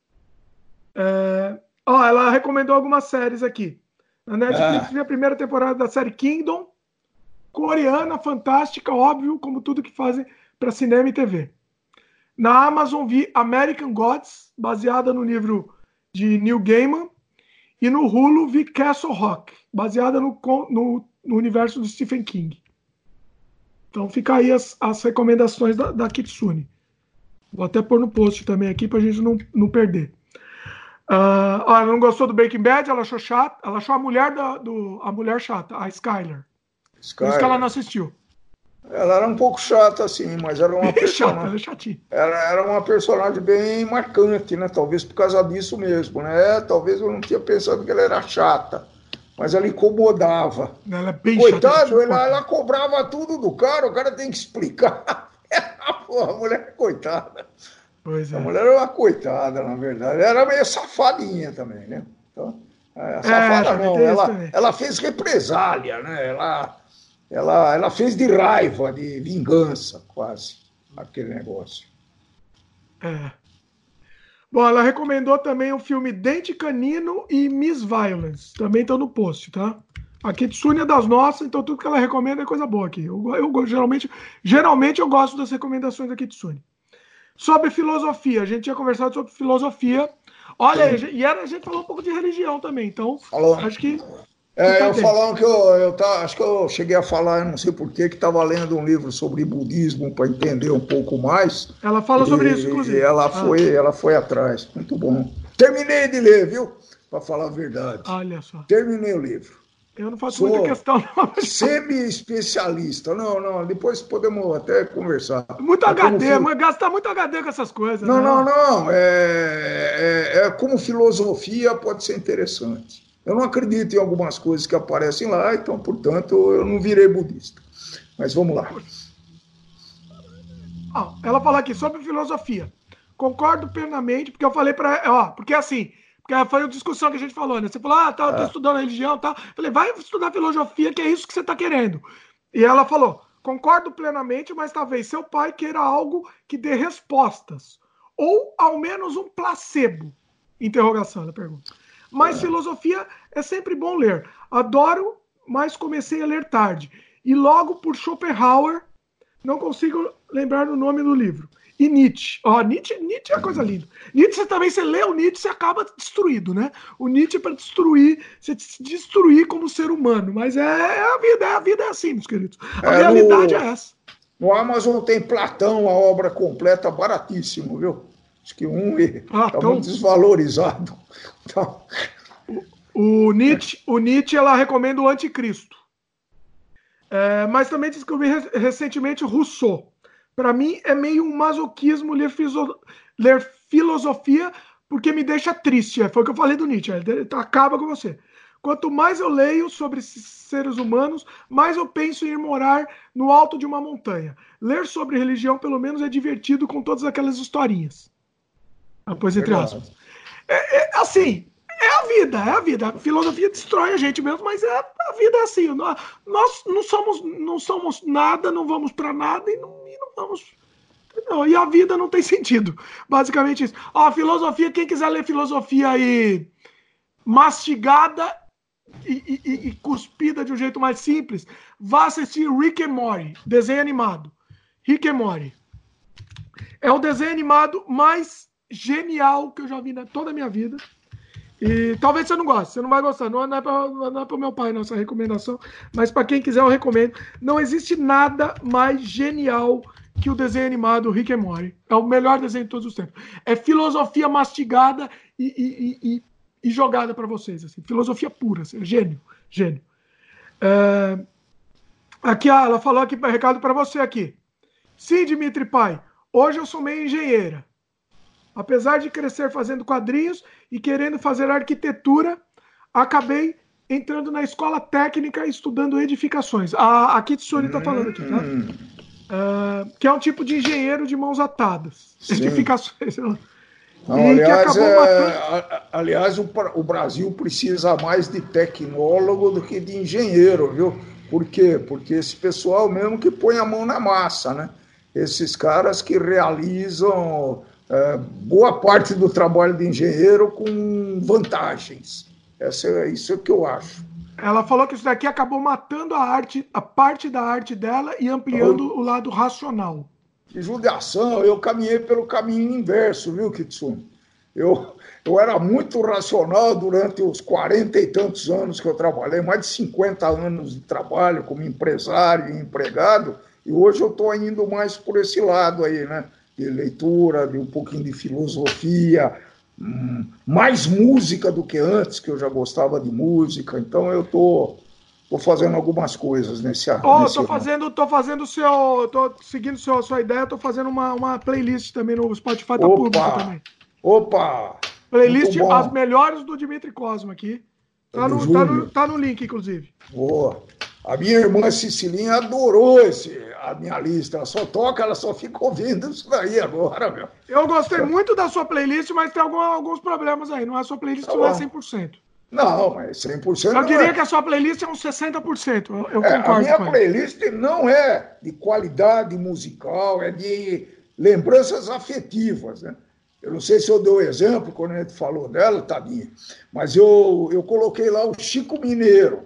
É, ó, ela recomendou algumas séries aqui. Na Netflix, ah. vi a primeira temporada da série Kingdom, coreana, fantástica, óbvio, como tudo que fazem para cinema e T V. Na Amazon vi American Gods, baseada no livro de Neil Gaiman, e no Hulu vi Castle Rock, baseada no, no, no universo do Stephen King. Então fica aí as, as recomendações da, da Kitsune. Vou até pôr no post também aqui para a gente não, não perder. Uh, ela não gostou do Breaking Bad, ela achou chato, ela achou a mulher, da, do, a mulher chata, a Skyler. Skyler. Por isso que ela não assistiu. Ela era um pouco chata, assim, mas era uma personagem. Chata, ela é chatinha. Ela era uma personagem bem marcante, né? Talvez por causa disso mesmo, né? É, talvez eu não tinha pensado que ela era chata, mas ela incomodava. Ela é bem Coitado, chata. ela, ela cobrava tudo do cara, o cara tem que explicar. Porra, a mulher é coitada. Pois é. A mulher era uma coitada, na verdade. Ela era meio safadinha também, né? Então, É, safada é, não, ela, ela fez represália, né? Ela, ela, ela fez de raiva, de vingança, quase, aquele negócio. É. Bom, ela recomendou também o filme Dente Canino e Miss Violence. Também estão no post, tá? A Kitsune é das nossas, então tudo que ela recomenda é coisa boa aqui. Eu, eu geralmente, geralmente eu gosto das recomendações da Kitsune. Sobre filosofia, a gente tinha conversado sobre filosofia. Olha, Sim. e era, a gente falou um pouco de religião também, então falou. Acho que. É, tá eu dentro. falando que eu, eu tá, acho que eu cheguei a falar, eu não sei porquê, que estava lendo um livro sobre budismo para entender um pouco mais. Ela fala e, sobre isso, inclusive. E ela, ah. foi, ela foi atrás. Muito bom. Terminei de ler, viu? Para falar a verdade. Olha só. Terminei o livro. Eu não faço Sou muita questão, não. Semi-especialista. Não, não, depois podemos até conversar. Muito é H D, fil... gastar muito H D com essas coisas. Não, não, não. não. É, é, é como filosofia pode ser interessante. Eu não acredito em algumas coisas que aparecem lá, então, portanto, eu não virei budista. Mas vamos lá. Ah, ela fala aqui sobre filosofia. Concordo plenamente, porque eu falei para ela, porque assim, porque foi a discussão que a gente falou, né? Você falou, ah, tá, eu tô ah. estudando religião e tal. Eu falei, vai estudar filosofia, que é isso que você tá querendo. E ela falou, concordo plenamente, mas talvez seu pai queira algo que dê respostas. Ou, ao menos, um placebo. Interrogação, ela pergunta. Mas ah. filosofia é sempre bom ler. Adoro, mas comecei a ler tarde. E logo por Schopenhauer, não consigo lembrar o nome do livro. E Nietzsche. Ó, oh, Nietzsche, Nietzsche é coisa linda. Nietzsche também, você lê o Nietzsche, você acaba destruído, né? O Nietzsche é para destruir, você se destruir como ser humano. Mas é, é a vida, é a vida é assim, meus queridos. A é, realidade no, é essa. No Amazon tem Platão, a obra completa, baratíssimo, viu? Acho que um está ah, muito desvalorizado. Então... O, o, Nietzsche, o Nietzsche, ela recomenda o Anticristo. É, mas também descobri recentemente Rousseau. Para mim é meio um masoquismo ler, fiso, ler filosofia, porque me deixa triste. Foi o que eu falei do Nietzsche, ele acaba com você. Quanto mais eu leio sobre esses seres humanos, mais eu penso em ir morar no alto de uma montanha. Ler sobre religião, pelo menos, é divertido com todas aquelas historinhas. Ah, pois, entre aspas. É, é, assim, é a vida, é a vida. A filosofia destrói a gente mesmo, mas é, a vida é assim. Nós, nós não, somos, não somos nada, não vamos para nada e não, e não vamos... Não, e a vida não tem sentido. Basicamente isso. Ó, a filosofia, quem quiser ler filosofia aí mastigada e, e, e cuspida de um jeito mais simples, vá assistir Rick and Morty, desenho animado. Rick and Morty. É o desenho animado mais genial que eu já vi na toda a minha vida. E talvez você não goste, você não vai gostar. Não é para o meu pai, não, essa recomendação. Mas para quem quiser, eu recomendo. Não existe nada mais genial que o desenho animado Rick and Morty. É o melhor desenho de todos os tempos. É filosofia mastigada e, e, e, e jogada para vocês. Assim. Filosofia pura. Assim. Gênio. Gênio. É... Aqui, ah, ela falou aqui, recado para você aqui. Sim, Dimitri Pai. Hoje eu sou meio engenheira. Apesar de crescer fazendo quadrinhos e querendo fazer arquitetura, acabei entrando na escola técnica estudando edificações. A, a Kitsune está falando aqui, tá? Uh, que é um tipo de engenheiro de mãos atadas. Sim. Edificações. Não, aliás, é, matando... aliás o, o Brasil precisa mais de tecnólogo do que de engenheiro, viu? Por quê? Porque esse pessoal mesmo que põe a mão na massa, né? Esses caras que realizam... É, boa parte do trabalho de engenheiro com vantagens. Essa é, isso é o que eu acho. Ela falou que isso daqui acabou matando a arte, a parte da arte dela e ampliando então, o lado racional. De judiação, eu caminhei pelo caminho inverso, viu, Kitsune? Eu, eu era muito racional durante os quarenta e tantos anos que eu trabalhei, mais de cinquenta anos de trabalho como empresário e empregado, e hoje eu estou indo mais por esse lado aí, né? De leitura, de um pouquinho de filosofia, hum, mais música do que antes, que eu já gostava de música, então eu tô, tô fazendo algumas coisas nesse ano. Oh, tô fazendo, tô fazendo seu, tô seguindo seu, sua ideia, tô fazendo uma, uma playlist também no Spotify, tá público também. Opa! Playlist as melhores do Dimitri Cosma aqui. Tá no, tá, no, tá no link, inclusive. Boa. A minha irmã Cicilinha adorou esse, a minha lista. Ela só toca, ela só fica ouvindo isso daí agora, meu. Eu gostei muito da sua playlist, mas tem algum, alguns problemas aí. Não é a sua playlist, tá não é cem por cento. Não, mas cem por cento Eu não diria é. que a sua playlist é uns sessenta por cento. Eu, eu É, concordo a minha com ele. playlist não é de qualidade musical, é de lembranças afetivas, né? Eu não sei se eu dei o exemplo quando a gente falou dela, tadinha, mas eu, eu coloquei lá o Chico Mineiro.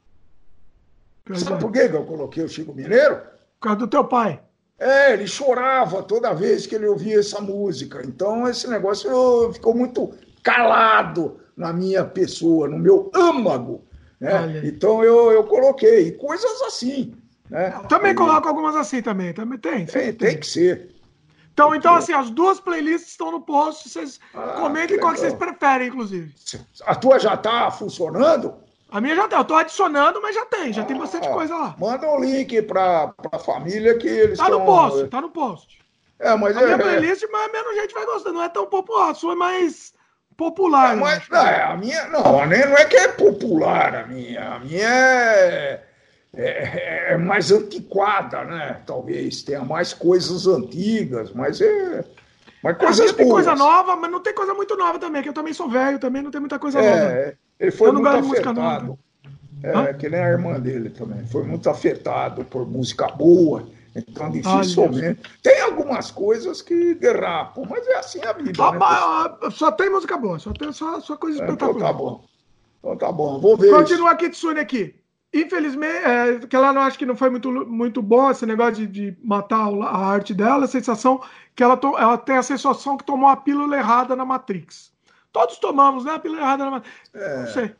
Pois Sabe é. por que que eu coloquei o Chico Mineiro? Por causa do teu pai. É, ele chorava toda vez que ele ouvia essa música. Então, esse negócio ficou muito calado na minha pessoa, no meu âmago. Né? Então, eu, eu coloquei coisas assim. Né? Eu também e, coloco algumas assim também. Também tem, tem, tem. tem que ser. Então, então, assim, as duas playlists estão no post. Vocês ah, comentem qual que vocês preferem, inclusive. A tua já está funcionando? A minha já tem. Eu tô adicionando, mas já tem. Já ah, tem bastante coisa lá. Manda um link para a família que eles estão... Tá no post, tá no post. É, mas a é, minha playlist, mas menos gente vai gostar. Não é tão popular. A sua é mais popular. É, mas, não, a minha não, não é que é popular a minha. A minha é, é, é mais antiquada, né? Talvez tenha mais coisas antigas, mas é... Mas coisas tem coisa nova, mas não tem coisa muito nova também, que eu também sou velho, também não tem muita coisa é, nova. Ele foi eu não muito gosto de música afetado. nova. É, que nem a irmã dele também. Foi muito afetado por música boa. Então, dificilmente. Ah, tem algumas coisas que derrapam, mas é assim a vida. Ah, né? Mas, só tem música boa, só tem só, só coisa espetacular. Então tá bom. Então tá bom, vou ver. Continua a Kitsune aqui. Infelizmente, é, que ela não acho que não foi muito, muito bom esse negócio de, de matar a arte dela, a sensação que ela, to, ela tem a sensação que tomou a pílula errada na Matrix. Todos tomamos, né? A pílula errada na Matrix. É. Não sei.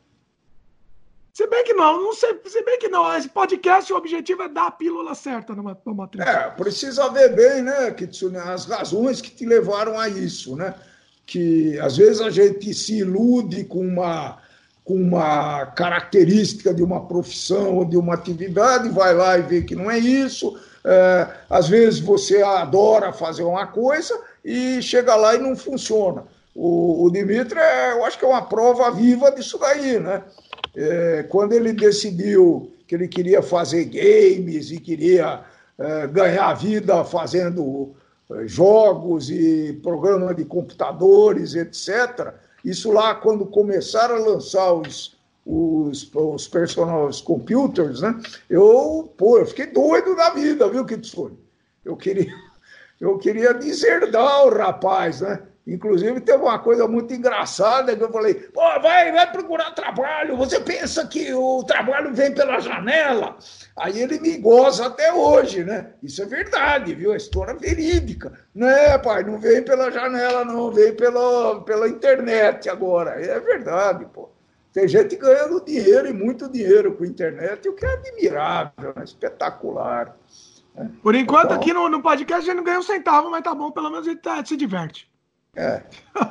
Se bem que não, não sei, se bem que não. Esse podcast, o objetivo é dar a pílula certa na Matrix. É, precisa ver bem, né, Kitsune, as razões que te levaram a isso, né? Que às vezes a gente se ilude com uma... com uma característica de uma profissão ou de uma atividade, vai lá e vê que não é isso. É, às vezes você adora fazer uma coisa e chega lá e não funciona. O, o Dimitri, é, eu acho que é uma prova viva disso daí, né? É, quando ele decidiu que ele queria fazer games e queria é, ganhar vida fazendo é, jogos e programas de computadores, etcétera, isso lá, quando começaram a lançar os, os, os personal computers, né? Eu, pô, eu fiquei doido da vida, viu, Kitsune? Eu queria, eu queria deserdar o rapaz, né? Inclusive, teve uma coisa muito engraçada que eu falei, pô, vai, vai procurar trabalho, você pensa que o trabalho vem pela janela? Aí ele me goza até hoje, né? Isso é verdade, viu? A história verídica. Não é, pai, não vem pela janela, não, vem pela, pela internet agora. É verdade, pô. Tem gente ganhando dinheiro e muito dinheiro com a internet, o que é admirável, né? Espetacular. Né? Por enquanto, então, aqui no, no podcast a gente não ganha um centavo, mas tá bom, pelo menos a gente tá, se diverte. É.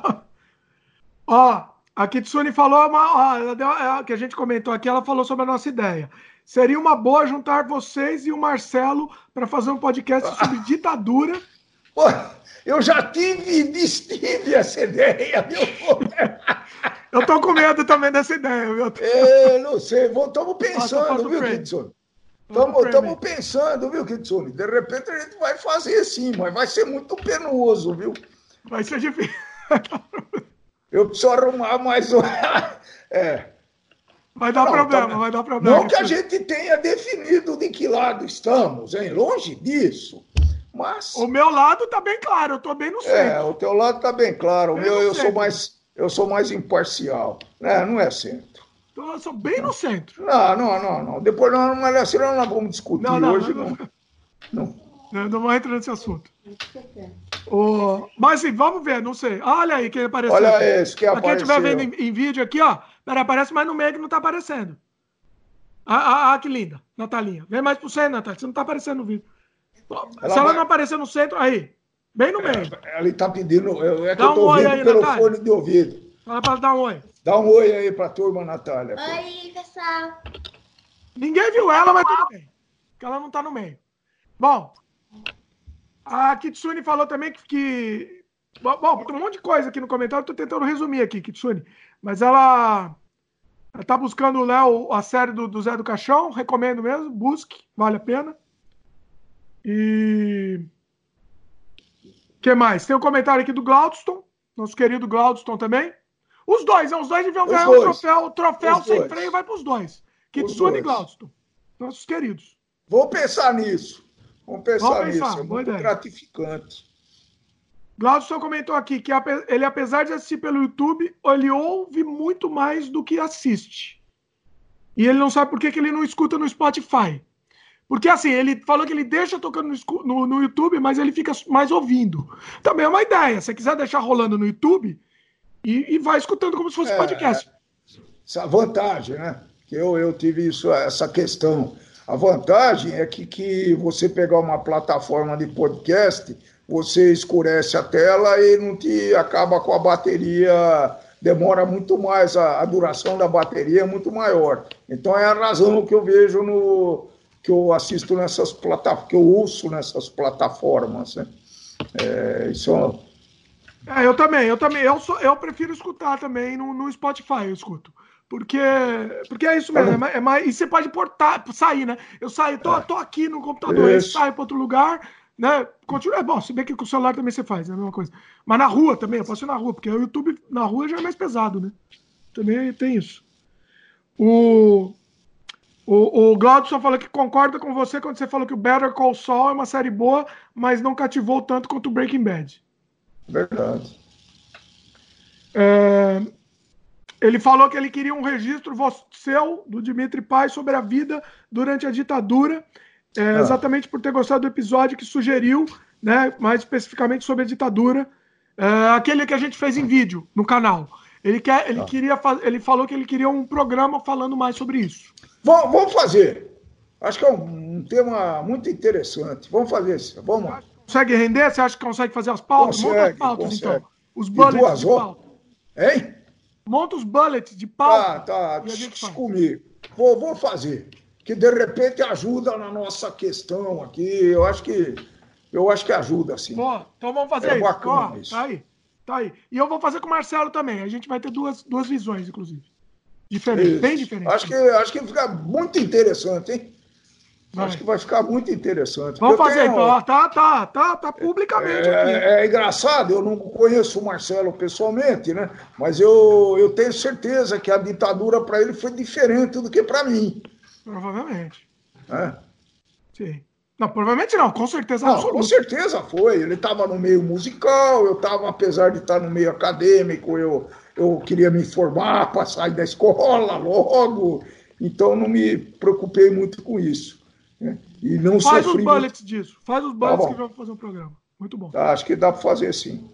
Ó, a Kitsune falou, uma, ó, ela deu, é, que a gente comentou aqui, ela falou sobre a nossa ideia. Seria uma boa juntar vocês e o Marcelo para fazer um podcast sobre ditadura. Pô, eu já tive e tive essa ideia, viu? Eu tô com medo também dessa ideia, viu? É, não sei, estamos pensando, ah, viu, Kitsune? Estamos pensando, viu, Kitsune? De repente a gente vai fazer sim, mas vai ser muito penoso, viu? Vai ser difícil. Eu preciso arrumar mais uma. É. Vai dar não, problema, tá... vai dar problema. Não que a gente tenha definido de que lado estamos, hein? Longe disso. Mas. O meu lado tá bem claro, eu tô bem no centro. É, o teu lado tá bem claro. Bem o meu, eu centro. sou mais, eu sou mais imparcial. É, não é centro. Então eu sou bem no centro. Não, não, não, não. Depois nós, nós, nós, nós vamos discutir. Não, não, hoje não. não. não. Não, não vou entrar nesse assunto. Oh, mas sim, vamos ver, não sei. Olha aí quem apareceu. Olha esse que apareceu. Pra quem estiver vendo em, em vídeo aqui, ó. Pera, aparece mais no meio que não tá aparecendo. Ah, ah, ah, que linda, Natalinha. Vem mais pro centro, Natália. Você não tá aparecendo no vídeo. Ela Se ela vai... não aparecer no centro, aí. Bem no meio. É, ela tá pedindo. É que Dá eu tô um ouvindo aí, pelo Natália. fone de ouvido. Fala pra ela dar um oi. Dá um oi aí pra turma, Natália. Oi, pessoal. Ninguém viu ela, mas tudo bem. Porque ela não tá no meio. Bom. A Kitsune falou também que, que... Bom, tem um monte de coisa aqui no comentário, tô tentando resumir aqui, Kitsune. Mas ela... ela tá buscando o Léo, a série do, do Zé do Caixão, recomendo mesmo, busque, vale a pena. E... o que mais? Tem um comentário aqui do Glaudston, nosso querido Glaudston também. Os dois, os dois deviam Os ganhar dois. o troféu. O troféu Os sem dois. freio vai para os dois. Os Kitsune e dois. Glaudston. Nossos queridos. Vou pensar nisso. Vamos pensar, Vamos pensar, nisso. É boa muito ideia. gratificante. Glaudston comentou aqui que ele, apesar de assistir pelo YouTube, ele ouve muito mais do que assiste. E ele não sabe por que, que ele não escuta no Spotify. Porque, assim, ele falou que ele deixa tocando no, no, no YouTube, mas ele fica mais ouvindo. Também é uma ideia. Se você quiser deixar rolando no YouTube, e, e vai escutando como se fosse É, podcast. Essa vantagem, né? Que eu, eu tive isso, essa questão. A vantagem é que, que você pegar uma plataforma de podcast, você escurece a tela e não te acaba com a bateria, demora muito mais, a, a duração da bateria é muito maior. Então é a razão que eu vejo no... que eu assisto nessas plataformas, que eu ouço nessas plataformas, né? É, isso é... é, eu também, eu também, eu, sou, eu prefiro escutar também no, no Spotify, eu escuto. Porque, porque é isso mesmo, é, é mais, e você pode portar, sair, né? Eu saio, tô, tô aqui no computador, aí saio para outro lugar, né? Continua, é bom, se bem que com o celular também você faz, é a mesma coisa. Mas na rua também, eu posso ir na rua, porque o YouTube na rua já é mais pesado, né? Também tem isso. O... O, o Glaudson falou que concorda com você quando você falou que o Better Call Saul é uma série boa, mas não cativou tanto quanto o Breaking Bad. Verdade. É, ele falou que ele queria um registro seu, do Dimitri Paz, sobre a vida durante a ditadura, é, ah. exatamente por ter gostado do episódio que sugeriu, né, mais especificamente sobre a ditadura, é, aquele que a gente fez em vídeo no canal. Ele, quer, ele, ah. queria, ele falou que ele queria um programa falando mais sobre isso. Vamos fazer. Acho que é um tema muito interessante. Vamos fazer isso. Vamos. Consegue render? Você acha que consegue fazer as pautas? Consegue, Monta as pautas, consegue. então. Os bullets duas de pauta. Hein? Monta os bullets de pauta. Tá, tá. Comigo. Vou, vou fazer. Que de repente ajuda na nossa questão aqui. Eu acho que, eu acho que ajuda, sim. Boa. Então vamos fazer é isso. Bacana Ó, isso. Tá aí. Tá aí. E eu vou fazer com o Marcelo também. A gente vai ter duas, duas visões, inclusive. Diferente, Isso. bem diferente. Acho que, acho que fica muito interessante, hein? Vai. Acho que vai ficar muito interessante. Vamos fazer, tenho... então. Tá, tá, tá, tá publicamente é, aqui. É engraçado, eu não conheço o Marcelo pessoalmente, né? Mas eu, eu tenho certeza que a ditadura para ele foi diferente do que para mim. Provavelmente. É? Sim. Não, provavelmente não, com certeza não. absoluta. Com certeza foi. Ele estava no meio musical, eu estava, apesar de estar no meio acadêmico, eu, eu queria me formar para sair da escola logo, então não me preocupei muito com isso. Né? E não Faz sofri os bullets muito... disso, faz os bullets tá que vamos fazer um programa. Muito bom. Tá, acho que dá para fazer sim.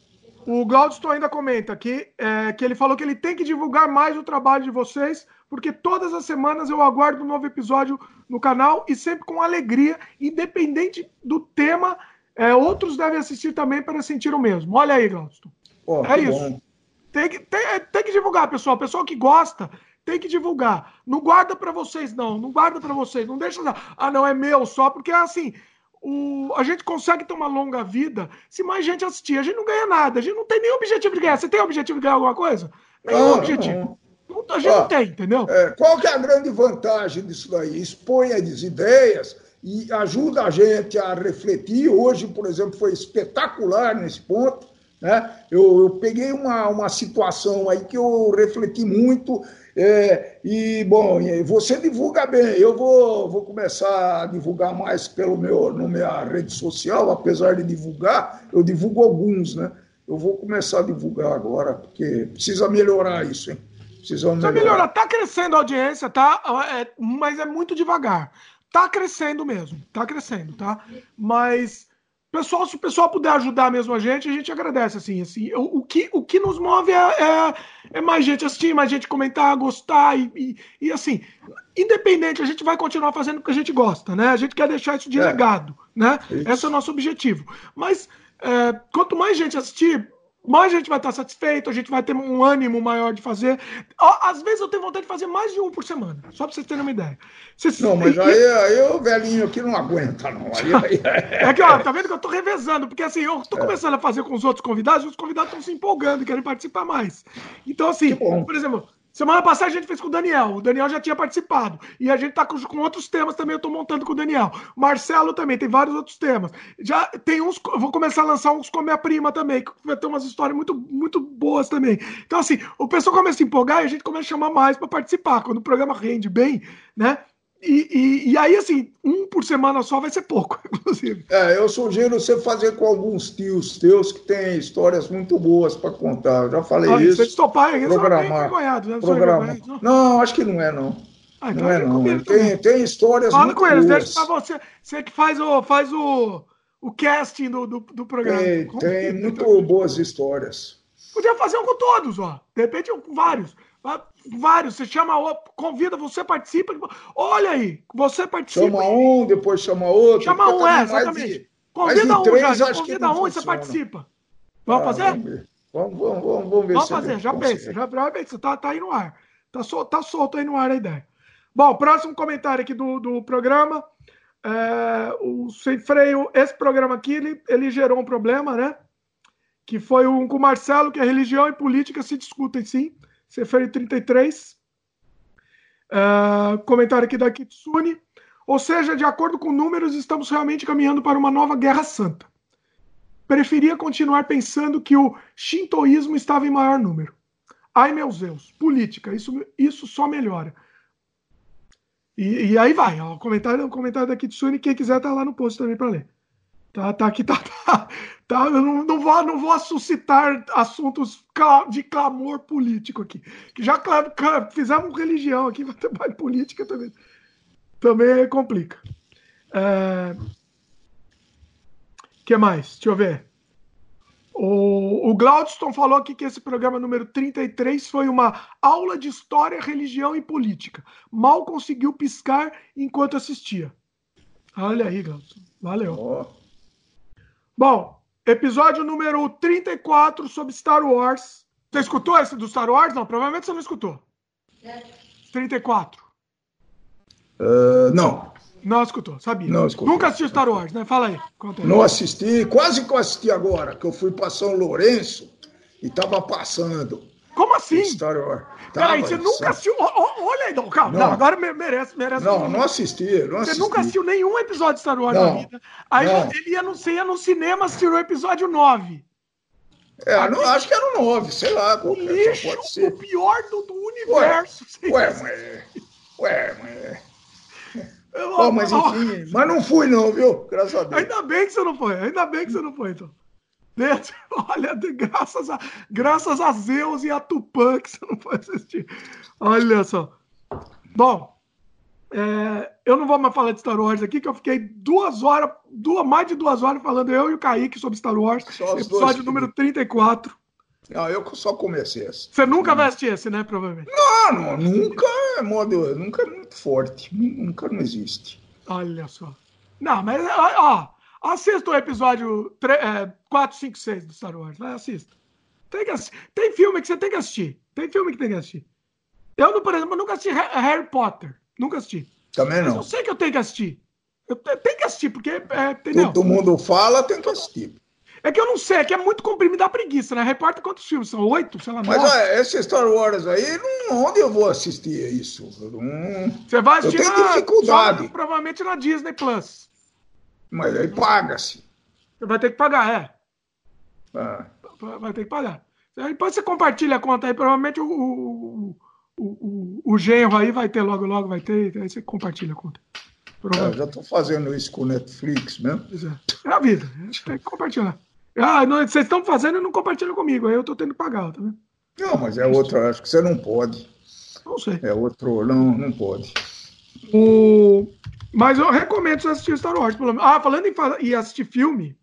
O Glaudston ainda comenta aqui é, que ele falou que ele tem que divulgar mais o trabalho de vocês, porque todas as semanas eu aguardo um novo episódio no canal e sempre com alegria, independente do tema, é, outros devem assistir também para sentir o mesmo. Olha aí, Glaudston. Oh, é isso. Tem que, tem, tem que divulgar, pessoal. O pessoal que gosta tem que divulgar. Não guarda para vocês, não. Não guarda para vocês. Não deixa... Ah, não, é meu só, porque é assim... O, a gente consegue ter uma longa vida se mais gente assistir. A gente não ganha nada, a gente não tem nenhum objetivo de ganhar. Você tem objetivo de ganhar alguma coisa? Nenhum ah, objetivo. Não. A gente ah, não tem, entendeu? É, qual que é a grande vantagem disso daí? Expõe as ideias e ajuda a gente a refletir. Hoje, por exemplo, foi espetacular nesse ponto. Né? Eu, eu peguei uma, uma situação aí que eu refleti muito. É, e, bom, você divulga bem. Eu vou, vou começar a divulgar mais pelo meu, na minha rede social, apesar de divulgar, eu divulgo alguns, né? Eu vou começar a divulgar agora, porque precisa melhorar isso, hein? Precisa melhorar. Precisa melhorar. Tá crescendo a audiência, tá? É, mas é muito devagar. Tá crescendo mesmo, tá crescendo, tá? Mas... Pessoal, se o pessoal puder ajudar mesmo a gente, a gente agradece, assim, assim, o, o, que, o que nos move é, é, é mais gente assistir, mais gente comentar, gostar e, e, e, assim, independente, a gente vai continuar fazendo o que a gente gosta, né, a gente quer deixar isso de é. legado, né, isso. Esse é o nosso objetivo, mas é, quanto mais gente assistir, mais a gente vai estar satisfeito, a gente vai ter um ânimo maior de fazer. Às vezes eu tenho vontade de fazer mais de um por semana, só para vocês terem uma ideia. Vocês... Não, mas aí, aí o velhinho aqui não aguenta, não. Aí, aí... É que, ó, tá vendo que eu tô revezando, porque assim, eu tô começando a fazer com os outros convidados, e os convidados estão se empolgando e querem participar mais. Então, assim, por exemplo, Semana passada a gente fez com o Daniel. O Daniel já tinha participado. E a gente tá com, com outros temas também. Eu tô montando com o Daniel. Marcelo também, tem vários outros temas. Já tem uns. Eu vou começar a lançar uns com a minha prima também, que vai ter umas histórias muito, muito boas também. Então, assim, o pessoal começa a empolgar e a gente começa a chamar mais para participar. Quando o programa rende bem, né? E, e, e aí, assim, um por semana só vai ser pouco, inclusive. É, eu sugiro você fazer com alguns tios teus que têm histórias muito boas para contar. Eu já falei ah, isso. Se topar, eles programar. Não, né? Programar. Não. não, acho que não é, não. Ah, então não é, não. Tem, tem histórias Fala muito com eles, boas. deixa pra você. Você que faz o, faz o, o casting do, do, do programa. Tem, tem muito boas histórias. Podia fazer um com todos, ó. De repente, com vários. Vários, você chama, convida, você participa. Olha aí, você participa. Chama um, depois chama outro. Chama um, é, exatamente. De, convida um, três, já, convida um e você participa. Vamos ah, fazer? Vamos, vamos, vamos, vamos, vamos ver. Vamos fazer, já pensa, já, já pensa, tá, tá aí no ar. Tá, sol, tá solto aí no ar a ideia. Bom, próximo comentário aqui do, do programa. É, o Sem Freio, esse programa aqui, ele, ele gerou um problema, né? Que foi um com o Marcelo, que a religião e política se discutem, sim. Sem Freio trinta e três. Uh, comentário aqui da Kitsune. Ou seja, de acordo com números, estamos realmente caminhando para uma nova guerra santa. Preferia continuar pensando que o shintoísmo estava em maior número. Ai, meus Deus. Política, isso, isso só melhora. E, e aí vai, ó, o comentário, o comentário da Kitsune, quem quiser tá lá no post também para ler. Tá, tá aqui, tá, tá, tá. Eu não, não, vou, não vou suscitar assuntos de clamor político aqui. Que já fizemos religião aqui, vai ter mais política também. Também complica. É... O que mais? Deixa eu ver. O, o Glaudston falou aqui que esse programa número trinta e três foi uma aula de história, religião e política. Mal conseguiu piscar enquanto assistia. Olha aí, Glaudston. Valeu. Oh. Bom, episódio número trinta e quatro sobre Star Wars. Você escutou esse do Star Wars? Não, provavelmente você não escutou. É. trinta e quatro. Uh, não. Não escutou, sabia. Não escutou. Nunca assistiu Star Wars, né? Fala aí. Conta aí. Não assisti, quase que eu assisti agora, que eu fui para São Lourenço e estava passando. Como assim? Star Wars. Peraí, você nunca assistiu. Oh, olha aí, não, calma. Não. Não, agora merece, merece. Não, não assisti, não assisti. Você nunca assistiu nenhum episódio de Star Wars não, na vida. Aí não. Ele ia no, você ia no cinema assistir o episódio nove. É, Aqui, não, acho que era o nove, sei lá. O lixo, pode ser. O pior do, do universo. Ué, ué, mas... Ué, mas... Oh, mas enfim, mas não fui não, viu? Graças a Deus. Ainda bem que você não foi, ainda bem que você não foi, então. Olha, graças a, graças a Zeus e a Tupã que você não foi assistir. Olha só. Bom, é, eu não vou mais falar de Star Wars aqui, que eu fiquei duas horas, duas, mais de duas horas falando eu e o Kaique sobre Star Wars. Episódio número trinta e quatro. Não, eu só comecei esse. Você nunca vai assistir esse, né, provavelmente? Não, não, nunca é modo, nunca é muito forte, nunca não existe. Olha só. Não, mas, ó, assista o episódio quatro, cinco, seis do Star Wars, vai, assista. Tem, que assistir. Tem filme que você tem que assistir, tem filme que tem que assistir. Eu, por exemplo, nunca assisti Harry Potter, nunca assisti. Também não. Mas eu sei que eu tenho que assistir. Eu tenho que assistir, porque, é, entendeu? Todo mundo fala, tem que assistir. É que eu não sei, é que é muito comprimido, dá preguiça, né? Repórter, quantos filmes? São oito? Sei lá, Mas olha, esse Star Wars aí, não, onde eu vou assistir isso? Não... Você vai assistir eu tenho na, dificuldade. Só, provavelmente na Disney Plus. Mas aí paga-se. Você vai ter que pagar, é. Ah. Vai ter que pagar. Depois você compartilha a conta aí, provavelmente o, o, o, o, o genro aí vai ter logo, logo vai ter, aí você compartilha a conta. É, eu já estou fazendo isso com o Netflix mesmo. É a vida, tem que compartilhar. Ah, não, vocês estão fazendo e não compartilham comigo, aí eu estou tendo que pagar, tá vendo? Não, mas é outro, acho que você não pode. Não sei. É outro, não, não pode. O... Mas eu recomendo você assistir Star Wars. Pelo... Ah, falando em, em assistir filme,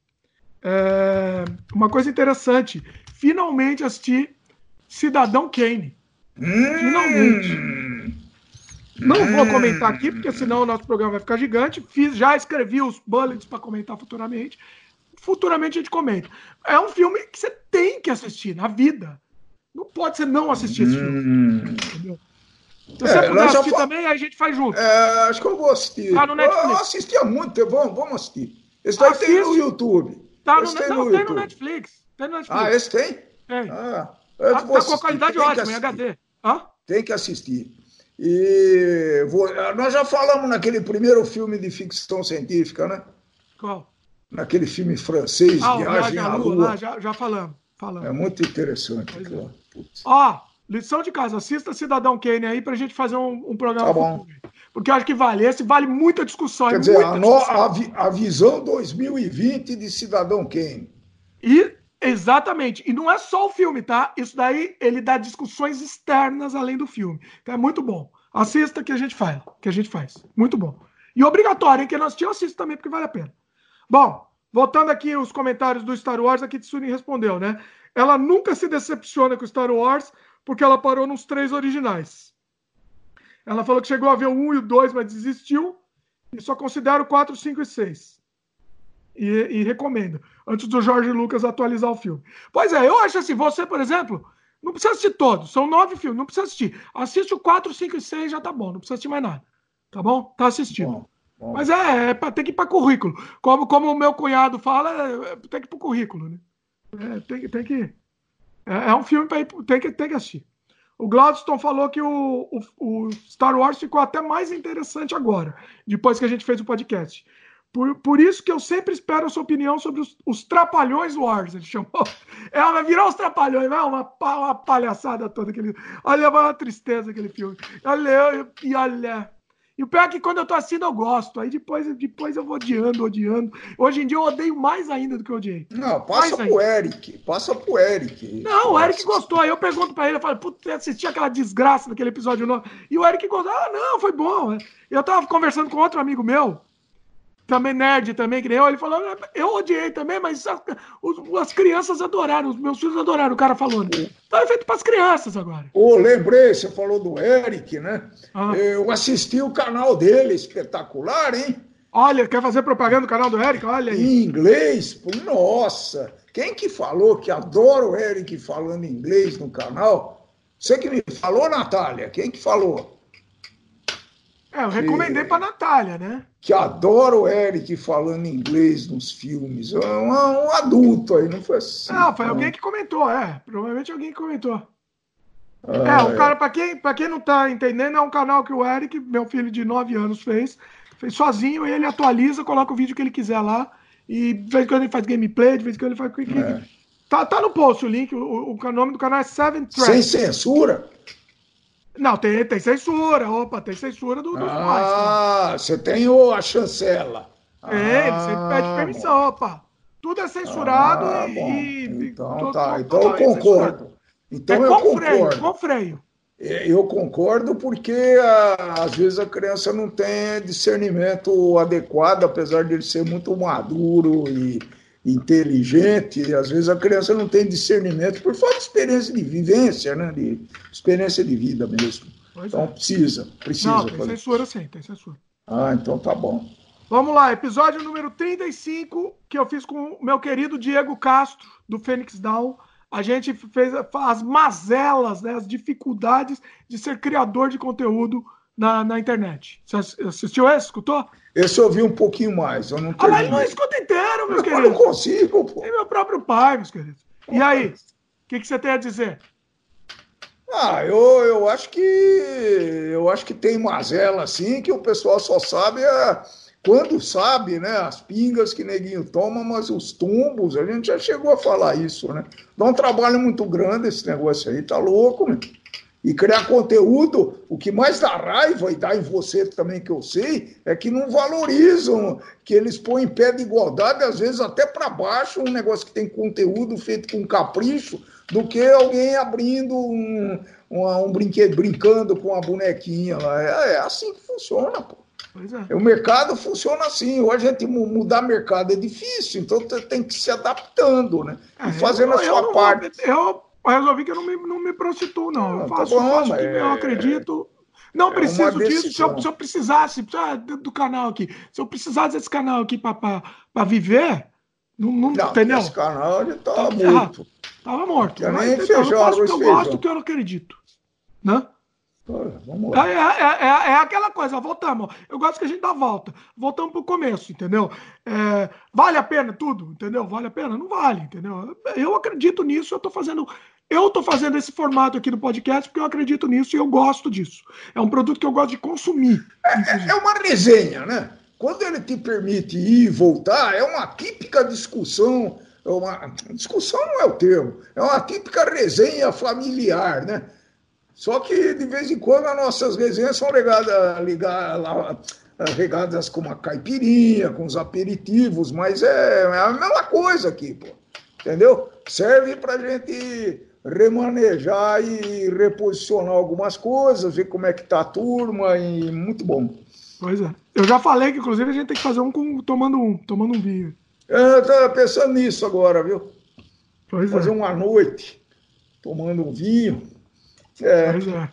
é... uma coisa interessante, finalmente assisti Cidadão Kane. Hum... Finalmente. Não hum... vou comentar aqui, porque senão o nosso programa vai ficar gigante. Fiz, já escrevi os bullets para comentar futuramente. Futuramente a gente comenta. É um filme que você tem que assistir na vida. Não pode ser não assistir esse filme. Hum... Entendeu? Se você é, puder assistir fa... também, aí a gente faz junto. É, acho que eu vou assistir. Tá no Netflix. Eu, eu assisti há muito tempo. Vamos, vamos assistir. Esse daí tem no YouTube. Tá no, esse tem não, no, tem no Netflix. Tem no Netflix. Ah, esse tem? Tem. Ah, tá, tá com a qualidade ótima, em H D. Hã? Tem que assistir. E vou, nós já falamos naquele primeiro filme de ficção científica, né? Qual? Naquele filme francês, ah, Viagem à Lua. Lua. Ah, já, já falamos, falamos. É muito interessante. É. Ó, lição de casa, assista Cidadão Kane aí pra gente fazer um, um programa tá bom. futuro. Porque eu acho que vale. Esse vale muita discussão. Quer é dizer, a, no, a, a visão dois mil e vinte de Cidadão Kane. E, exatamente. E não é só o filme, tá? Isso daí, ele dá discussões externas além do filme. Então é muito bom. Assista que a gente faz. Que a gente faz. Muito bom. E obrigatório, hein? Quem não assistiu, assista também, porque vale a pena. Bom, voltando aqui os comentários do Star Wars, aqui Tsuni respondeu, né? Ela nunca se decepciona com Star Wars, porque ela parou nos três originais. Ela falou que chegou a ver o um e o dois, mas desistiu. E só considera o quatro, cinco e seis. E, e recomenda. Antes do Jorge Lucas atualizar o filme. Pois é, eu acho assim, você, por exemplo, não precisa assistir todos. São nove filmes, não precisa assistir. Assiste o quatro, cinco e seis, já tá bom. Não precisa assistir mais nada. Tá bom? Tá assistindo. Bom, bom. Mas é, é pra, tem que ir para currículo. Como, como o meu cunhado fala, é, tem que ir pro currículo, né? É, tem, tem que... É, é um filme para ir, tem que, tem que assistir. O Gladstone falou que o, o, o Star Wars ficou até mais interessante agora, depois que a gente fez o podcast. Por, por isso que eu sempre espero a sua opinião sobre os, os Trapalhões Wars, ele chamou. É, vai virar os Trapalhões, vai uma, uma palhaçada toda. Aquele, olha, vai uma tristeza aquele filme. Olha, e olha... E o pior é que quando eu tô assistindo eu gosto. Aí depois, depois eu vou odiando, odiando. Hoje em dia eu odeio mais ainda do que eu odiei. Não, passa mais pro ainda. Eric. Passa pro Eric. Não, o Eric gostou. Aí eu pergunto pra ele, eu falo, putz, assisti aquela desgraça daquele episódio novo. E o Eric gostou. Ah, não, foi bom. Eu tava conversando com outro amigo meu, também nerd também, que nem eu. Ele falou, eu odiei também, mas as, as crianças adoraram, os meus filhos adoraram. O cara falou, então é feito pras crianças agora. Ô, lembrei, você falou do Eric, né? Ah. Eu assisti o canal dele, espetacular, hein? Olha, quer fazer propaganda do canal do Eric? Olha aí. Em inglês? Nossa! Quem que falou que adora o Eric falando inglês no canal? Você que me falou, Natália? Quem que falou? É, eu recomendei que, pra Natália, né? Que adora o Eric falando inglês nos filmes. Um, um adulto aí, não foi assim. Não, foi não. alguém que comentou, é. Provavelmente alguém que comentou. Ah, é, o cara, pra quem, pra quem não tá entendendo, é um canal que o Eric, meu filho de nove anos, fez. Fez sozinho, ele atualiza, coloca o vídeo que ele quiser lá. E de vez em quando ele faz gameplay, de vez em quando ele faz... É. Tá, tá no post o link, o, o nome do canal é Seven Tracks. Sem censura? Não, tem, tem censura, opa, tem censura do, dos ah, pais. Ah, você tem o, a chancela. É, ah, ele sempre pede permissão, bom. opa. Tudo é censurado ah, e... Então todo, tá, todo, então todo eu concordo. Então é eu com concordo. Freio, com freio. Eu concordo porque às vezes a criança não tem discernimento adequado, apesar de ele ser muito maduro e inteligente, às vezes a criança não tem discernimento por falta de experiência de vivência, né? De experiência de vida mesmo. Pois então é. precisa, precisa. Não, tem fazer. censura sim, tem censura. Ah, então tá bom. Vamos lá, episódio número trinta e cinco, que eu fiz com o meu querido Diego Castro, do Fênix Down. A gente fez as mazelas, né, as dificuldades de ser criador de conteúdo na, na internet. Você assistiu esse? Escutou? Esse eu vi um pouquinho mais, eu não terminei. Ah, mas não escuta inteiro, meus queridos. Eu não consigo, pô. Tem meu próprio pai, meus queridos. E aí, o que, que você tem a dizer? Ah, eu, eu acho que eu acho que tem mazela assim, que o pessoal só sabe a, quando sabe, né? As pingas que neguinho toma, mas os tombos, a gente já chegou a falar isso, né? Dá um trabalho muito grande esse negócio aí, tá louco, meu. E criar conteúdo, o que mais dá raiva, e dá em você também que eu sei, é que não valorizam, que eles põem em pé de igualdade, às vezes até para baixo, um negócio que tem conteúdo feito com capricho, do que alguém abrindo um, um, um brinquedo, brincando com uma bonequinha lá. É, é assim que funciona, pô. Pois é. O mercado funciona assim. Hoje a gente mudar mercado é difícil, então tem que ir se adaptando, né? E fazendo eu, a sua eu parte. Eu resolvi que eu não me, não me prostituo, não. Eu faço, tá bom, faço o que é... eu acredito. Não é preciso disso. Se eu, se eu precisasse do canal aqui, se eu precisasse desse canal aqui para viver, não, não, não entendeu? Esse canal ele tava morto. Tava morto. Eu, mas, nem feijão, eu faço o que eu feijão. gosto, o que eu não acredito. Né? Vamos lá. É, é, é, é aquela coisa, voltamos. Eu gosto que a gente dá a volta. Voltamos para o começo, entendeu? É, vale a pena tudo, entendeu? Vale a pena? Não vale, entendeu? Eu acredito nisso, eu estou fazendo. Eu estou fazendo esse formato aqui do podcast porque eu acredito nisso e eu gosto disso. É um produto que eu gosto de consumir. É, é uma resenha, né? Quando ele te permite ir e voltar, é uma típica discussão. É uma, discussão não é o termo, é uma típica resenha familiar, né? Só que, de vez em quando, as nossas resenhas são regadas, ligadas, regadas com uma caipirinha, com os aperitivos, mas é, é a mesma coisa aqui, pô. Entendeu? Serve para a gente remanejar e reposicionar algumas coisas, ver como é que tá a turma, e muito bom. Pois é. Eu já falei que, inclusive, a gente tem que fazer um com, tomando um, tomando um vinho. Eu estava pensando nisso agora, viu? Pois fazer é. uma noite, tomando um vinho. É. Pois é.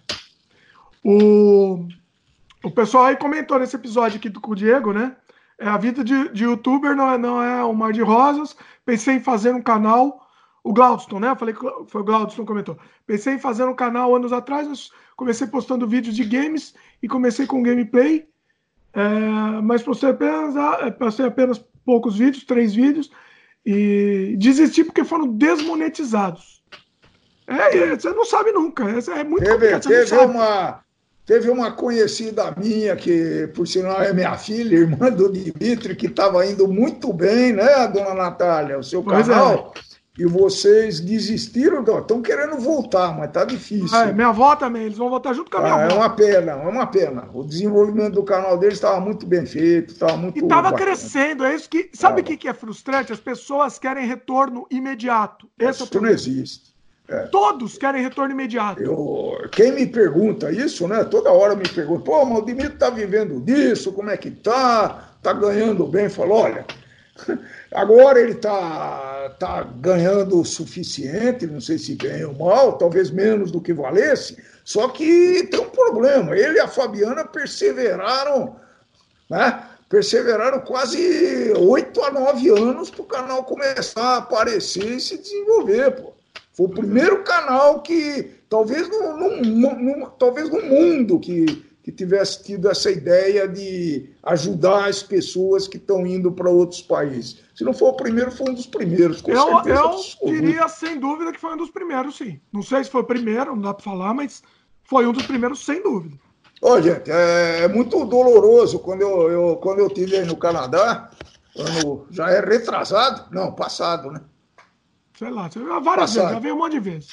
O, o pessoal aí comentou nesse episódio aqui do, com o Diego, né? É, a vida de, de youtuber não é, não é um mar de rosas. Pensei em fazer um canal. O Glaudston, né? Eu falei que foi o Glaudston que comentou. Pensei em fazer um canal anos atrás. Mas comecei postando vídeos de games e comecei com gameplay. É, mas postei apenas, postei apenas poucos vídeos, três vídeos. E desisti porque foram desmonetizados. É, você não sabe nunca. É muito teve, complicado, você teve não sabe. Uma, teve uma conhecida minha, que por sinal é minha filha, irmã do Dimitri, que estava indo muito bem, né, dona Natália, o seu Pois canal, é. E vocês desistiram, estão querendo voltar, mas está difícil. É, minha avó também, eles vão voltar junto com a minha ah, avó. É uma pena, é uma pena. O desenvolvimento do canal deles estava muito bem feito, estava muito E estava bacana. crescendo, é isso que... Sabe o que, que é frustrante? As pessoas querem retorno imediato. Esse Isso é o não existe. É. Todos querem retorno imediato. Eu, quem me pergunta isso, né? Toda hora me pergunta, pô, mas o Dimitri tá vivendo disso, como é que tá? Tá ganhando bem? Falo, olha, agora ele tá, tá ganhando o suficiente, não sei se bem ou mal, talvez menos do que valesse, só que tem um problema. Ele e a Fabiana perseveraram, né? Perseveraram quase oito a nove anos para o canal começar a aparecer e se desenvolver, pô. Foi o primeiro canal que, talvez no, no, no, talvez no mundo, que, que tivesse tido essa ideia de ajudar as pessoas que estão indo para outros países. Se não for o primeiro, foi um dos primeiros, com eu, certeza. Eu diria, sem dúvida, que foi um dos primeiros, sim. Não sei se foi o primeiro, não dá para falar, mas foi um dos primeiros, sem dúvida. Ô, gente, é, é muito doloroso. Quando eu, eu, quando eu estive aí no Canadá, ano, já é retrasado, não, passado, né? Sei lá, várias vezes, já veio um monte de vezes.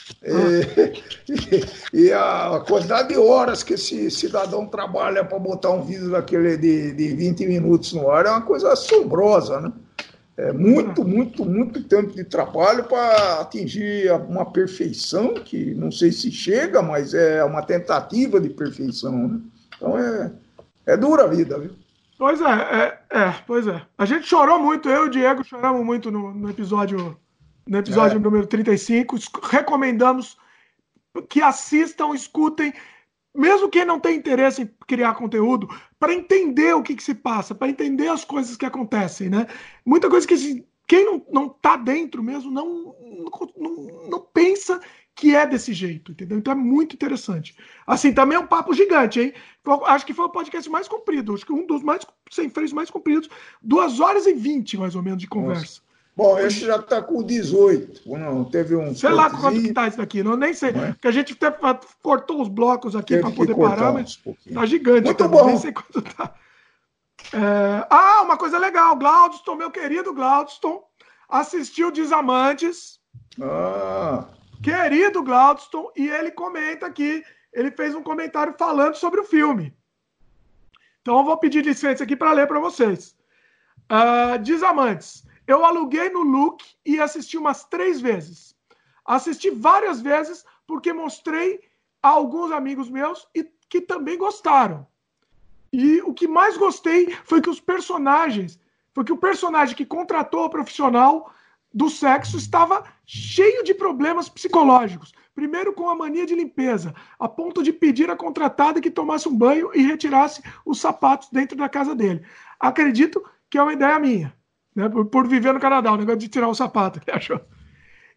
E, e, e a quantidade de horas que esse cidadão trabalha para botar um vídeo daquele de, de vinte minutos no ar é uma coisa assombrosa, né? É muito, muito, muito tempo de trabalho para atingir uma perfeição que não sei se chega, mas é uma tentativa de perfeição, né? Então é, é dura a vida, viu? Pois é, é, é, pois é. A gente chorou muito, eu e o Diego choramos muito no, no episódio... No episódio é. número trinta e cinco, recomendamos que assistam, escutem, mesmo quem não tem interesse em criar conteúdo, para entender o que, que se passa, para entender as coisas que acontecem, né? Muita coisa que quem não, não tá dentro mesmo não, não, não pensa que é desse jeito, entendeu? Então é muito interessante. Assim, também é um papo gigante, hein? Acho que foi o podcast mais comprido, acho que um dos mais sem freios mais compridos, duas horas e vinte, mais ou menos, de conversa. Nossa. Bom, esse já está com dezoito. Não, teve um. Sei lá quanto que tá isso daqui, não nem sei. É? Porque a gente até cortou os blocos aqui para poder parar, mas um tá gigante. Muito também, bom. Nem sei quanto tá. É... Ah, uma coisa legal. Glaudston, meu querido Glaudston, assistiu Desamantes. Ah. Querido Glaudston, e ele comenta aqui, ele fez um comentário falando sobre o filme. Então eu vou pedir licença aqui para ler para vocês. Uh, Desamantes. Eu aluguei no Look e assisti umas três vezes. Assisti várias vezes porque mostrei a alguns amigos meus e que também gostaram. E o que mais gostei foi que os personagens, foi que o personagem que contratou o profissional do sexo estava cheio de problemas psicológicos. Primeiro com a mania de limpeza, a ponto de pedir à contratada que tomasse um banho e retirasse os sapatos dentro da casa dele. Acredito que é uma ideia minha. Né, por, por viver no Canadá, o negócio de tirar o sapato, que achou.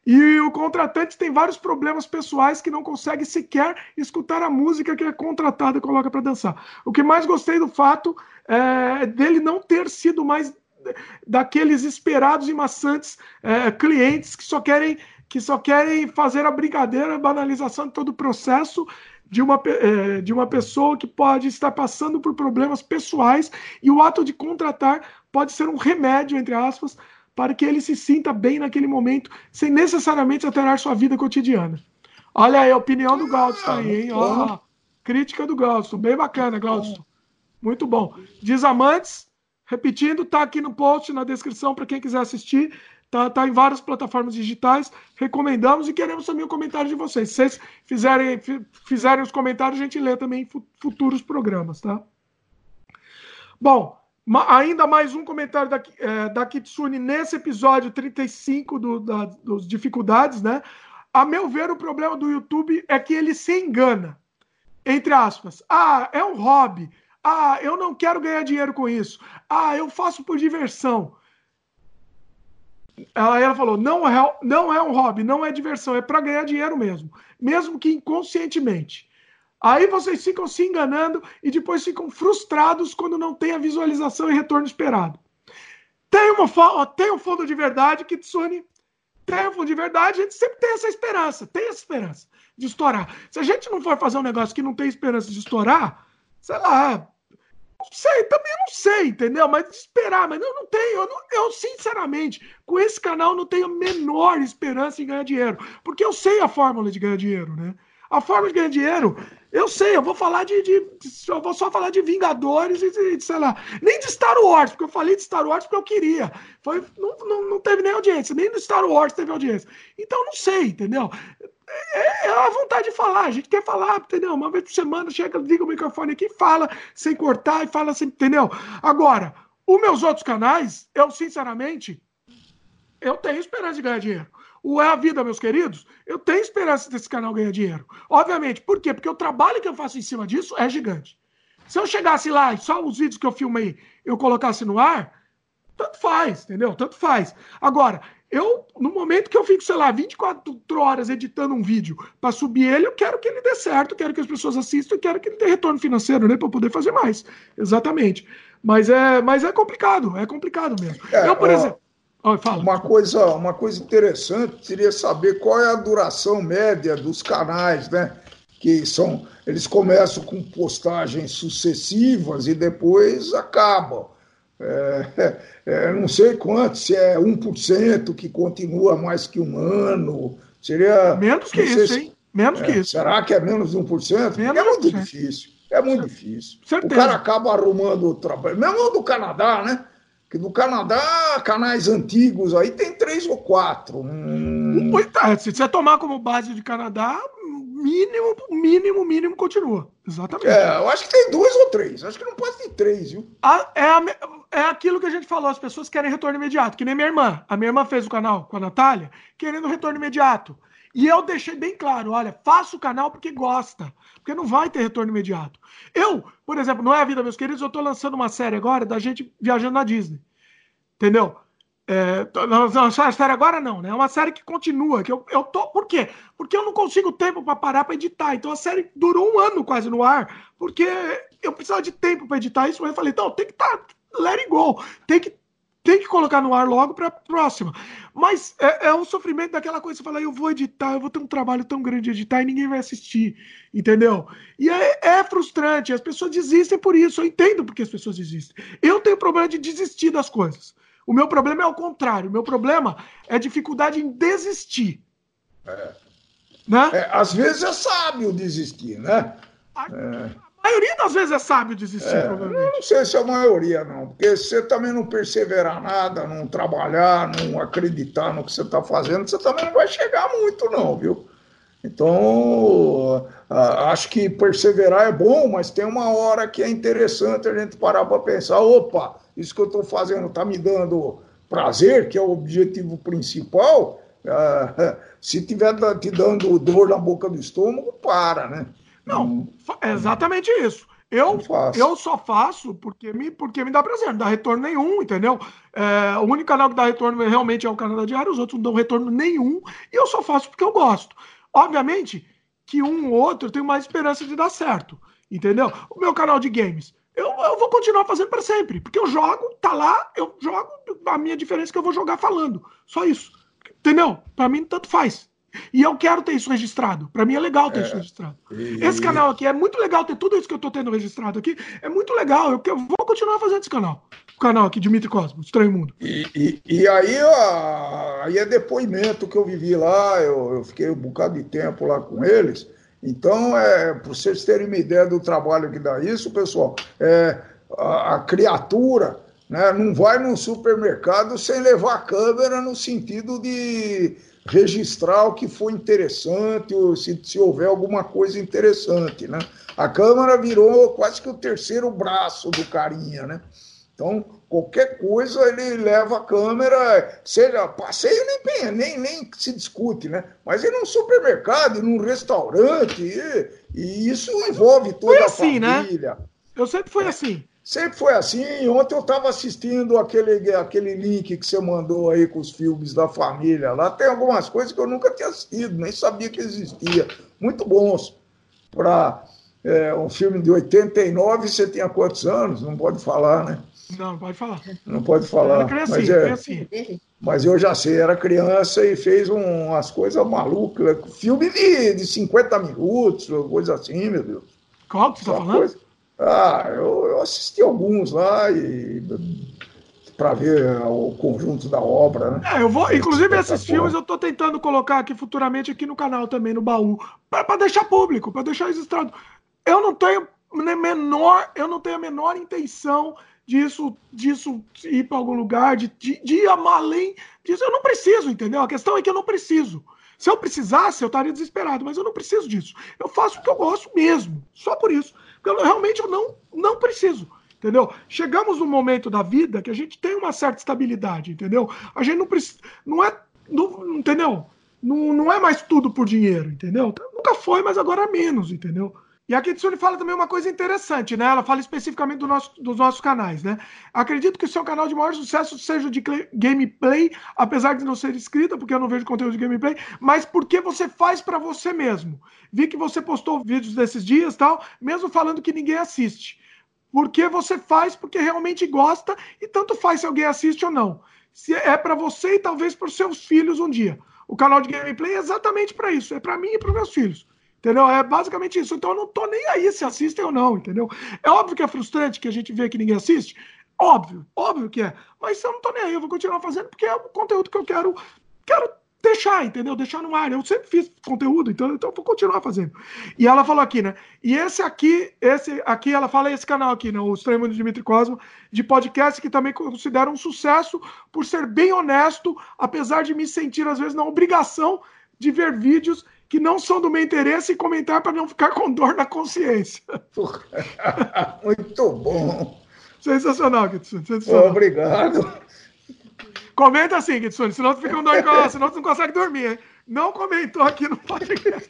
E o contratante tem vários problemas pessoais que não consegue sequer escutar a música que é contratada e coloca para dançar. O que mais gostei do fato é dele não ter sido mais daqueles esperados e maçantes é, clientes que só querem que só querem fazer a brincadeira, a banalização de todo o processo de uma, é, de uma pessoa que pode estar passando por problemas pessoais, e o ato de contratar pode ser um remédio, entre aspas, para que ele se sinta bem naquele momento, sem necessariamente alterar sua vida cotidiana. Olha aí a opinião do Glaudston aí, hein? Ó, crítica do Glaudston, bem bacana, Glaudston. Muito bom. Desamantes, repetindo, tá aqui no post, na descrição, para quem quiser assistir. Tá, tá em várias plataformas digitais. Recomendamos e queremos também o comentário de vocês. Se vocês fizerem, fizerem os comentários, a gente lê também em futuros programas, tá? Bom, ainda mais um comentário da, é, da Kitsune nesse episódio trinta e cinco do, da, dos dificuldades, né? A meu ver, o problema do YouTube é que ele se engana. Entre aspas. Ah, é um hobby. Ah, eu não quero ganhar dinheiro com isso. Ah, eu faço por diversão. Aí ela falou, não é, não é um hobby, não é diversão, é para ganhar dinheiro mesmo. Mesmo que inconscientemente. Aí vocês ficam se enganando e depois ficam frustrados quando não tem a visualização e retorno esperado. Tem, uma, tem um fundo de verdade, Kitsune. Tem um fundo de verdade, a gente sempre tem essa esperança. Tem essa esperança de estourar. Se a gente não for fazer um negócio que não tem esperança de estourar, sei lá, não sei, também não sei, entendeu? Mas esperar, mas eu não tenho, eu, não, eu sinceramente, com esse canal não tenho a menor esperança em ganhar dinheiro, porque eu sei a fórmula de ganhar dinheiro, né? A fórmula de ganhar dinheiro, eu sei, eu vou falar de, de eu vou só falar de Vingadores e de, de, sei lá, nem de Star Wars, porque eu falei de Star Wars porque eu queria, foi, não, não, não teve nem audiência, nem do Star Wars teve audiência, então não sei, entendeu? É, é a vontade de falar, a gente quer falar, entendeu? Uma vez por semana chega, liga o microfone aqui e fala, sem cortar e fala assim, entendeu? Agora, os meus outros canais, eu sinceramente, eu tenho esperança de ganhar dinheiro. O É a Vida, meus queridos, eu tenho esperança desse canal ganhar dinheiro. Obviamente, por quê? Porque o trabalho que eu faço em cima disso é gigante. Se eu chegasse lá e só os vídeos que eu filmei eu colocasse no ar, tanto faz, entendeu? Tanto faz. Agora, eu, no momento que eu fico, sei lá, vinte e quatro horas editando um vídeo para subir ele, eu quero que ele dê certo, quero que as pessoas assistam, quero que ele dê retorno financeiro, né, para poder fazer mais. Exatamente. Mas é, mas é complicado, é complicado mesmo. É, eu, por ó, exemplo... Oh, fala. Uma coisa, uma coisa interessante seria saber qual é a duração média dos canais, né? Que são, eles começam com postagens sucessivas e depois acabam. É, é, não sei quanto, se é um por cento que continua mais que um ano, seria... Menos que isso, se, hein? Menos é, que isso. Será que é menos de um por cento? Menos é muito um por cento. difícil, é muito difícil. Certeza. O cara acaba arrumando o trabalho, mesmo do Canadá, né? Que no Canadá, canais antigos aí tem três ou quatro. Hum... Se você tomar como base de Canadá, mínimo, mínimo, mínimo continua. Exatamente. É, eu acho que tem dois ou três. Acho que não pode ter três, viu? A, é, a, é aquilo que a gente falou, as pessoas querem retorno imediato, que nem minha irmã. A minha irmã fez o canal com a Natália, querendo retorno imediato. E eu deixei bem claro, olha, faça o canal porque gosta, porque não vai ter retorno imediato. Eu, por exemplo, Não É a Vida, meus queridos, eu tô lançando uma série agora da gente viajando na Disney. Entendeu? É, não, a série agora não, né? É uma série que continua, que eu, eu tô... Por quê? Porque eu não consigo tempo para parar para editar. Então a série durou um ano quase no ar, porque eu precisava de tempo para editar isso, mas eu falei, então, tem que estar, tá, let it go, tem que Tem que colocar no ar logo para a próxima. Mas é, é um sofrimento daquela coisa, você fala, eu vou editar, eu vou ter um trabalho tão grande de editar e ninguém vai assistir, entendeu? E é, é frustrante, as pessoas desistem por isso, eu entendo porque as pessoas desistem. Eu tenho problema de desistir das coisas. O meu problema é o contrário, o meu problema é dificuldade em desistir. É. Né? É, às vezes é sábio desistir, né? A, É. a maioria das vezes é sábio desistir, É, provavelmente. eu não sei se é a maioria, não. Porque se você também não perseverar nada, não trabalhar, não acreditar no que você está fazendo, você também não vai chegar muito, não, viu? Então, acho que perseverar é bom, mas tem uma hora que é interessante a gente parar para pensar, opa, isso que eu estou fazendo está me dando prazer, que é o objetivo principal, se estiver te dando dor na boca do estômago, para, né? Não, é exatamente isso. Eu, eu só faço porque me, porque me dá prazer, não dá retorno nenhum, entendeu? É, o único canal que dá retorno realmente é o canal da Diário, os outros não dão retorno nenhum, e eu só faço porque eu gosto. Obviamente que um ou outro eu tenho mais esperança de dar certo, entendeu? O meu canal de games, eu, eu vou continuar fazendo para sempre, porque eu jogo, tá lá, eu jogo, a minha diferença é que eu vou jogar falando, só isso, entendeu? Para mim, tanto faz. E eu quero ter isso registrado. Para mim é legal ter é, isso registrado. E... Esse canal aqui é muito legal ter tudo isso que eu tô tendo registrado aqui. É muito legal. Eu, eu vou continuar fazendo esse canal. O canal aqui, Dimitri Cosmo, Estranho Mundo. E, e, e aí, ó, aí é depoimento que eu vivi lá. Eu, eu fiquei um bocado de tempo lá com eles. Então, é, para vocês terem uma ideia do trabalho que dá isso, pessoal, é, a, a criatura, né, não vai no supermercado sem levar a câmera no sentido de registrar o que foi interessante, ou se, se houver alguma coisa interessante, né? A câmera virou quase que o terceiro braço do carinha, né? Então, qualquer coisa ele leva a câmera, seja passeio, nem, nem, nem se discute, né? Mas ir num supermercado, ir num restaurante, e, e isso envolve toda foi assim, a família. Né? Eu sempre fui é. assim. Sempre foi assim. Ontem eu estava assistindo aquele, aquele link que você mandou aí com os filmes da família. Lá tem algumas coisas que eu nunca tinha assistido, nem sabia que existia. Muito bons. Para é, um filme de oitenta e nove, você tinha quantos anos? Não pode falar, né? Não, não pode falar. Não pode falar. Criança, mas, é, assim. mas eu já sei, era criança e fez um, umas coisas malucas. Filme de, de cinquenta minutos, coisa assim, meu Deus. Qual que você está falando? Coisa... Ah, eu, eu assisti alguns lá e para ver o conjunto da obra, né? É, eu vou, inclusive esses filmes eu estou tentando colocar aqui futuramente aqui no canal também, no baú, para deixar público, para deixar registrado. Eu não tenho menor, eu não tenho a menor intenção disso, disso ir para algum lugar, de, de, de ir além disso. Eu não preciso, entendeu? A questão é que eu não preciso. Se eu precisasse, eu estaria desesperado, mas eu não preciso disso. Eu faço o que eu gosto mesmo, só por isso. Porque eu, realmente eu não, não preciso, entendeu? Chegamos num momento da vida que a gente tem uma certa estabilidade, entendeu? A gente não precisa, não é, não, entendeu? Não, não é mais tudo por dinheiro, entendeu? Nunca foi, mas agora é menos, entendeu? E a Kitsune fala também uma coisa interessante, né? Ela fala especificamente do nosso, dos nossos canais, né? Acredito que o seu canal de maior sucesso seja de gameplay, apesar de não ser inscrita, porque eu não vejo conteúdo de gameplay, mas porque você faz para você mesmo. Vi que você postou vídeos desses dias e tal, mesmo falando que ninguém assiste. Porque você faz porque realmente gosta e tanto faz se alguém assiste ou não. Se é para você e talvez para os seus filhos um dia. O canal de gameplay é exatamente para isso, é para mim e para os meus filhos. Entendeu? É basicamente isso. Então eu não tô nem aí se assistem ou não, entendeu? É óbvio que é frustrante que a gente vê que ninguém assiste. Óbvio, óbvio que é. Mas eu não tô nem aí, eu vou continuar fazendo porque é o conteúdo que eu quero, quero deixar, entendeu? Deixar no ar. Eu sempre fiz conteúdo, então, então eu vou continuar fazendo. E ela falou aqui, né? E esse aqui, esse aqui, ela fala esse canal aqui, né? O Estranho Mundo de Dimitri Cosmo, de podcast, que também considero um sucesso por ser bem honesto, apesar de me sentir, às vezes, na obrigação de ver vídeos que não são do meu interesse e comentar para não ficar com dor na consciência. Muito bom. Sensacional, Kitsune. Sensacional. Obrigado. Comenta assim, Kitsune, senão tu fica com dor de cabeça, senão tu não consegue dormir, hein? Não comentou aqui no podcast.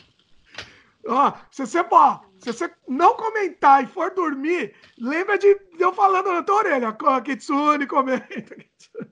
Ó, se você, ó, se você não comentar e for dormir, lembra de eu falando na tua orelha. Kitsune, comenta. Kitsune.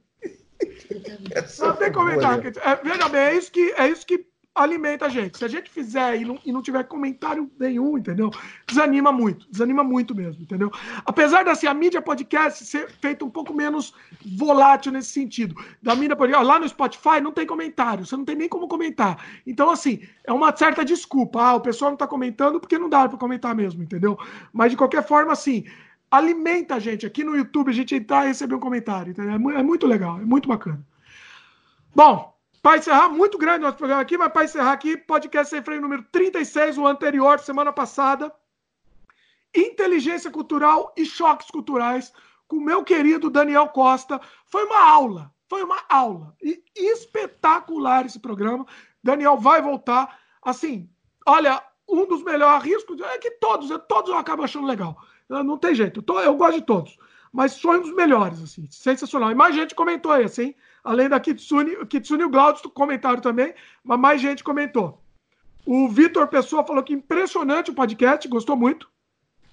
Não tem comentário. É, veja bem, é isso que, é isso que alimenta a gente. Se a gente fizer e não, e não tiver comentário nenhum, entendeu? Desanima muito, desanima muito mesmo, entendeu? Apesar da assim, a mídia podcast ser feita um pouco menos volátil nesse sentido. Da mídia podcast, lá no Spotify não tem comentário, você não tem nem como comentar. Então, assim, é uma certa desculpa. Ah, o pessoal não tá comentando porque não dá para comentar mesmo, entendeu? Mas, de qualquer forma, assim, alimenta a gente. Aqui no YouTube, a gente entrar e receber um comentário, entendeu? É muito legal, é muito bacana. Bom, para encerrar, muito grande nosso programa aqui, mas para encerrar aqui, podcast Sem Freio número trinta e seis, o anterior, semana passada. Inteligência cultural e choques culturais, com o meu querido Daniel Costa. Foi uma aula, foi uma aula. E espetacular esse programa. Daniel vai voltar. Assim, olha, um dos melhores riscos é que todos, todos eu acabo achando legal. Não tem jeito, eu, eu gosto de todos. Mas foi um dos melhores, assim, sensacional. E mais gente comentou esse, hein? Além da Kitsune, Kitsune e o Glaudio comentaram também, mas mais gente comentou. O Vitor Pessoa falou que impressionante o podcast, gostou muito.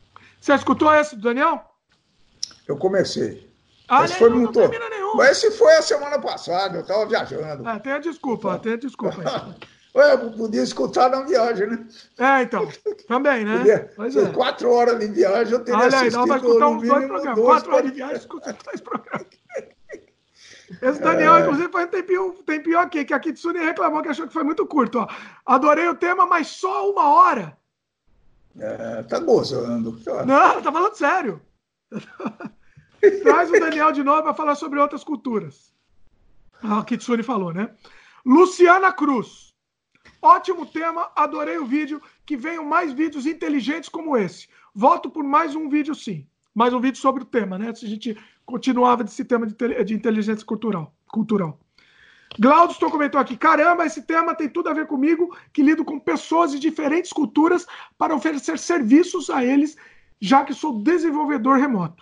Você escutou esse do Daniel? Eu comecei. Ah, esse foi não, muito... não termina nenhum. Mas esse foi a semana passada, eu estava viajando. Ah, tem a desculpa, tem a desculpa aí. Eu podia escutar na viagem, né? É, então. Também, né? Podia, Pois é. Quatro horas de viagem, eu teria Olha aí, assistido não vai escutar no uns dois mínimo programas. dois Quatro horas de podcasts. viagem, escuta dois programas. Esse Daniel, é... inclusive, foi um tempinho, tempinho aqui, que a Kitsune reclamou que achou que foi muito curto. Ó. Adorei o tema, mas só uma hora. É, tá gozando. Não, tá falando sério. Traz o Daniel de novo para falar sobre outras culturas. A Kitsune falou, né? Luciana Cruz. Ótimo tema, adorei o vídeo. Que venham mais vídeos inteligentes como esse. Voto por mais um vídeo, sim. Mais um vídeo sobre o tema, né? Se a gente continuava desse tema de, de inteligência cultural. cultural. Glaudston comentou aqui, caramba, esse tema tem tudo a ver comigo, que lido com pessoas de diferentes culturas para oferecer serviços a eles, já que sou desenvolvedor remoto.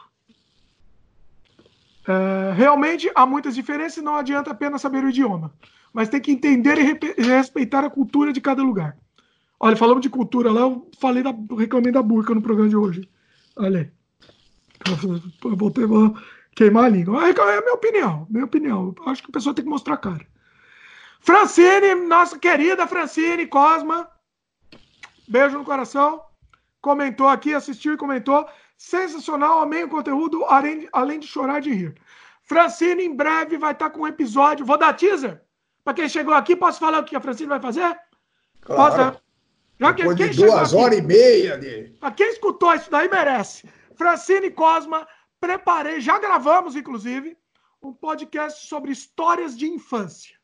É, realmente há muitas diferenças e não adianta apenas saber o idioma, mas tem que entender e respeitar a cultura de cada lugar. Olha, falamos de cultura lá, eu falei da, reclamei da burca no programa de hoje. Olha aí. Eu voltei a queimar a língua. É a minha opinião, minha opinião. Eu acho que a pessoa tem que mostrar a cara. Francine, nossa querida Francine Cosma, beijo no coração. Comentou aqui, assistiu e comentou. Sensacional, amei o conteúdo, além, além de chorar de rir. Francine, em breve, vai estar com um episódio. Vou dar teaser? Para quem chegou aqui, posso falar o que a Francine vai fazer? Claro. Posso? Já Depois quem de duas horas e meia. De... Para quem escutou isso daí, merece. Francine Cosma, preparei, já gravamos, inclusive, um podcast sobre histórias de infância.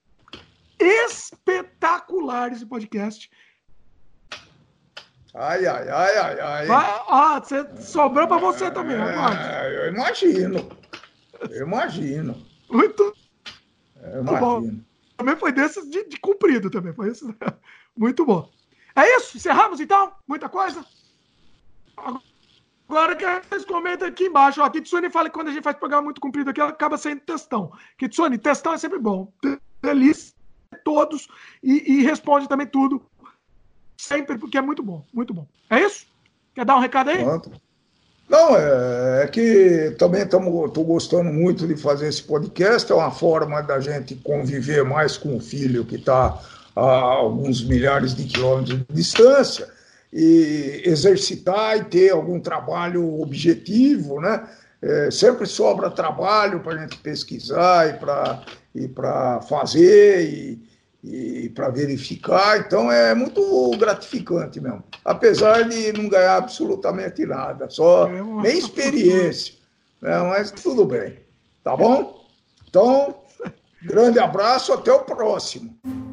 Espetacular esse podcast. Ai, ai, ai, ai, ai. Vai, ah, você, sobrou para você também, é, eu imagino. Eu imagino. Muito, eu muito bom. Também foi desses de, de comprido também. Foi isso. Muito bom. É isso? Encerramos então? Muita coisa? Agora que vocês comentam aqui embaixo. Ó, Kitsune fala que quando a gente faz programa muito comprido aqui, ela acaba sendo textão. Kitsune, textão é sempre bom. Delícia todos e, e responde também tudo. Sempre, porque é muito bom, muito bom. É isso? Quer dar um recado aí? Pronto. Não, é, é que também estou gostando muito de fazer esse podcast. É uma forma da gente conviver mais com o filho que está a alguns milhares de quilômetros de distância e exercitar e ter algum trabalho objetivo, né? É, sempre sobra trabalho para a gente pesquisar e para e para fazer e e para verificar, então é muito gratificante mesmo, apesar de não ganhar absolutamente nada, só nem experiência, né? Mas tudo bem, tá bom? Então, grande abraço, até o próximo.